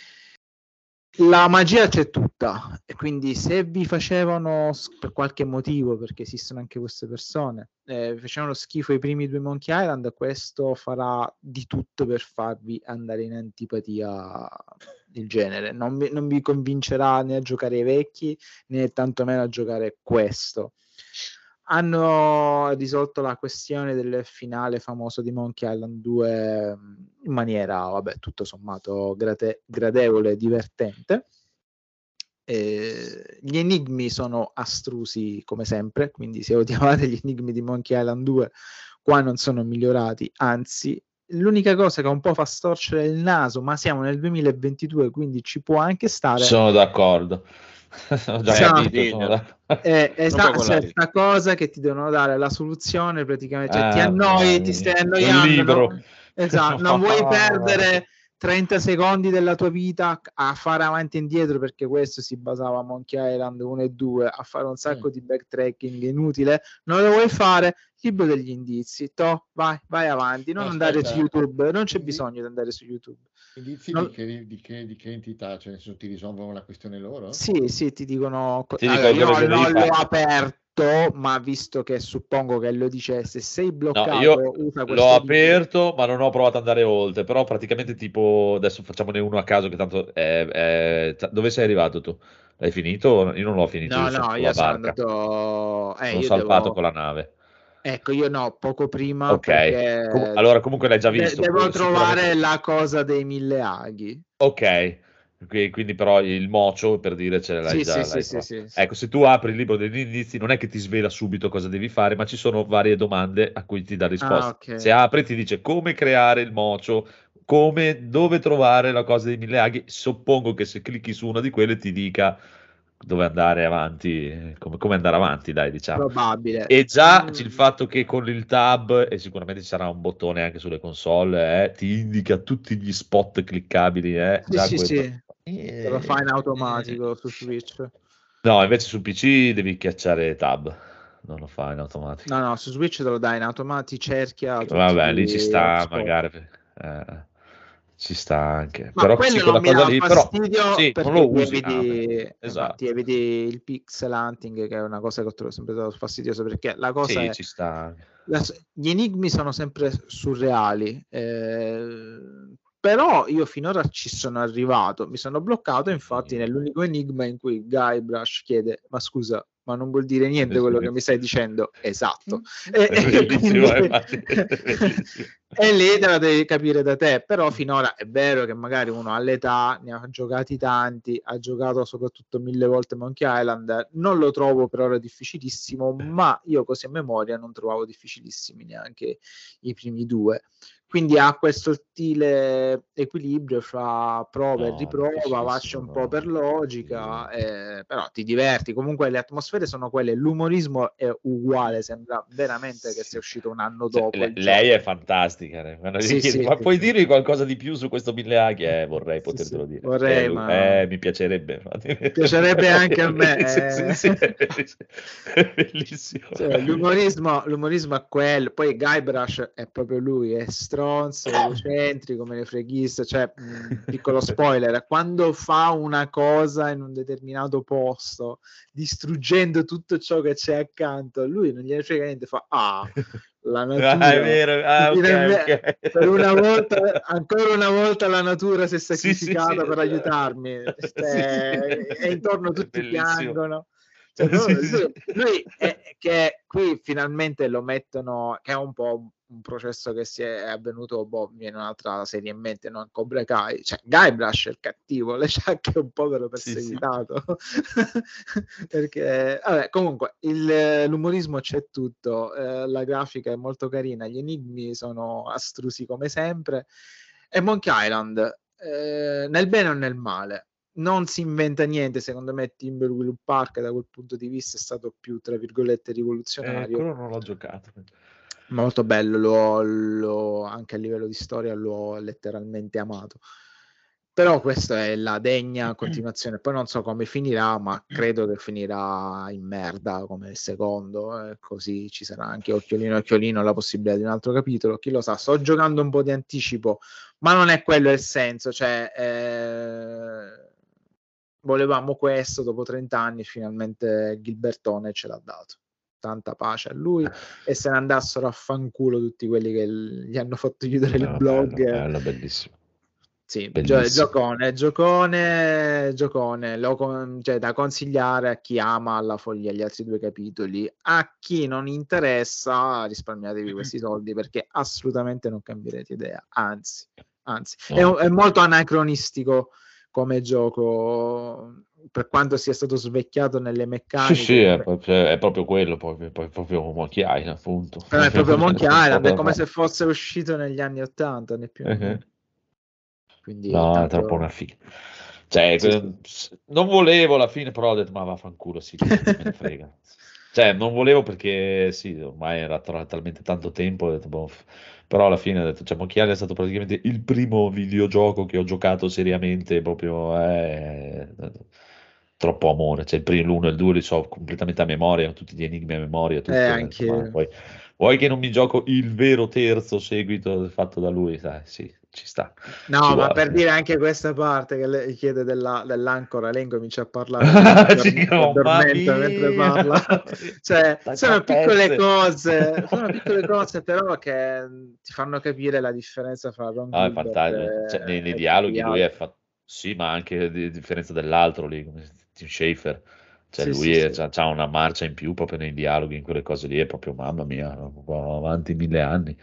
La magia c'è tutta, e quindi se vi facevano per qualche motivo, perché esistono anche queste persone, eh, vi facevano schifo i primi due Monkey Island, questo farà di tutto per farvi andare in antipatia il genere. Non vi, non vi convincerà né a giocare ai vecchi né tantomeno a giocare questo. Hanno risolto la questione del finale famoso di Monkey Island due in maniera, vabbè, tutto sommato grate- gradevole e divertente. Eh, gli enigmi sono astrusi come sempre, quindi se odiavate gli enigmi di Monkey Island due, qua non sono migliorati, anzi, l'unica cosa che un po' fa storcere il naso, ma siamo nel duemilaventidue, quindi ci può anche stare. Sono d'accordo. Ho già Esatto. capito, sono d'accordo. Eh, esatto, con c'è la- questa cosa che ti devono dare la soluzione praticamente, cioè ti Ah, annoi, mamma ti stai mia. annoiando, Un libro. no? Esatto, non vuoi perdere trenta secondi della tua vita a fare avanti e indietro, perché questo si basava a Monkey Island uno e due, a fare un sacco Mm. di backtracking inutile, non lo vuoi fare, libro degli indizi, to, vai, vai avanti, non No, andare aspetta. su YouTube, non c'è Indi- bisogno di andare su YouTube. Indizi Non- di, che, di, che, di che entità? Cioè, nel senso, ti risolvono la questione loro? Sì, sì, ti dicono. Ti Allora, dico io quello che non devi l'ho fare. aperto, ma visto che suppongo che lo dicesse, sei No, bloccato, io usa questo l'ho libro. aperto, ma non ho provato ad andare oltre. Però praticamente tipo, adesso facciamone uno a caso che tanto è, è- dove sei arrivato tu? L'hai finito? Io non l'ho finito, No, io sono no, sulla io sono barca. andato. Eh, Sono io salpato devo. con la nave. Ecco, io no, poco prima Ok. perché Com- allora comunque l'hai già de- visto. devo que- trovare sicuramente. la cosa dei mille aghi. Ok. Qui- Quindi però il mocio, per dire, ce l'hai Sì, già. sì, l'hai sì, sì, trovato. sì, sì. Ecco, se tu apri il libro degli indizi, non è che ti svela subito cosa devi fare, ma ci sono varie domande a cui ti dà risposta. Ah, ok. Se apri ti dice come creare il mocio, come, dove trovare la cosa dei mille aghi. Suppongo che se clicchi su una di quelle ti dica dove andare avanti, eh, come, come andare avanti, dai, diciamo. Probabile. E già Mm. il fatto che con il tab, e sicuramente ci sarà un bottone anche sulle console, eh, ti indica tutti gli spot cliccabili, eh, Sì, già sì, quello. sì. Te lo fa in automatico su Switch. No, invece sul P C devi schiacciare tab, non lo fa in automatico. No, no, su Switch te lo dai in automatico, cerchia tutti Vabbè, lì ci gli sta, hotspot. magari. eh, ci sta anche. Ma Però quello sì, non quella mi cosa dà lì, però fastidio sì, non perché lo ti usi. Ah, beh, eviti, esatto. infatti, eviti il pixel hunting, che è una cosa che ho trovato sempre stato fastidioso, perché la cosa Sì, è ci sta. la- gli enigmi sono sempre surreali, eh, però io finora ci sono arrivato, mi sono bloccato infatti nell'unico enigma in cui Guybrush chiede: ma scusa, ma non vuol dire niente quello che mi stai dicendo? Esatto. E, È e bellissimo, quindi- infatti, è bellissimo. e lì te la devi capire da te, però finora è vero che magari uno all'età ne ha giocati tanti, ha giocato soprattutto mille volte Monkey Island, non lo trovo per ora difficilissimo, ma io così a memoria non trovavo difficilissimi neanche i primi due. Quindi ha questo sottile equilibrio fra prova No, e riprova, difficilissimo, lascia un po' no. per logica, eh, però ti diverti. Comunque le atmosfere sono quelle, l'umorismo è uguale, sembra veramente che sia uscito un anno Cioè, dopo le- il lei gioco. è fantastica. eh. Quando gli Sì, chiedi, sì, ma sì, puoi sì. dirmi qualcosa di più su questo mille aghi? Eh, vorrei Sì, potertelo sì, dire. vorrei, Eh, lu- ma- eh, mi piacerebbe. Piacerebbe anche a me, Sì, sì, eh. sì, è bellissimo. È bellissimo. Cioè, l'umorismo, l'umorismo è quello, poi Guybrush è proprio lui, è stronzo, egocentrico, me ne freghista, cioè, mh, piccolo spoiler, quando fa una cosa in un determinato posto, distruggendo tutto ciò che c'è accanto, lui non gliene frega niente, fa, ah, la natura, Ah, è vero. Ah, ok, finalmente- ok. per una volta, ancora una volta la natura si è Sì, sì, sacrificata sì. per aiutarmi, Sì, Cioè, sì. e intorno È tutti bellissimo. piangono. Cioè, Sì, proprio sì. lui, lui è, che qui finalmente lo mettono, che è un po' un processo che si è avvenuto, boh, mi viene un'altra serie in mente, non Cobra Kai, cioè Guybrush è il cattivo, LeChuck è un povero perseguitato. Sì, sì. Perché, vabbè, comunque, il, l'umorismo c'è tutto, eh, la grafica è molto carina, gli enigmi sono astrusi come sempre, e Monkey Island, eh, nel bene o nel male, non si inventa niente, secondo me Timberwolf Park da quel punto di vista è stato più, tra virgolette, rivoluzionario. Eh, quello non l'ho giocato. Molto bello, l'ho, l'ho, anche a livello di storia l'ho letteralmente amato. Però questa è la degna continuazione. Poi non so come finirà, ma credo che finirà in merda come il secondo, eh, così ci sarà anche occhiolino occhiolino la possibilità di un altro capitolo. Chi lo sa, sto giocando un po' di anticipo, ma non è quello il senso, cioè eh, volevamo questo dopo trenta anni, finalmente Gilbertone ce l'ha dato. Tanta pace a lui, e se ne andassero a fanculo tutti quelli che gli hanno fatto chiudere il No, blog. bello, bello, bellissimo. Sì, bellissimo. gio- giocone, giocone, giocone, lo con- cioè, da consigliare a chi ama alla follia gli altri due capitoli. A chi non interessa, risparmiatevi questi soldi, perché assolutamente non cambierete idea, anzi, anzi, No. è, è molto anacronistico come gioco, per quanto sia stato svecchiato nelle meccaniche. Sì, sì, è, proprio- è proprio quello, poi, poi proprio Monkey Island, appunto. Però è proprio Monkey Island, è come se fosse uscito negli anni Ottanta, né più né Uh-huh. meno. Quindi No, tanto... è troppo una figa. Cioè, Sì, que- non volevo alla fine, però ho detto, ma vaffanculo, sì, che me ne frega. Cioè, non volevo perché, sì, ormai era tra- talmente tanto tempo, ho detto, boh, f- però alla fine ho detto, cioè, Monkey Island è stato praticamente il primo videogioco che ho giocato seriamente, proprio, eh, troppo amore. Cioè, il primo, l'uno e il due li so completamente a memoria, tutti gli enigmi a memoria, tutto. Eh, Ho detto, ma anche... poi, vuoi che non mi gioco il vero terzo seguito fatto da lui? Dai, sì, ci sta. No, Ci ma vuole. per dire anche questa parte che lei chiede della, dell'ancora, lei comincia a parlare, Sì, si oh, addormenta mamma mentre mia. parla. Cioè, Tacca sono a piccole pezze. cose, sono piccole cose però che ti fanno capire la differenza fra Ron No, è Gilbert fantastico. Cioè, nei, nei e, e dialoghi tanti lui è altri. fatto. Sì, ma anche a di- differenza dell'altro lì, come Tim Schafer. Cioè, Sì, lui sì, è- sì. c'ha, c'ha una marcia in più proprio nei dialoghi, in quelle cose lì, è proprio mamma mia, va avanti mille anni.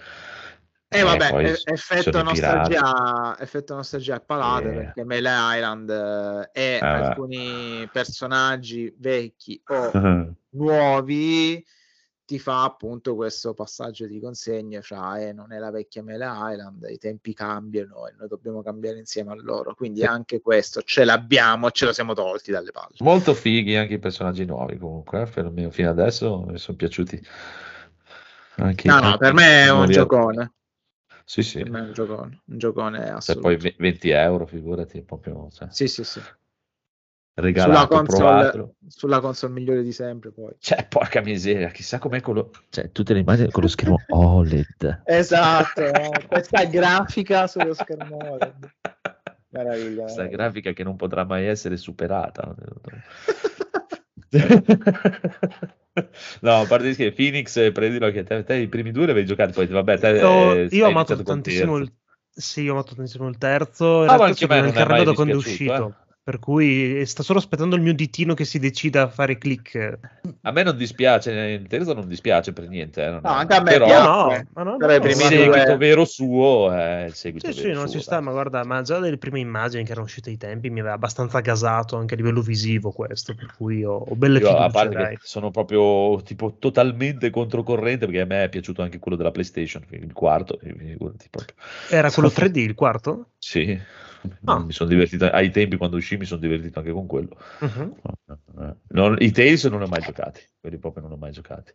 E E vabbè, poi e- ci sono effetto i pirati. nostalgia, effetto nostalgia a palate, E... perché Melee Island eh, e ah, alcuni personaggi vecchi o nuovi ti fa appunto questo passaggio di consegne fra eh, non è la vecchia Melee Island, i tempi cambiano e noi dobbiamo cambiare insieme a loro, quindi sì. anche questo ce l'abbiamo, ce lo siamo tolti dalle palle. Molto fighi anche i personaggi nuovi comunque, eh, per me, fino adesso mi sono piaciuti. Anche, No, no, anche per me è i un nuovi attori. giocone, Sì, sì. per me è un giocone, un giocone Cioè, poi assoluto. ve- venti euro, figurati, proprio, cioè, Sì, sì, sì. Sulla regalato, console, provatelo. sulla console migliore di sempre, poi. Cioè, porca miseria, chissà com'è quello. Cioè, tutte le immagini con lo schermo O L E D. Esatto, questa grafica sullo schermo O L E D. Meraviglia, Questa meraviglia. grafica che non potrà mai essere superata. No, a parte che Phoenix, eh, prendilo che te, te i primi due li avevi giocati, poi vabbè, te Io, eh, io ho hai amato iniziato col tantissimo terzo. il, sì, ho amato tantissimo il terzo. In Ah, ma realtà anche a sono me nel non è mai carrello da quando è dispiaciuto, uscito. eh. Per cui sto solo aspettando il mio ditino che si decida a fare click. A me non dispiace, il terzo non dispiace per niente, eh, non No, è- anche a me però No, piacque, no, ma no, però no, i il no, primi guarda. seguito due... vero suo è il seguito Sì, sì, vero non suo, ci sta, dai. ma guarda, ma già delle prime immagini che erano uscite ai tempi mi aveva abbastanza gasato anche a livello visivo questo, per cui ho, ho belle Io, a fiducie, parte che dai. sono proprio tipo totalmente controcorrente, perché a me è piaciuto anche quello della PlayStation, il quarto, figurati proprio. Era quello tre D il quarto? Sì, Ah. mi sono divertito ai tempi quando uscì, mi sono divertito anche con quello. Mhm. Non- I Tales non li ho mai giocati, quelli proprio non li ho mai giocati.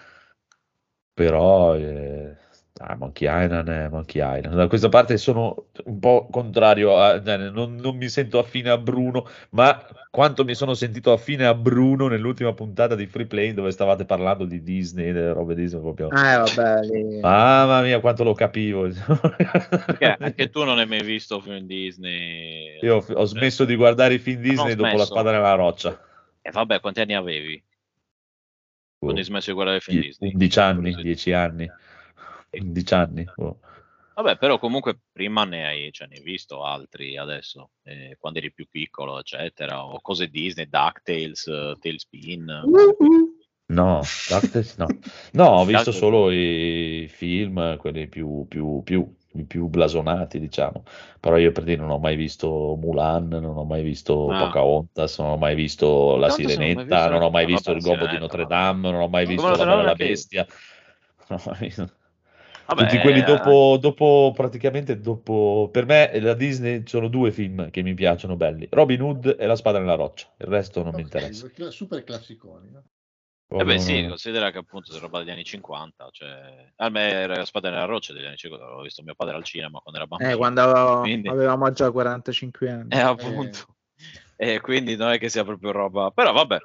Però eh, ah, Monkey Island è Monkey Island. Da questa parte sono un po' contrario, a, cioè, non, non mi sento affine a Bruno, ma quanto mi sono sentito affine a Bruno nell'ultima puntata di Free Play dove stavate parlando di Disney, delle robe Disney proprio. Eh, vabbè, lì... Mamma mia, quanto lo capivo. Perché anche tu non hai mai visto film Disney? Io ho, ho smesso di guardare i film Disney dopo La spada nella roccia. E vabbè, quanti anni avevi quando hai smesso di guardare i film Die- Disney? undici anni, Curiosità. dieci anni, undici anni. Oh. Vabbè, però comunque prima ne hai, cioè, ne hai visto altri adesso, eh, quando eri più piccolo, eccetera, o cose Disney, DuckTales, uh, Tailspin. Uh-uh. No, Darkness no. No, ho visto Darkness- solo i film, quelli più, più, più, più blasonati, diciamo. Però io per dire non ho mai visto Mulan, non ho mai visto Ah. Pocahontas, non ho mai visto La Pocahontas non ho mai Sirenetta, visto non ho mai neanche- visto vabbè, Il Gobbo di Sirenetta, Notre vabbè. Dame, non ho mai Come visto non La se ne Bella e la neanche io. Bestia. Non ho mai visto. Vabbè, Tutti quelli eh, dopo, dopo, praticamente dopo, per me la Disney sono due film che mi piacciono belli, Robin Hood e La Spada nella Roccia, il resto non mi interessa. Ok, cla- super classiconi, no? Eh Proprio beh, sì, non- considera che appunto si è roba degli anni cinquanta, cioè a me era La Spada nella Roccia degli anni cinquanta, l'avevo visto mio padre al cinema quando era bambino. Eh, quando avevo- Quindi- avevamo già quarantacinque anni. Eh, appunto. E quindi non è che sia proprio roba, però vabbè.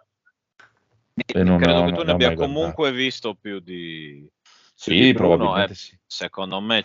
E non Credo ho- che tu non ne ho abbia mai guardato. comunque visto più di più Sì, di Bruno, probabilmente eh. sì. Secondo me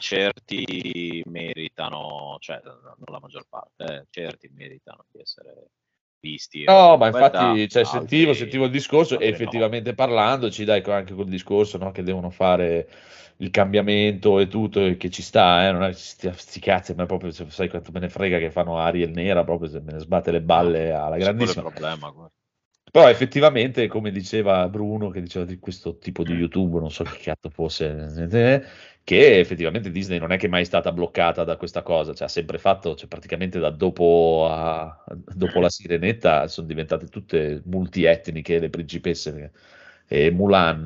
certi meritano, cioè non la maggior parte, eh, certi meritano di essere visti. No, o ma infatti, guardati, cioè, altri- sentivo, sentivo il discorso e altri no. effettivamente parlandoci, dai, anche col discorso, no, che devono fare il cambiamento e tutto, e che ci sta, eh, non è sti, sti cazzi, ma proprio, se- sai quanto me ne frega che fanno Ariel nera, proprio se me ne sbatte le balle alla Quello è il grandissima. problema, guarda. Però effettivamente, come diceva Bruno, che diceva di questo tipo di YouTube, non so che cazzo fosse, eh, che effettivamente Disney non è che è mai stata bloccata da questa cosa, cioè ha sempre fatto, cioè praticamente da dopo, a- dopo la Sirenetta sono diventate tutte multietniche le principesse, e Mulan,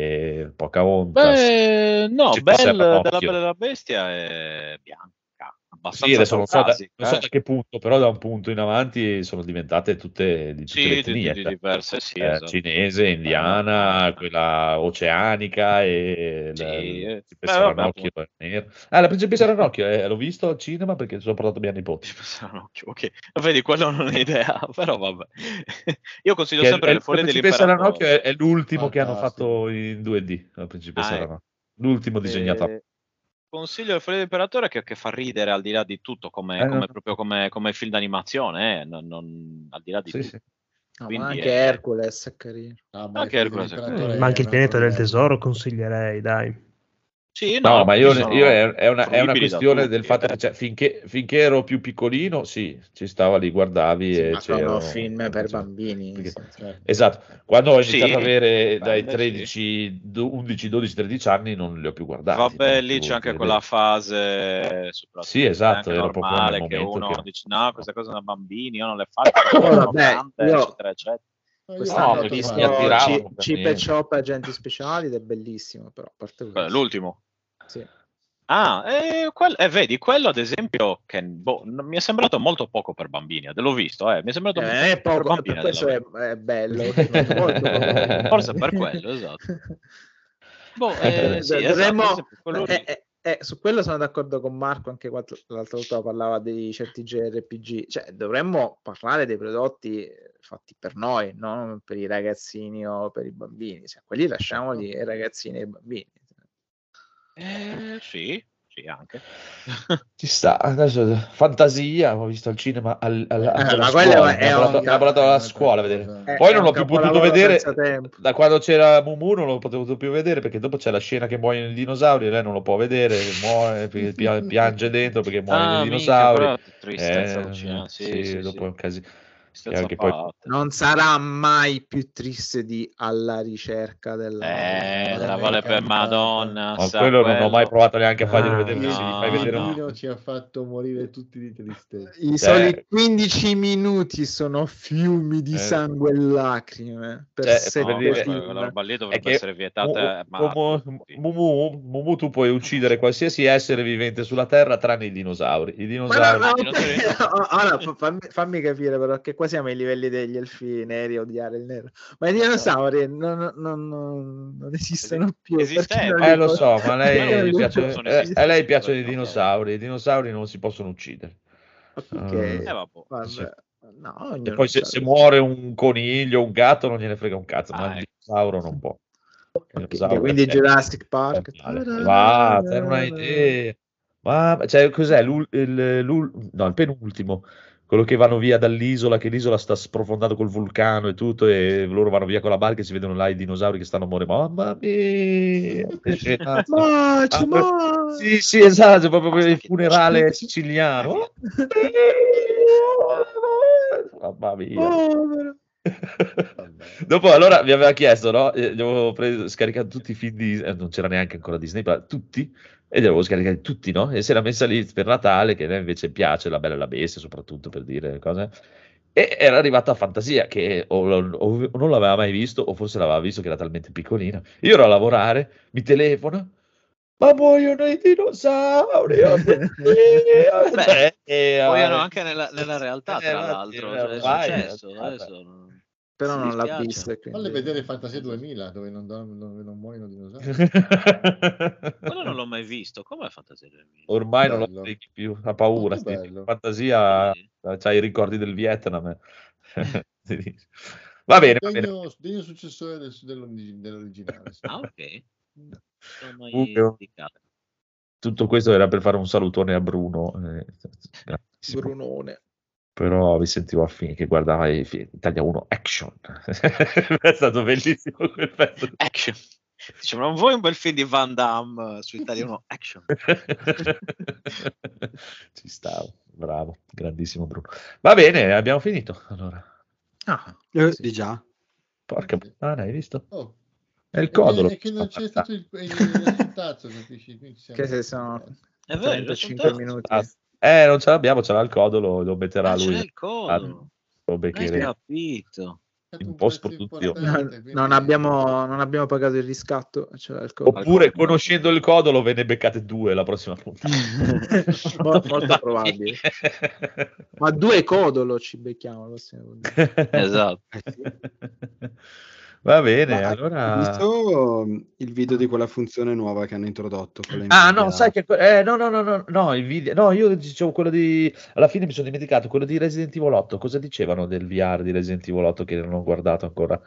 e Pocahontas. Beh, no, Ci passa Belle il della ranocchio. Bella e la Bestia è bianca, Sì, abbastanza adesso non so, da, caucasica, non so eh. da che punto, però da un punto in avanti sono diventate tutte di tutte Sì, le di, di- etnie, di cioè, diverse, sì, eh, esatto. cinese, È indiana, normale. quella oceanica e Sì, la, la eh, principessa beh, vabbè, Ranocchio nera. Ah, la principessa Ranocchio, eh, l'ho visto al cinema perché sono portato mia nipote. Ok, vedi, quello non è idea, però vabbè. Io consiglio Che è- sempre è- Le la Foglie principessa Ranocchio dell'Imperatore. è, è l'ultimo che hanno Fantastico. fatto in due D, la principessa Ah, ecco. Ranocchio. L'ultimo disegnato. Eh, consiglio Le Foglie dell'Imperatore che, che fa ridere al di là di tutto, come, Eh, come no. proprio come, come film d'animazione, eh, non, non- al di là di Sì, tutto. sì. No, ma Quindi anche è- Hercules è carino. Ah, beh, Anche quelli Hercules è dell'imperatore Ma anche è il un pianeta altro del livello. tesoro consiglierei, dai. Sì, No, no, ma alcuni io, sono io è, è una, è una fruibili da questione del tutti, fatto eh. che cioè, finché, finché ero più piccolino, sì, ci stava lì, guardavi Sì, e ma sono c'ero. film per cioè, bambini. perché- sì. Certo. Esatto, quando ho Sì, iniziato ad avere dai dipende, tredici, do- undici, dodici, tredici anni non li ho più guardati. Vabbè, non lì più c'è anche voluti quella vedere. fase, soprattutto, Sì, è esatto, anche ero proprio nel normale che momento uno che- dice no, queste cose da bambini, io non le faccio, perché Oh, sono vabbè, grande, io- eccetera, eccetera. No, io Quest'anno l'ho ho fatto visto mi fare. attiravano Ci- per Chip e niente. Chop Agenti Speciali ed è bellissimo, però a parte Quello è questo. l'ultimo. Sì. Ah, e, quel- e vedi, quello ad esempio, che boh, non- mi è sembrato molto poco per bambini, eh, l'ho visto, eh, mi è sembrato Eh, molto è per poco, bambini. per a questo dirla è, è bello, che è molto poco per bambini. Forse per quello, esatto. Boh, Eh, eh, sì, dovremmo- esatto, ad esempio, quello lì. eh, eh, eh, su quello sono d'accordo con Marco, anche quando l'altra volta parlava di certi J R P G, cioè dovremmo parlare dei prodotti fatti per noi, non per i ragazzini o per i bambini, cioè, quelli lasciamoli ai ragazzini e ai bambini. Eh, sì, sì, anche. Ci sta, adesso fantasia, ho visto al cinema al, al, Eh, alla ma scuola, quello mi è ha un portato, mi ha portato alla un'altra scuola a cosa. vedere. È- Poi è non un l'ho più potuto capolavoro vedere senza tempo. da quando c'era Mumu, non l'ho potuto più vedere perché dopo c'è la scena che muoiono i dinosauri e lei non lo può vedere, muore, pi- pi- piange dentro perché muoiono Ah, i minchia, dinosauri. però tristezza Eh, allucinante, sì, sì, sì, dopo sì. è un casino. Tristezza Che poi- fatta. Non sarà mai più triste di Alla ricerca della... Eh, Vale la per vale per campata. Madonna. Ma sa, quello non ho mai provato neanche a farglielo Ah, vedere, perché se gli fai no, vedere un- no. Pino ci ha fatto morire tutti di tristezza. I Cioè- soli quindici minuti sono fiumi di Eh. sangue e lacrime per Cioè, sette per No, dire- quella, film. quella roba lì è dovrebbe che essere vietata. Mu- ma Mumu, tutti. Mumu, Mumu, tu puoi uccidere qualsiasi essere vivente sulla Terra tranne i dinosauri. I Ma no, dinosauri. no, dinosauri no. ora fa- fammi, fammi capire però che qua siamo ai livelli degli elfi neri odiare il nero, ma i dinosauri non, non- non- non esistono più. Esistevano. perché non Eh, li lo può- so, ma a perché lei, non gli li piace- può- sono eh, esistiti, a lei piacciono i perché- dinosauri. I dinosauri non si possono uccidere. Ok, Eh, vabbè. vabbè. Sì. No, E ognuno poi se, sa- se muore un coniglio, un gatto, non gliene frega un cazzo, ma Ah, il ecco. dinosauro non può. Il Ok, dinosauro quindi è- Jurassic Park. è male. Va, te non hai idea. Ma cioè, cos'è l'ul- il, l'ul- no, il penultimo? Quello che vanno via dall'isola, che l'isola sta sprofondando col vulcano e tutto, e loro vanno via con la barca e si vedono là i dinosauri che stanno morendo. Mamma mia! che scena. Maci, Ah, maci. sì, sì, esatto, è proprio Basta il che- funerale siciliano. Mamma mia. Povero. Dopo allora mi aveva chiesto, no? Gli avevo preso, scaricato tutti i film di eh, non c'era neanche ancora Disney, ma tutti, e li avevo scaricati tutti, no? E si era messa lì per Natale, che a me invece piace, La Bella e la Bestia, soprattutto per dire cose. E era arrivata a Fantasia, che o, o- o non l'aveva mai visto, o forse l'aveva visto che era talmente piccolina. Io ero a lavorare, mi telefona, ma muoiono i dinosauri! oh mio Dio!" Beh, Cioè, e, muoiono eh, anche nella, nella realtà, eh, tra infatti, l'altro. eh, Cioè, è ormai, successo. eh, Adesso non- Però mi non l'ha dispiace. vista. Falle Quindi... vedere Fantasia duemila, dove non, dor- dove non muoiono dinosauri. Quello non l'ho mai visto. Com'è Fantasia duemila? Ormai non lo Bello. spieghi più, ha paura. Molto Sì. bello. Fantasia, Sì. c'hai i ricordi del Vietnam. Sì. Va bene, va bene. Degno, degno successore del- dell'origi- dell'originale. sì. Ah, ok. Non l'ho mai Comunque, indicato. tutto questo era per fare un salutone a Bruno, eh, grandissimo. Brunone. Però mi sentivo affine che guardava i film Italia uno Action. È stato bellissimo quel pezzo. Action. Dice, ma non vuoi un bel film di Van Damme su Italia uno Action? Ci stavo, bravo, grandissimo Bruno. Va bene, abbiamo finito. Allora, Ah, Eh, sì. Di già. porca puttana, hai visto? Oh, È il e codolo. che, e che non c'è stato il, il, il risultato, capisci? Quindi ci siamo- Che se sono È vero, trentacinque il minuti. Ah, eh, non ce l'abbiamo, ce l'ha il codolo, lo metterà Ah, lui. c'è il codolo. Lo Hai beccheremo capito. È stato in un post-produzione. prezzo Non, importante, quindi- non abbiamo, non abbiamo pagato il riscatto. Cioè il codolo. Oppure, conoscendo il codolo, ve ne beccate due la prossima puntata. Mo- molto probabile. Ma due codolo ci becchiamo. la prossima puntata. Esatto. Eh sì. Va bene, Ma hai allora... visto mm, il video di quella funzione nuova che hanno introdotto con le Ah, Nvidia? no, sai che... Eh, no, no, no, no, no, il video... No, io dicevo quello di... Alla fine mi sono dimenticato, quello di Resident Evil otto. Cosa dicevano del V R di Resident Evil otto che non ho guardato ancora?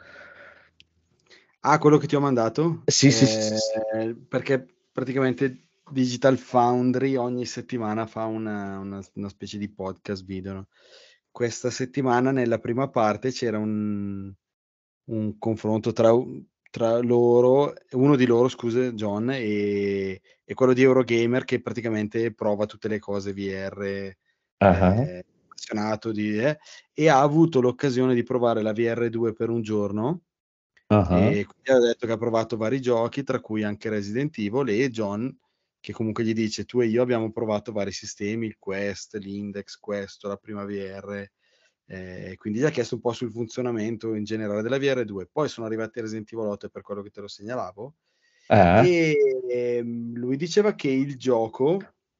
Ah, quello che ti ho mandato? Sì, sì, sì, sì, Eh, perché praticamente Digital Foundry ogni settimana fa una, una- una specie di podcast video, no? Questa settimana nella prima parte c'era un, un confronto tra, tra loro, uno di loro, scusa, John, e, e quello di Eurogamer che praticamente prova tutte le cose V R, Ah, eh, appassionato di, eh, e ha avuto l'occasione di provare la V R due per un giorno. ah, E quindi ha detto che ha provato vari giochi, tra cui anche Resident Evil, e John, che comunque gli dice: tu e io abbiamo provato vari sistemi, il Quest, l'Index, questo, la prima V R, eh, quindi gli ha chiesto un po' sul funzionamento in generale della V R due. Poi sono arrivati a Resident Evil otto, per quello che te lo segnalavo, ah, e ehm, lui diceva che il gioco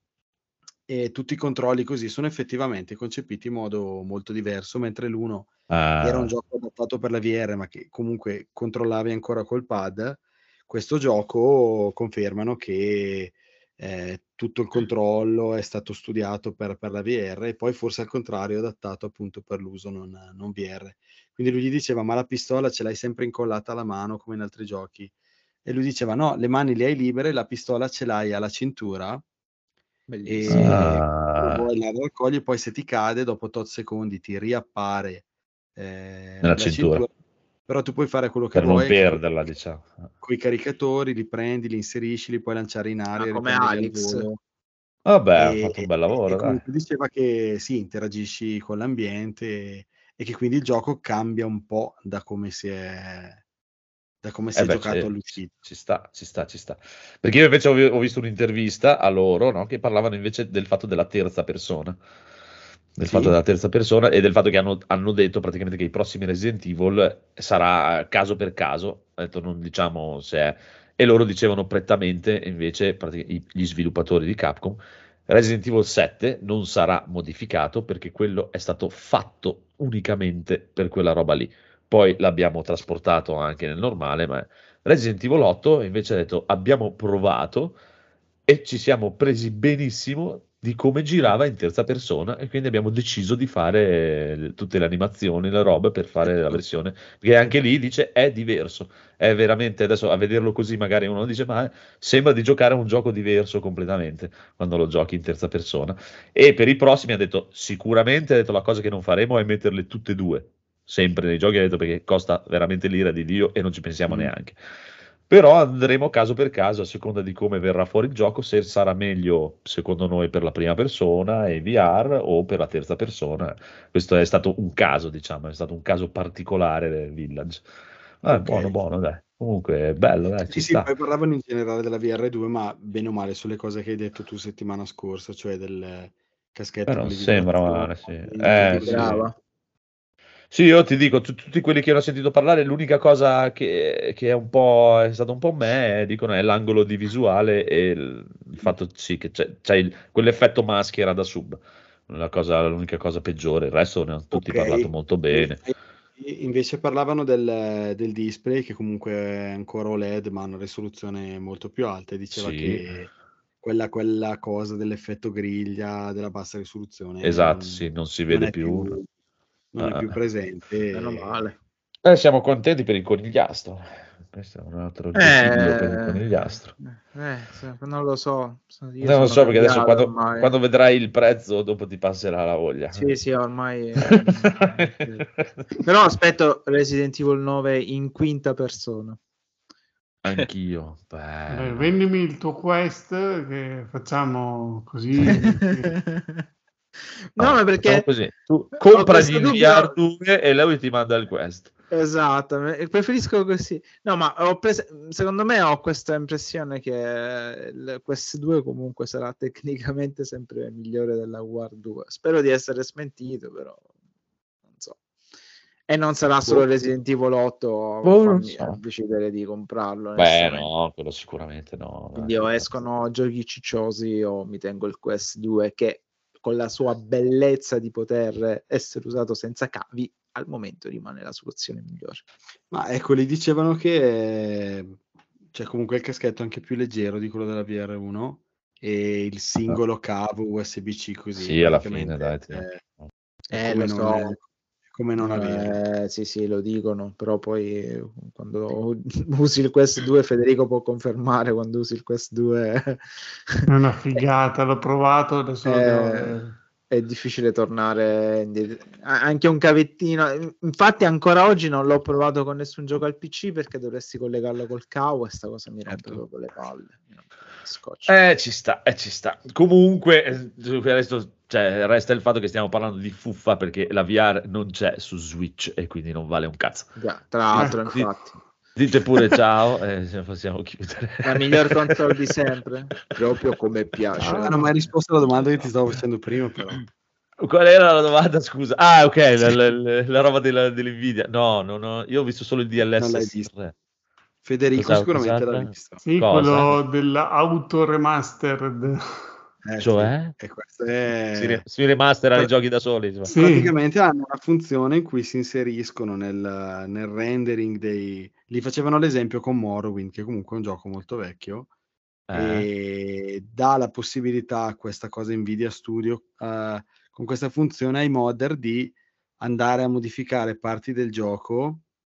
e tutti i controlli così sono effettivamente concepiti in modo molto diverso, mentre l'uno era un ah. gioco adattato per la V R, ma che comunque controllavi ancora col pad. Questo gioco confermano che eh, tutto il controllo è stato studiato per, per la V R, e poi forse al contrario è adattato appunto per l'uso non, non V R. Quindi lui gli diceva: ma la pistola ce l'hai sempre incollata alla mano come in altri giochi? E lui diceva: no, le mani le hai libere, la pistola ce l'hai alla cintura, Bellissimo. e Ah. vuoi la raccogli, poi se ti cade dopo tot secondi ti riappare eh, Nella nella cintura. cintura, però tu puoi fare quello che Per non vuoi perderla, diciamo. con i caricatori, li prendi, li inserisci, li puoi lanciare in Ah, aria, come riprenderli al Alex. volo. Vabbè, ha E, fatto un bel e lavoro, dai. comunque diceva che sì, interagisci con l'ambiente, e, e che quindi il gioco cambia un po' da come si è da come si Eh è beh, giocato ci, all'uscita. ci sta, ci sta, ci sta. Perché io invece ho, vi- ho visto un'intervista a loro, no, che parlavano invece del fatto della terza persona. Del Sì? fatto della terza persona e del fatto che hanno, hanno detto praticamente che i prossimi Resident Evil sarà caso per caso, ha detto non diciamo se è, e loro dicevano prettamente invece pratic- i- gli sviluppatori di Capcom, Resident Evil sette non sarà modificato perché quello è stato fatto unicamente per quella roba lì. Poi l'abbiamo trasportato anche nel normale, ma Resident Evil otto invece ha detto abbiamo provato e ci siamo presi benissimo di come girava in terza persona e quindi abbiamo deciso di fare eh, tutte le animazioni, le robe per fare la versione, perché anche lì dice è diverso, è veramente, adesso a vederlo così magari uno dice ma sembra di giocare a un gioco diverso completamente quando lo giochi in terza persona. E per i prossimi ha detto sicuramente, ha detto la cosa che non faremo è metterle tutte e due sempre nei giochi, ha detto perché costa veramente l'ira di Dio e non ci pensiamo Mm. neanche. Però andremo caso per caso a seconda di come verrà fuori il gioco, se sarà meglio secondo noi per la prima persona e V R o per la terza persona. Questo è stato un caso, diciamo, è stato un caso particolare del Village. Ah, Ok. buono, buono, dai. Comunque è bello, dai, ci Sì, sì, sta. poi parlavano in generale della V R due, ma bene o male sulle cose che hai detto tu settimana scorsa, cioè del caschetto Eh, con non le sembra vibrazioni, male, sì. e Eh, così sì. via. Brava. Sì, io ti dico, tu- tutti quelli che ho sentito parlare, l'unica cosa che, che è un po', è stato un po' me, dicono, è l'angolo di visuale e il, il fatto sì, che c'è, c'è il- quell'effetto maschera da sub. La cosa, l'unica cosa peggiore, il resto ne hanno tutti Ok. parlato molto bene. Invece parlavano del, del display che comunque è ancora O L E D ma ha una risoluzione molto più alta e diceva Sì, che quella, quella cosa dell'effetto griglia della bassa risoluzione esatto, non, sì, non si non vede è più. più, non è Ah, più presente. Meno male. eh, siamo contenti per il conigliastro. Questo è un altro giochillo per il Eh, conigliastro. eh, se- non lo so. Io Non lo sono so, perché adesso cambiato quando, ormai. quando vedrai il prezzo, dopo ti passerà la voglia. Sì, sì, ormai. eh, Però aspetto Resident Evil nove in quinta persona. Anch'io. Dai, Bello. vendimi il tuo quest che facciamo così. No, No, ma facciamo perché così. Tu ho compragli questo il dubbio. V R due e lui ti manda il quest. Esatto, me- preferisco così. No, ma ho pres- secondo me ho questa impressione che il Quest due comunque sarà tecnicamente sempre migliore della War due. Spero di essere smentito, però non so. E non sarà solo Boh. Resident Evil otto a Boh, non farmi a so. decidere di comprarlo. Beh, onestamente. no, quello sicuramente no. dai. Quindi o escono giochi cicciosi o mi tengo il Quest due che con la sua bellezza di poter essere usato senza cavi al momento rimane la soluzione migliore. Ma ecco, lì dicevano che eh, c'è comunque il caschetto anche più leggero di quello della V R uno e il singolo cavo U S B C così Sì, alla praticamente fine, dai. ti- è, è Eh, come lo non, so. è come non averlo. Eh, sì, sì, lo dicono, però poi eh, quando usi il Quest due, Federico può confermare, quando usi il Quest due È una figata, l'ho provato, adesso lo devo eh, avere. è difficile tornare indietro. A- anche un cavettino. Infatti ancora oggi non l'ho provato con nessun gioco al P C perché dovresti collegarlo col cavo e sta cosa mi rompe Certo. proprio le palle. Mi rompe le scotch. Eh, ci sta, eh, ci sta. Comunque, eh, adesso cioè, resta il fatto che stiamo parlando di fuffa perché la V R non c'è su Switch e quindi non vale un cazzo. Già, tra l'altro, Ecco. infatti. Dite pure ciao e ce ne possiamo chiudere. La miglior console di sempre, proprio come piace. Non ho mai risposto alla domanda che ti stavo facendo prima, però. Qual era la domanda? Scusa. Ah, ok, la, la- la- la roba della, dell'Nvidia. No, no, no, io ho visto solo il Non l'hai D L S visto. tre. Federico Cosa- sicuramente cos'altra? l'ha visto. Sì, Cosa? quello dell'auto remastered. Eh, Cioè? sì. E questo è... Si, ri- si remasterano i Pra- giochi da soli. insomma. Sì. Praticamente hanno una funzione in cui si inseriscono nel, nel rendering dei... Li facevano l'esempio con Morrowind, che comunque è un gioco molto vecchio, Eh? e dà la possibilità a questa cosa Nvidia Studio, eh, con questa funzione ai modder, di andare a modificare parti del gioco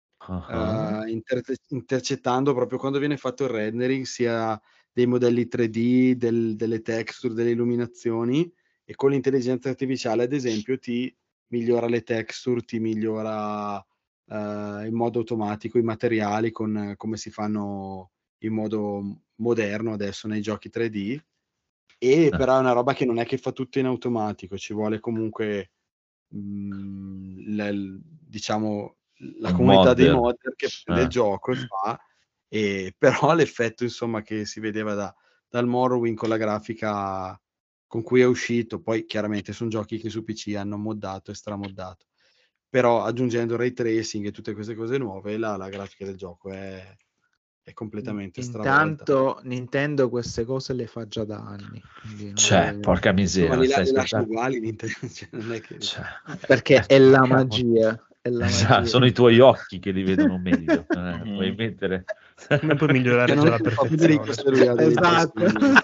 Ah. eh, inter- intercettando proprio quando viene fatto il rendering sia dei modelli tre D, del- delle texture, delle illuminazioni, e con l'intelligenza artificiale ad esempio ti migliora le texture, ti migliora eh, in modo automatico i materiali con come si fanno in modo moderno adesso nei giochi tre D, e Eh. però è una roba che non è che fa tutto in automatico, ci vuole comunque mh, l- diciamo la Un comunità dei modder. modder che prende Eh. il gioco e fa, e però l'effetto insomma che si vedeva da, dal Morrowind con la grafica con cui è uscito, poi chiaramente sono giochi che su P C hanno moddato e stramoddato, però aggiungendo ray tracing e tutte queste cose nuove la, la grafica del gioco è, è completamente stravolta. Intanto Nintendo queste cose le fa già da anni. quindi non Cioè, deve- porca Ma miseria. li, la- stai li lasciano scherzando? uguali Nintendo, cioè, non è che... Cioè, Perché è la cavolo. magia. È la Esatto, magia. sono i tuoi occhi che li vedono meglio. Eh, Mhm. puoi mettere. Come puoi migliorare Che già non la è colpa Federico perfezione? se lui ha dei Esatto. posti-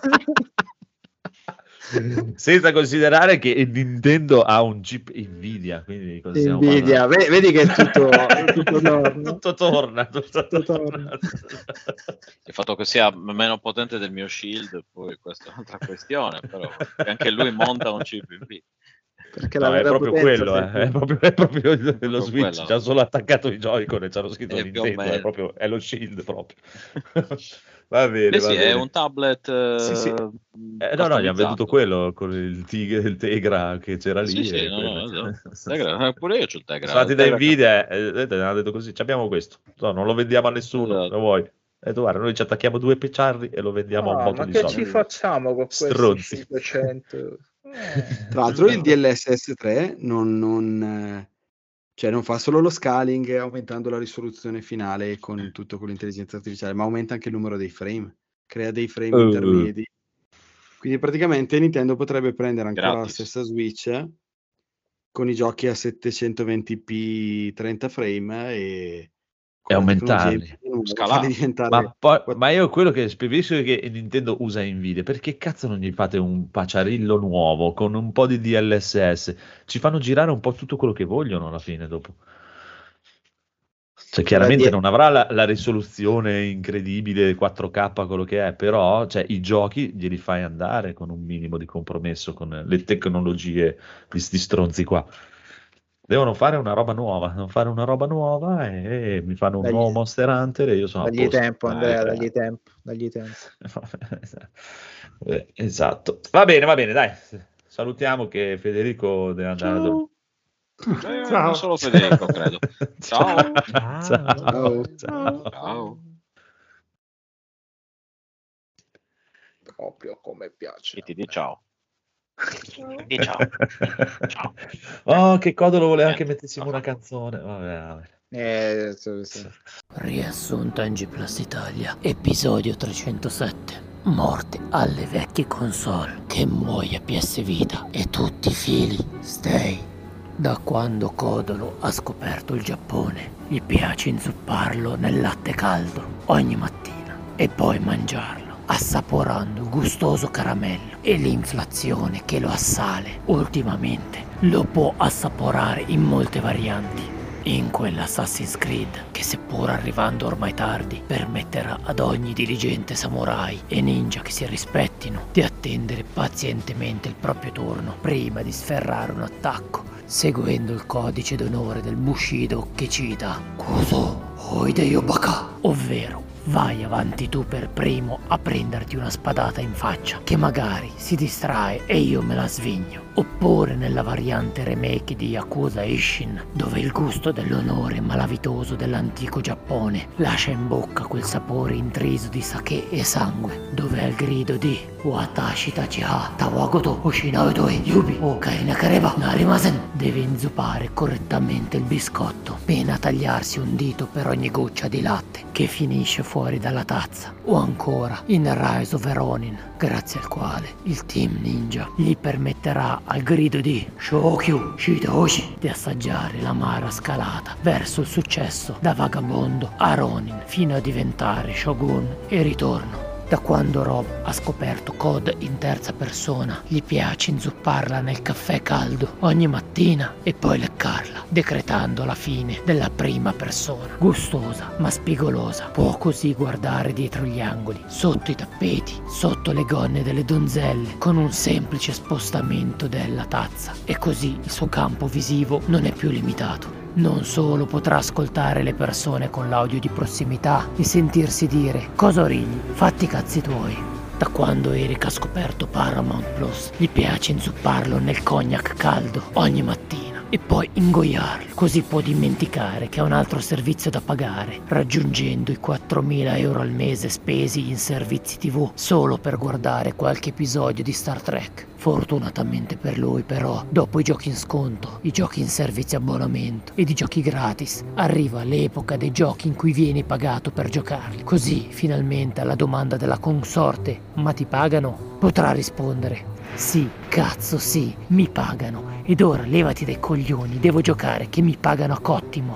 Senza considerare che Nintendo ha un chip Nvidia, quindi cosa stiamo Nvidia, parlando? ve- vedi che è tutto, tutto torna. tutto torna, tutto Tutto torna. Il fatto che sia meno potente del mio Shield, poi questa è un'altra questione, però anche lui monta un chip Nvidia. Perché No, la è vera proprio potenza quello, sei eh, tu. è proprio, è proprio il- lo Proprio Switch, quello. ci ha solo attaccato i Joy-Con e ci hanno scritto Eh, più o Nintendo, è meno. proprio, è lo Shield proprio. Va bene, Eh va sì, è bene. un tablet Sì, sì. eh, Eh, no, no, gli hanno venduto customizzato. quello con il, tig- il Tegra che c'era Sì, lì. sì, E no, quello. no, no. Tegra, eh, pure io c'ho il Sono Tegra. stati Il da Tegra Nvidia e eh, vedete, hanno detto così, "Ci abbiamo questo, no, non lo vendiamo a nessuno, Esatto. lo vuoi? E tu guarda, noi ci attacchiamo due pecciardi e lo vendiamo a un Ah, botto ma di che soldi. ci facciamo con questi Stronzi. cinquecento? Eh, Tra l'altro il D L S S tre non, non, eh, cioè non fa solo lo scaling aumentando la risoluzione finale con tutto con l'intelligenza artificiale, ma aumenta anche il numero dei frame, crea dei frame Uh. intermedi. Quindi praticamente Nintendo potrebbe prendere ancora Gratis. la stessa Switch con i giochi a settecentoventi p trenta frame e E con la tecnologia aumentarli. nuova Scalare. farli diventare Ma, poi, quattro- ma io quello che preferisco è che Nintendo usa Nvidia, perché cazzo non gli fate un paciarillo nuovo con un po' di D L S S? Ci fanno girare un po' tutto quello che vogliono alla fine dopo. Cioè, chiaramente die- non avrà la, la risoluzione incredibile quattro K, quello che è, però cioè, i giochi glieli fai andare con un minimo di compromesso con le tecnologie di sti stronzi qua. Devono fare una roba nuova, devono fare una roba nuova e, e mi fanno un Dagli- nuovo Monster Hunter e io sono a Dagli posto. tempo, Dai, Andrea, dai. dagli tempo, dagli tempo. Eh, esatto. Va bene, va bene, dai. Salutiamo che Federico deve andare a dormire. Eh, Ciao. non solo Federico, credo. Ciao. Ciao. Ciao. Ciao. Ciao. Proprio come piace. E ti di ciao. Di ciao. Ciao. Oh, che Codolo voleva che Niente. mettessimo una canzone. Vabbè, vabbè. Eh, sì, sì. Riassunto in G Plus Italia, episodio trecentosette. Morte alle vecchie console, che muoia P S Vita e tutti i fili. Stay. Da quando Codolo ha scoperto il Giappone, gli piace inzupparlo nel latte caldo ogni mattina e poi mangiarlo, assaporando il gustoso caramello e l'inflazione che lo assale. Ultimamente lo può assaporare in molte varianti. In quell'Assassin's Creed che, seppur arrivando ormai tardi, permetterà ad ogni diligente samurai e ninja che si rispettino di attendere pazientemente il proprio turno prima di sferrare un attacco, seguendo il codice d'onore del Bushido che cita Kuso Oideyo Baka, ovvero vai avanti tu per primo a prenderti una spadata in faccia, che magari si distrae e io me la svigno. Oppure nella variante remake di Yakuza Ishin, dove il gusto dell'onore malavitoso dell'antico Giappone lascia in bocca quel sapore intriso di sake e sangue, dove al grido di Watashi tachi ha tawagoto oshinau doi yubi o karinakareba narimasen deve inzuppare correttamente il biscotto, pena tagliarsi un dito per ogni goccia di latte che finisce fuori dalla tazza. O ancora in Rise of Ronin, grazie al quale il team ninja gli permetterà al grido di Shokyu Shitoshi di assaggiare l'amara scalata verso il successo da vagabondo a Ronin fino a diventare Shogun e ritorno. Da quando Rob ha scoperto C O D in terza persona, gli piace inzupparla nel caffè caldo ogni mattina e poi leccarla, decretando la fine della prima persona. Gustosa ma spigolosa, può così guardare dietro gli angoli, sotto i tappeti, sotto le gonne delle donzelle, con un semplice spostamento della tazza. E così il suo campo visivo non è più limitato. Non solo potrà ascoltare le persone con l'audio di prossimità e sentirsi dire "Cosa origli? Fatti i cazzi tuoi". Da quando Eric ha scoperto Paramount Plus, gli piace inzupparlo nel cognac caldo ogni mattina e poi ingoiarlo, così può dimenticare che ha un altro servizio da pagare, raggiungendo i quattromila euro al mese spesi in servizi tivù solo per guardare qualche episodio di Star Trek. Fortunatamente per lui, però, dopo i giochi in sconto, i giochi in servizio abbonamento ed i giochi gratis, arriva l'epoca dei giochi in cui vieni pagato per giocarli. Così, finalmente, alla domanda della consorte "ma ti pagano?", potrà rispondere "sì, cazzo sì, mi pagano, ed ora levati dai coglioni, devo giocare che mi pagano a cottimo".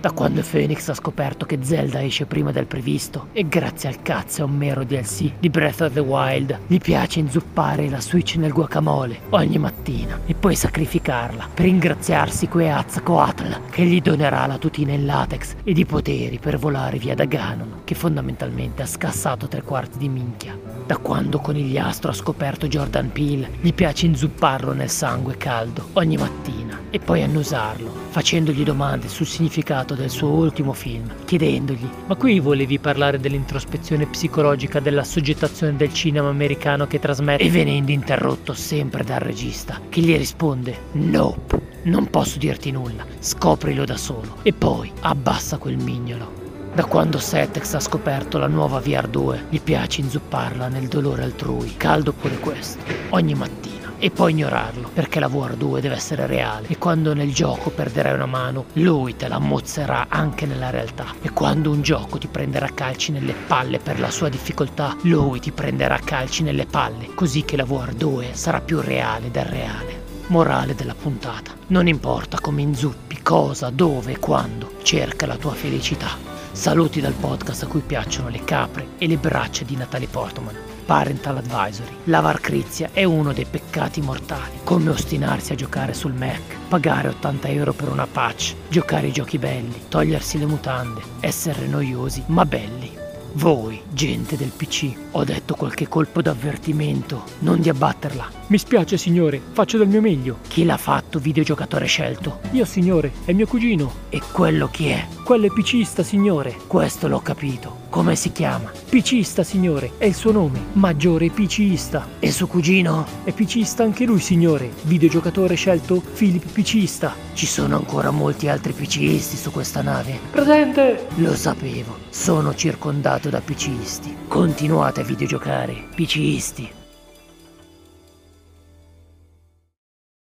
Da quando Phoenix ha scoperto che Zelda esce prima del previsto e grazie al cazzo a un mero D L C di Breath of the Wild, gli piace inzuppare la Switch nel guacamole ogni mattina e poi sacrificarla per ingraziarsi Quetzalcoatl che gli donerà la tutina in latex ed i poteri per volare via da Ganon, che fondamentalmente ha scassato tre quarti di minchia. Da quando Conigliastro ha scoperto Jordan Peele, gli piace inzupparlo nel sangue caldo ogni mattina e poi annusarlo, facendogli domande sul significato del suo ultimo film, chiedendogli: ma qui volevi parlare dell'introspezione psicologica della soggettazione del cinema americano che trasmette? E venendo interrotto sempre dal regista, che gli risponde: nope, non posso dirti nulla, scoprilo da solo, e poi abbassa quel mignolo. Da quando Setex ha scoperto la nuova V R due, gli piace inzupparla nel dolore altrui, caldo pure questo, ogni mattina, e poi ignorarlo, perché la V R due deve essere reale, e quando nel gioco perderai una mano, lui te la mozzerà anche nella realtà, e quando un gioco ti prenderà calci nelle palle per la sua difficoltà, lui ti prenderà calci nelle palle, così che la V R due sarà più reale del reale. Morale della puntata: non importa come inzuppi, cosa, dove e quando, cerca la tua felicità. Saluti dal podcast a cui piacciono le capre e le braccia di Natalie Portman. Parental Advisory. L'avarcrizia è uno dei peccati mortali, come ostinarsi a giocare sul Mac, pagare ottanta euro per una patch, giocare i giochi belli, togliersi le mutande, essere noiosi ma belli. Voi, gente del P C, ho detto qualche colpo d'avvertimento, non di abbatterla. Mi spiace signore, faccio del mio meglio. Chi l'ha fatto, videogiocatore scelto? Io signore, è mio cugino. E quello chi è? Quello è PCista signore. Questo l'ho capito. Come si chiama? PCista signore, è il suo nome. Maggiore PCista. E suo cugino? È PCista anche lui signore. Videogiocatore scelto Philip PCista. Ci sono ancora molti altri PCisti su questa nave? Presente! Lo sapevo, sono circondato da PCisti. Continuate a videogiocare, PCisti.